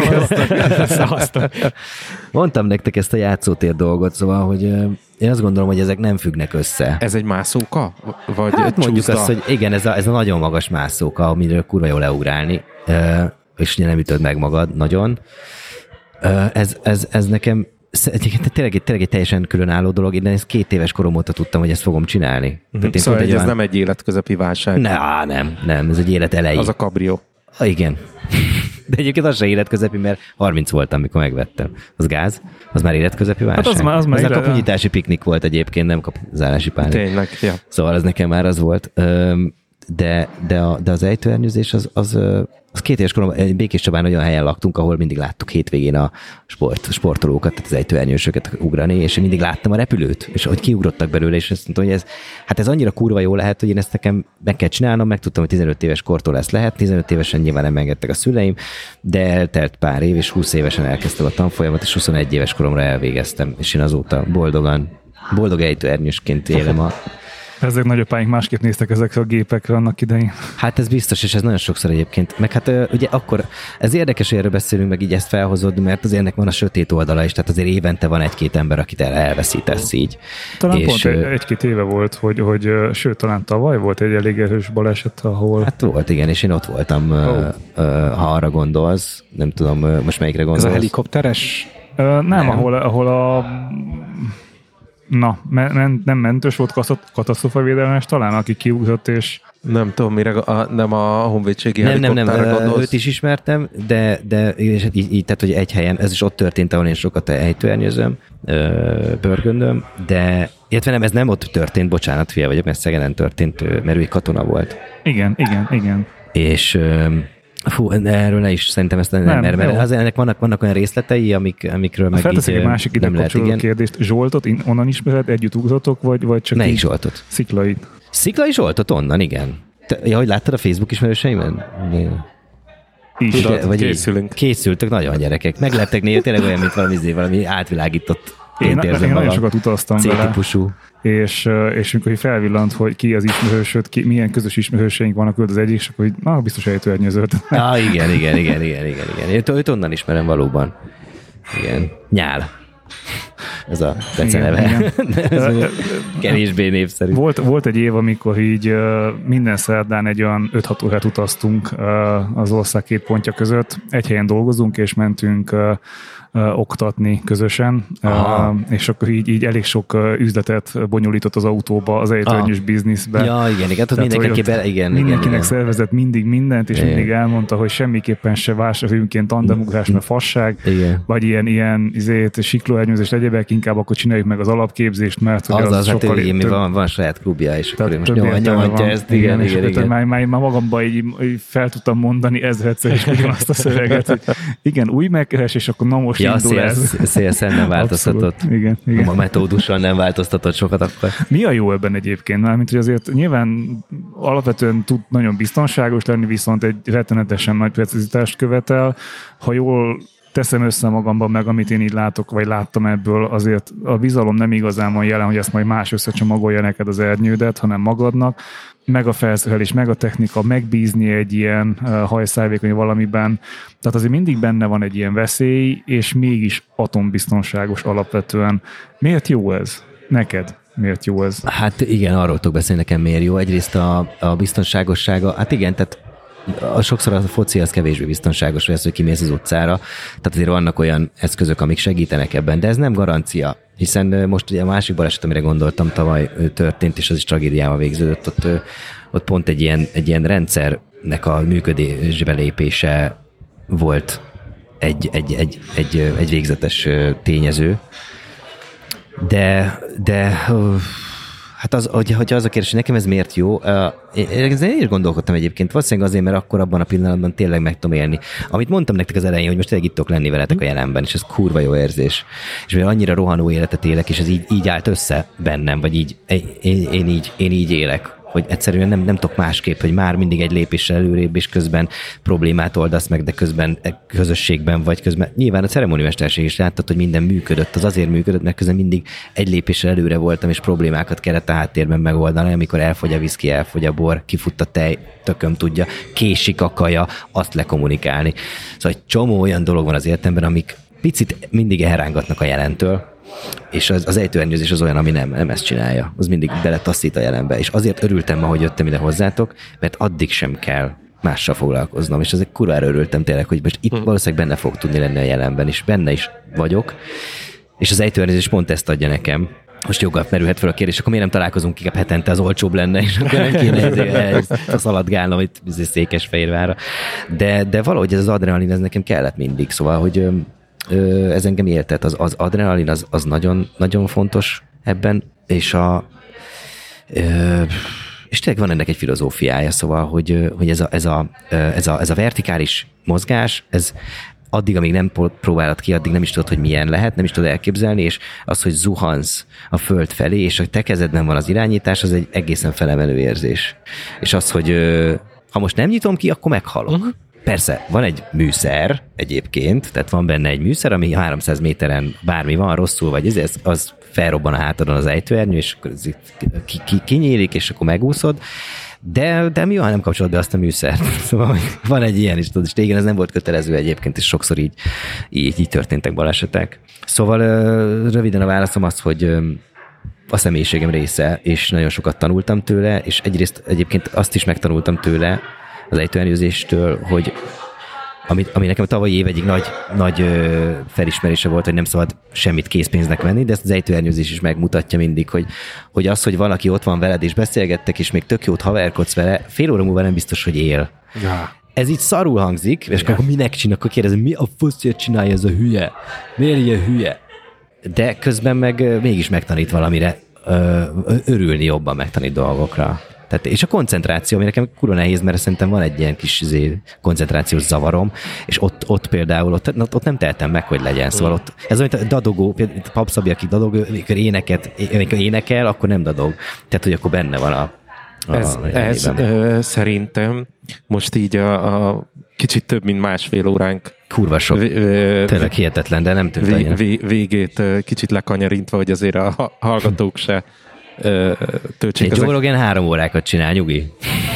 a Mondtam nektek ezt a játszótér dolgot, szóval, hogy én azt gondolom, hogy ezek nem függnek össze. Ez egy mászóka? Vagy hát egy mondjuk csúszda? azt, hogy igen, ez a, ez a nagyon magas mászóka, amiről kurva jól leugrálni, és nem ütöd meg magad nagyon. Ez, ez, ez nekem tényleg, tényleg egy teljesen különálló dolog, én ezt két éves korom óta tudtam, hogy ezt fogom csinálni. Uh-huh. Szóval ez olyan... nem egy életközepi válság? Ne, á, nem, nem, ez egy élet elejé. Az a kabrió. Ah, igen. De egyébként az se életközepi, mert harminc voltam, mikor megvettem. Az gáz? Az már életközepi válság? Hát az már, az már az a kapunyitási piknik volt egyébként, nem kapuzárási pánik. Tényleg, ja. Szóval az nekem már az volt. De, de, a, de az ejtőernyőzés az, az, az két éves koromban, egy Békés Csabán olyan helyen laktunk, ahol mindig láttuk hétvégén a sport, sportolókat, tehát az ejtőernyősöket ugrani, és én mindig láttam a repülőt, és hogy kiugrottak belőle, és azt mondtam, hogy ez, hát ez annyira kurva jó lehet, hogy én ezt nekem meg kell csinálnom, megtudtam, hogy tizenöt éves kortól ezt lehet, tizenöt évesen nyilván nem engedtek a szüleim, de eltelt pár év, és húsz évesen elkezdtem a tanfolyamat, és huszonegy éves koromra elvégeztem, és én azóta boldogan, boldog ejtőernyősként élem a Ezek nagyapáink másképp néztek ezekre a gépekre annak idején. Hát ez biztos, és ez nagyon sokszor egyébként. Meg hát ugye akkor, ez érdekes, hogy erről beszélünk, meg így ezt felhozod, mert azért ennek van a sötét oldala is, tehát azért évente van egy-két ember, akit el, elveszítesz így. Talán és pont egy, egy-két éve volt, hogy, hogy sőt, talán tavaly volt egy elég erős baleset, ahol... Hát volt, igen, és én ott voltam, oh. ha arra gondolsz, nem tudom, most melyikre gondolsz. Ez a helikopteres? Uh, nem, nem, ahol, ahol a... Na, men, nem mentős volt, katasztrófavédelmes talán, aki kiugrott, és... Nem tudom, mire, a, nem a honvédségi nem, nem, nem, gondolsz? Őt is ismertem, de, de így, így, tehát, hogy egy helyen, ez is ott történt, ahol én sokat ejtőernyőzöm, pörgöndöm, de illetve nem, ez nem ott történt, bocsánat, fia vagyok, mert Szegeden történt, mert ő egy katona volt. Igen, igen, igen. És... Fú, erről ne is szerintem ezt nem, nem mert, mert az, ennek vannak, vannak olyan részletei, amik, amikről meg így egy másik ide kapcsolódó kérdést. Zsoltot onnan ismered, együtt ugratok, vagy, vagy csak melyik Zsoltot? Sziklait. Sziklai Zsoltot onnan, igen. Te, ja, hogy láttad a Facebook ismerőseimen? Így, Tudod, vagy készülünk. Készültök, nagyon gyerekek. Meglettek néha, tényleg olyan, mint valami, valami átvilágított. Én, én, én nagyon sokat utaztam vele, típusú. És, és amikor felvillant, hogy ki az ismerősöd, ki, milyen közös ismerőseink vannak, az egyik, és akkor hogy na, biztos ejtőernyőzött. Ah, igen, igen, igen, igen, igen, igen. Őt, őt onnan ismerem valóban. Igen. Nyál. Ez a beceneve. Kevésbé népszerű. Volt, volt egy év, amikor így minden szerdán egy olyan öt-hat órát utaztunk az ország két pontja között. Egy helyen dolgozunk, és mentünk oktatni közösen, Aha. és akkor így, így elég sok üzletet bonyolított az autóba, az ejtőernyős bizniszbe. Ja, igen, igen, tehát mindenki be, igen, mindenkinek igen, szervezett mindig mindent, és igen. mindig elmondta, hogy semmiképpen se vásároljunkként tandemugrás, mert fasság, igen. vagy ilyen, ilyen izét, siklóernyőzést, egyébek, inkább akkor csináljuk meg az alapképzést, mert az, az, az sokkal... Az, hát van, van saját klubja, és akkor most nyomatja ezt, igen, igen, igen. Már, már magamban így, így fel tudtam mondani ezredszer is ugyanazt a szöveget, hogy igen, új megkeres, és akkor na most ja, indul ez. Szélszen nem változtatott. Igen, igen. A metódusan nem változtatott sokat akkor. Mi a jó ebben egyébként? Mármint, hogy azért nyilván alapvetően tud nagyon biztonságos lenni, viszont egy rettenetesen nagy precizitást követel. Ha jól teszem össze magamban meg, amit én így látok, vagy láttam ebből, azért a bizalom nem igazán van jelen, hogy ezt majd más összecsomagolja neked az ernyődet, hanem magadnak, meg a felszerelés, meg a technika, megbízni egy ilyen uh, hajszálvékony valamiben. Tehát azért mindig benne van egy ilyen veszély, és mégis atombiztonságos alapvetően. Miért jó ez? Neked? Miért jó ez? Hát igen, arról tudok beszélni, nekem miért jó. Egyrészt a, a biztonságossága, hát igen, tehát a sokszor a foci az kevésbé biztonságos, hogy az, hogy kimész az utcára. Tehát azért vannak olyan eszközök, amik segítenek ebben, de ez nem garancia. Hiszen most ugye a másik baleset, amire gondoltam, tavaly történt, és az is tragédiával végződött. Ott, ott pont egy ilyen, egy ilyen rendszernek a működésbe lépése volt egy, egy, egy, egy, egy végzetes tényező. De, de hát az, hogy, hogy az a kérdés, hogy nekem ez miért jó, én is gondolkodtam egyébként, valószínűleg azért, mert akkor abban a pillanatban tényleg meg tudom élni. Amit mondtam nektek az elején, hogy most tényleg itt tudok lenni veletek a jelenben, és ez kurva jó érzés. És mivel annyira rohanó életet élek, és ez így, így állt össze bennem, vagy így, én, én, így, én így élek, hogy egyszerűen nem, nem tudok másképp, hogy már mindig egy lépéssel előrébb, és közben problémát oldasz meg, de közben közösségben vagy közben. Nyilván a ceremóniamesterség is láttad, hogy minden működött, az azért működött, mert közben mindig egy lépéssel előre voltam, és problémákat kellett a háttérben megoldani, amikor elfogy a viszki, elfogy a bor, kifutt a tej, tököm tudja, késik a kaja, azt lekommunikálni. Szóval egy csomó olyan dolog van az életemben, amik picit mindig elrángatnak a jelentől, és az, az ejtőernyőzés az olyan, ami nem, nem ezt csinálja. Az mindig beletaszít a jelenbe. És azért örültem ma, hogy jöttem ide hozzátok, mert addig sem kell mással foglalkoznom. És azért kurvára örültem tényleg, hogy most itt valószínűleg benne fog tudni lenni a jelenben, és benne is vagyok. És az ejtőernyőzés pont ezt adja nekem. Most joggal merülhet fel a kérdés, akkor miért nem találkozunk inkább hetente, az olcsóbb lenne, és akkor nem kéne ezt szaladgálnom itt Székesfehérvárra. De, de valahogy ez az adrenalin, ez nekem kellett mindig. Szóval, hogy ez engem éltet, az, az adrenalin az, az nagyon, nagyon fontos ebben, és a ö, és tényleg van ennek egy filozófiája, szóval, hogy, hogy ez, a, ez, a, ez, a, ez a vertikális mozgás, ez addig, amíg nem próbálod ki, addig nem is tudod, hogy milyen lehet, nem is tudod elképzelni, és az, hogy zuhansz a föld felé, és hogy te kezedben van az irányítás, az egy egészen felemelő érzés. És az, hogy ha most nem nyitom ki, akkor meghalok. Uh-huh. Persze, van egy műszer egyébként, tehát van benne egy műszer, ami háromszáz méteren bármi van, rosszul vagy, ez, az felrobban a hátadon az ejtőernyő, és akkor ez ki, ki, kinyílik, és akkor megúszod. De, de mi van, nem kapcsolod be azt a műszert? Szóval van egy ilyen is, tudod, és régen ez nem volt kötelező egyébként, és sokszor így, így, így történtek balesetek. Szóval röviden a válaszom az, hogy a személyiségem része, és nagyon sokat tanultam tőle, és egyrészt egyébként azt is megtanultam tőle, az ejtőernyőzéstől, hogy ami, ami nekem a tavalyi év egyik nagy, nagy ö, felismerése volt, hogy nem szabad semmit készpénznek venni, de ezt az ejtőernyőzés is megmutatja mindig, hogy, hogy az, hogy valaki ott van veled, és beszélgettek, és még tök jót haverkodsz vele, fél óra múlva nem biztos, hogy él. Ja. Ez így szarul hangzik, és akkor minek csinál, akkor kérdezem, mi a foszért csinálja ez a hülye? Miért ilyen hülye? De közben meg mégis megtanít valamire, ö, örülni jobban megtanít dolgokra. Tehát, és a koncentráció, ami nekem kurva nehéz, mert szerintem van egy ilyen kis izé, koncentrációs zavarom, és ott, ott például, ott, ott nem tehetem meg, hogy legyen. Szóval ott, ez olyan, mint a dadogó, például a Papszabi, aki dadog, amikor éneket, amikor énekel, akkor nem dadog. Tehát, hogy akkor benne van a... a ez, a ez ö, szerintem most így a, a kicsit több, mint másfél óránk kurva sok. V- Tényleg hihetetlen, de nem tűnt v- v- végét kicsit lekanyarintva, hogy azért a hallgatók se töltsék. Joe Rogan három órákat csinál, nyugi.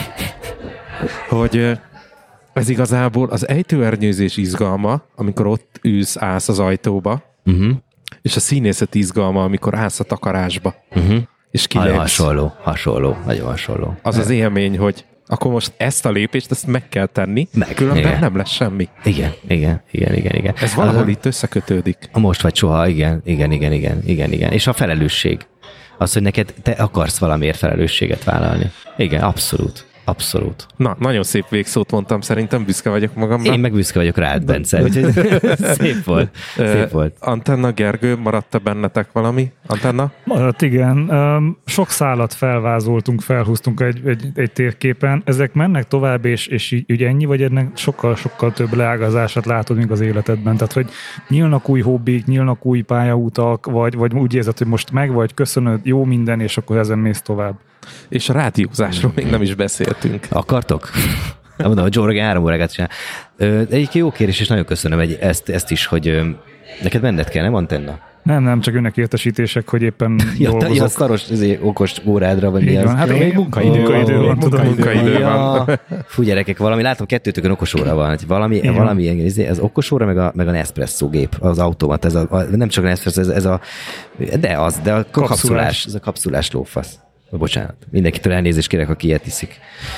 Hogy ez igazából az ejtőernyőzés izgalma, amikor ott ülsz, állsz az ajtóba, uh-huh. és a színészet izgalma, amikor állsz a takarásba. Uh-huh. És kilépsz. Hasonló, hasonló, nagyon hasonló. Az az élmény, hogy akkor most ezt a lépést, ezt meg kell tenni, meg, különben igen. nem lesz semmi. Igen, igen, igen, igen, igen. Ez valahol az, itt összekötődik. A most vagy soha, igen, igen, igen, igen, igen, igen. És a felelősség. Az, hogy neked te akarsz valamiért felelősséget vállalni. Igen, abszolút. Abszolút. Na, nagyon szép végszót mondtam, szerintem büszke vagyok magamra. Én meg büszke vagyok rád, Bence. Szép volt. Szép volt. Antenna, Gergő, maradt-e bennetek valami? Antenna? Maradt, igen. Sok szálat felvázoltunk, felhúztunk egy, egy, egy térképen. Ezek mennek tovább, és, és így, így ennyi, vagy ennek sokkal-sokkal több leágazását látod még az életedben. Tehát, hogy nyílnak új hobbik, nyílnak új pályaútak, vagy, vagy úgy érzed, hogy most meg vagy, köszönöd, jó minden, és akkor ezen mész tovább. És a rádiózásról még nem is beszéltünk. Akartok? mondom, hogy Joe Rogan három órákat csinál. Egyébként jó kérés, és nagyon köszönöm egy, ezt, ezt is, hogy neked menned kell, nem Antenna? Nem, nem, csak önnek értesítések, hogy éppen ja, dolgozok. Ja, szaros azért, okos órádra, vagy mi az? Hát én munkaidő, munkaidő van. Munkaidő van. Fú, gyerekek, valami, látom, kettőtökön okos óra van. Valami, igen. valami az okos óra, meg a, meg a Nespresso gép, az automat, ez a, a, nem csak a Nespresso, ez, ez a, de az, de a kapszulás, kapszulás ez a kapszulás lófasz. Bocsánat, mindenkitől elnézést kérek, aki ilyet iszik.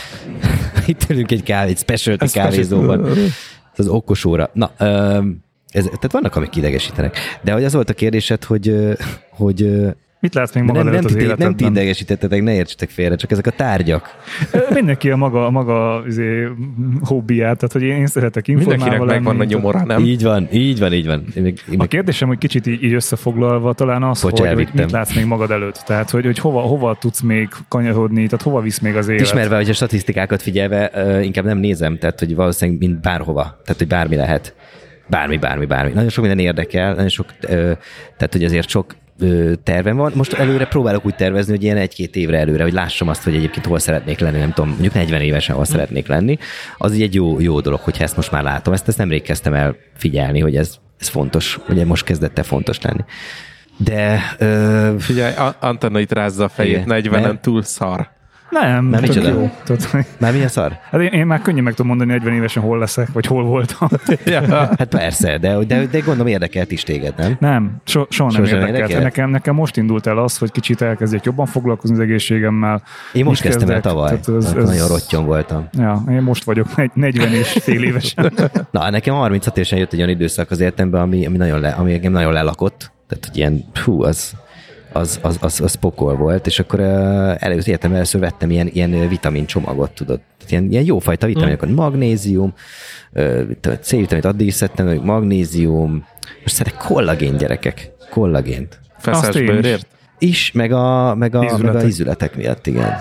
Itt ülünk egy kávé, egy specialty kávézóban. Ez az okos óra. Na, um, Ez, tehát vannak, amik idegesítenek. De hogy az volt a kérdésed, hogy... hogy mit látsz még magad nem, előtt az életedben? Nem ti idegesítettetek, ne értsetek félre, csak ezek a tárgyak. Mindenki a maga, a maga izé, hobbiját, tehát hogy én szeretek informálva lenni. Mindenkinek megvan a nyomora, nem? Így van, így van, így van. Én még, én a kérdésem, hogy kicsit így, így összefoglalva talán az, Bocs, hogy, hogy mit látsz még magad előtt. Tehát, hogy, hogy hova, hova tudsz még kanyarodni, tehát hova visz még az élet. Ismerve, hogy a statisztikákat figyelve, inkább nem nézem, tehát hogy valószínűleg mind bárhova, tehát hogy bármi lehet. Bármi, bármi, bármi. Nagyon sok minden érdekel, nagyon sok, ö, tehát hogy azért sok ö, tervem van. Most előre próbálok úgy tervezni, hogy ilyen egy-két évre előre, hogy lássam azt, hogy egyébként hol szeretnék lenni, nem tudom, mondjuk negyven évesen hol szeretnék lenni. Az így egy jó, jó dolog, hogyha ezt most már látom. Ezt, ezt nemrég kezdtem el figyelni, hogy ez, ez fontos, ugye most kezdett el fontos lenni. De... Ö, Figyelj, Antenna itt rázza a fejét, negyvenen túl szar. Nem, nem tök jó. Már mi a szar? Hát én, én már könnyen meg tudom mondani, negyven évesen hol leszek, vagy hol voltam. Hát persze, de, de, de gondolom érdekelt is téged, nem? Nem, so, soha nem Sosem érdekelt. érdekelt. Nekem, nekem most indult el az, hogy kicsit elkezdjek jobban foglalkozni az egészségemmel. Én most kezdtem el tavaly. Ez, ez, nagyon rottyon voltam. Ja, én most vagyok negyven és fél évesen. Na, nekem harminchat évesen jött egy olyan időszak az életemben, ami, ami, nagyon, le, ami engem nagyon lelakott. Tehát, hogy ilyen, hú, az... Az, az, az, az pokol volt, és akkor uh, először értem, először vettem ilyen, ilyen vitamin csomagot, tudod, ilyen, ilyen jófajta vitaminokat, mm. magnézium, uh, C-vitamint addig is szedtem, magnézium, most szeretek kollagén, gyerekek, kollagént. Feszes bőrért? Is, meg a, meg a, meg a izületek miatt, igen.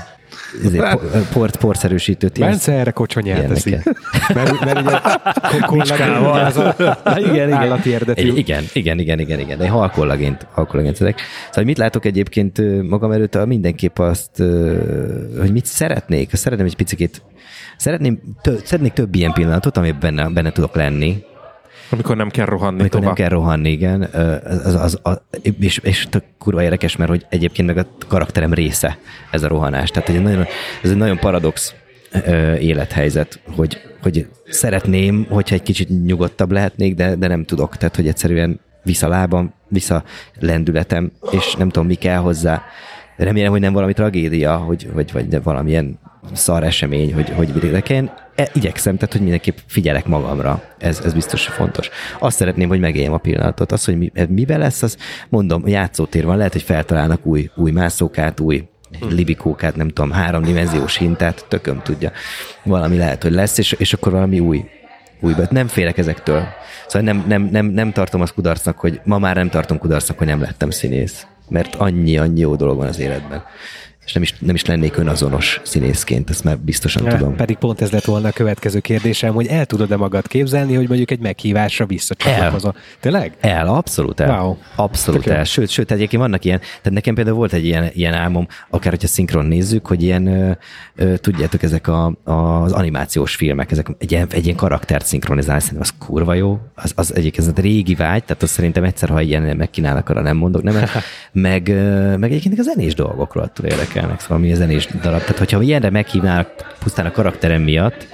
Port, porszerűsítőt. Bence erre kocsonyát teszi. Mert, mert ugye kollagén az a igen, igen. állati eredetű. Igen, igen, igen, igen, igen. De halkollagént, halkollagént szedek. Szóval mit látok egyébként magam előtt, mindenképp azt, hogy mit szeretnék. Szeretném egy picit, szeretném, tö, szeretnék több ilyen pillanatot, amiben benne, benne tudok lenni. Amikor nem kell rohanni Amikor tovább. nem kell rohanni, igen. Az, az, az, az, és, és tök kurva érdekes, mert hogy egyébként meg a karakterem része ez a rohanás. Tehát hogy nagyon, ez egy nagyon paradox ö, élethelyzet, hogy, hogy szeretném, hogyha egy kicsit nyugodtabb lehetnék, de, de nem tudok. Tehát, hogy egyszerűen vissza lábam, vissza lendületem, és nem tudom, mi kell hozzá. Remélem, hogy nem valami tragédia, hogy, vagy, vagy valamilyen szar esemény, hogy, hogy én igyekszem, tehát hogy mindenképp figyelek magamra. Ez, ez biztos fontos. Azt szeretném, hogy megéljem a pillanatot. Az, hogy mi, miben lesz, az mondom, játszótér van, lehet, hogy feltalálnak új, új mászókát, új libikókát, nem tudom, háromdimenziós hintát, tököm tudja. Valami lehet, hogy lesz, és, és akkor valami új, új. Nem félek ezektől. Szóval nem, nem, nem, nem tartom azt kudarcnak, hogy ma már nem tartom kudarcnak, hogy nem lettem színész. Mert annyi-annyi jó dolog van az életben. És nem is, nem is lennék önazonos színészként, ezt már biztosan ja, tudom. Pedig pont ez lett volna a következő kérdésem, hogy el tudod-e magad képzelni, hogy mondjuk egy meghívásra visszacsatlakozol? Tényleg? El, abszolút el. Wow. Abszolút el. Sőt, sőt, egyébként vannak ilyen, tehát nekem például volt egy ilyen, ilyen álmom, akár hogyha szinkron nézzük, hogy ilyen, ö, ö, tudjátok, ezek a, a, az animációs filmek, ezek egy ilyen, egy ilyen karaktert szinkronizálni, szerintem az kurva jó. Az, az egyébként ez a régi vágy, tehát azt szerintem egyszer, ha ilyen megkínálnak, arra nem mondok, nem, meg, ö, meg egyébként a zenés dolgokról attól érdekelnek, szóval mi a zenés darab. Tehát, hogyha ilyenre meghívnának pusztán a karakterem miatt,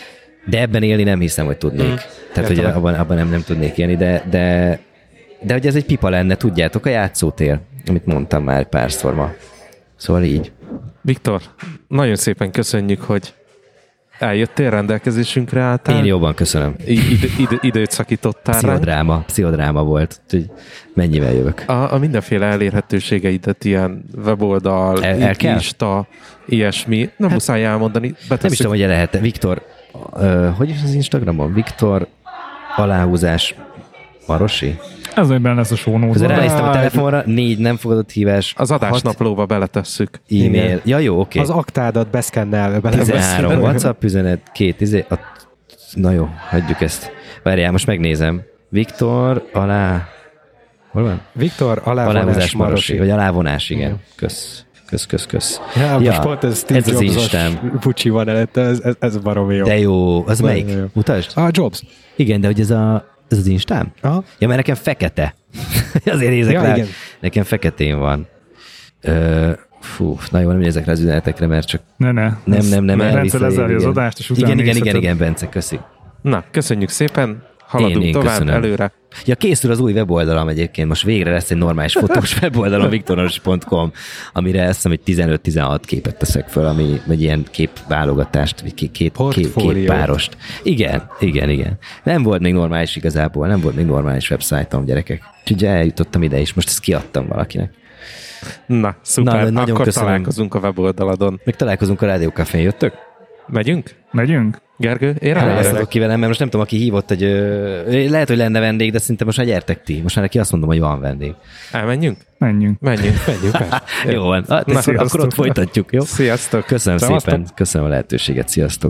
de ebben élni nem hiszem, hogy tudnék. Mm. Tehát, hogy abban, abban nem, nem tudnék élni, de, de, de hogy ez egy pipa lenne, tudjátok, a játszótér, amit mondtam már párszor ma. Szóval így. Viktor, nagyon szépen köszönjük, hogy eljöttél, rendelkezésünkre álltál. Én jobban köszönöm. Id- id- időt szakítottál rá. Pszichodráma, pszichodráma volt. Úgyhogy mennyivel jövök? A, a mindenféle elérhetőségeidet, ilyen weboldal, el, el Insta, ilyesmi. Nem hát, muszáj elmondani. Betesszük. Nem is tudom, hogy el lehet. Viktor, uh, hogy is az Instagramon? Viktor aláhúzás Marosi? Ez még benne lesz a show notes-ban. Ránéztem a telefonra, négy nem fogadott hívás. Az adásnaplóba beletesszük. E-mail. Ja, jó, oké. Okay. Az aktádat beszkennelve tizenhárom WhatsApp üzenet, két izé. A... Na jó, hagyjuk ezt. Várjál, most megnézem. Viktor alá... Hol van? Viktor alávonás, alávonás Marosi. Marosi. Vagy alávonás, igen. Mm. Kösz. Kösz, kösz, kösz. Ja, ja, most pont ez Steve ez az Instám. Pucsi van előtte, ez, ez, ez baromi jó. De jó, az Baromi melyik? jó. Mutasd? Ah, Jobs. Igen, de hogy ez, a, ez az Instám? Aha. Ja, mert nekem fekete. Azért nézek Ja, rá. igen. Nekem feketén van. Ö, fú, na jó, nem nézek rá az üzenetekre, mert csak Ne, ne. nem, nem, nem. Bence lezárja az adást, és utána igen, igen, nézheted. igen, igen, Bence, köszi. Na, köszönjük szépen, haladunk Én- én tovább, köszönöm. előre. Ja, készül az új weboldalam egyébként, most végre lesz egy normális fotós weboldalon, viktoros pont com, amire azt hiszem, hogy tizenöt-tizenhat képet teszek föl, ami egy ilyen képválogatást, vagy két, két, két, két párost. Igen, igen, igen. Nem volt még normális igazából, nem volt még normális websájtom, gyerekek. Úgyhogy eljutottam ide is, most ezt kiadtam valakinek. Na, szuper, Na, nagyon akkor köszönöm. találkozunk a weboldaladon. Még találkozunk a Rádió Cafén, jöttök? Megyünk? Megyünk? Gergő, én Nem ráérek. leszek ki velem, mert most nem tudom, aki hívott, hogy ö, lehet, hogy lenne vendég, de szinte most már gyertek ti. Most már neki azt mondom, hogy van vendég. Elmenjünk? Menjünk. Menjünk, menjünk. persze. Jó van, hát, Na, ezt, akkor ott folytatjuk, jó? Sziasztok! Köszönöm Szevasztok. szépen, köszönöm a lehetőséget, sziasztok!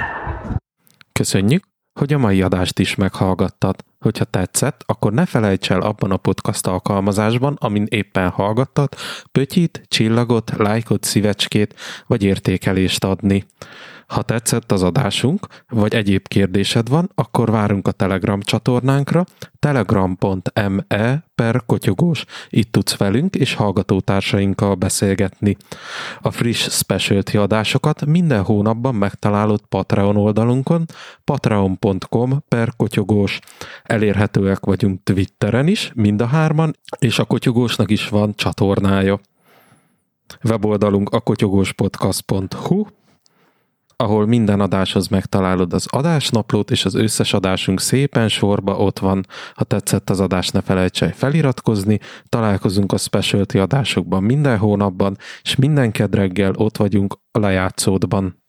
Köszönjük, hogy a mai adást is meghallgattad. Hogyha tetszett, akkor ne felejts el abban a podcast alkalmazásban, amin éppen hallgattad, pötyit, csillagot, lájkot, szívecskét vagy értékelést adni. Ha tetszett az adásunk, vagy egyéb kérdésed van, akkor várunk a Telegram csatornánkra, telegram.me per kotyogós. Itt tudsz velünk és hallgatótársainkkal beszélgetni. A friss specialty adásokat minden hónapban megtalálod Patreon oldalunkon, patreon.com per kotyogós. Elérhetőek vagyunk Twitteren is, mind a hárman, és a Kotyogósnak is van csatornája. Weboldalunk a kotyogóspodcast pont hu, ahol minden adáshoz megtalálod az adásnaplót, és az összes adásunk szépen sorba ott van. Ha tetszett az adás, ne felejts el feliratkozni. Találkozunk a specialty adásokban minden hónapban, és minden kedd reggel ott vagyunk a lejátszódban.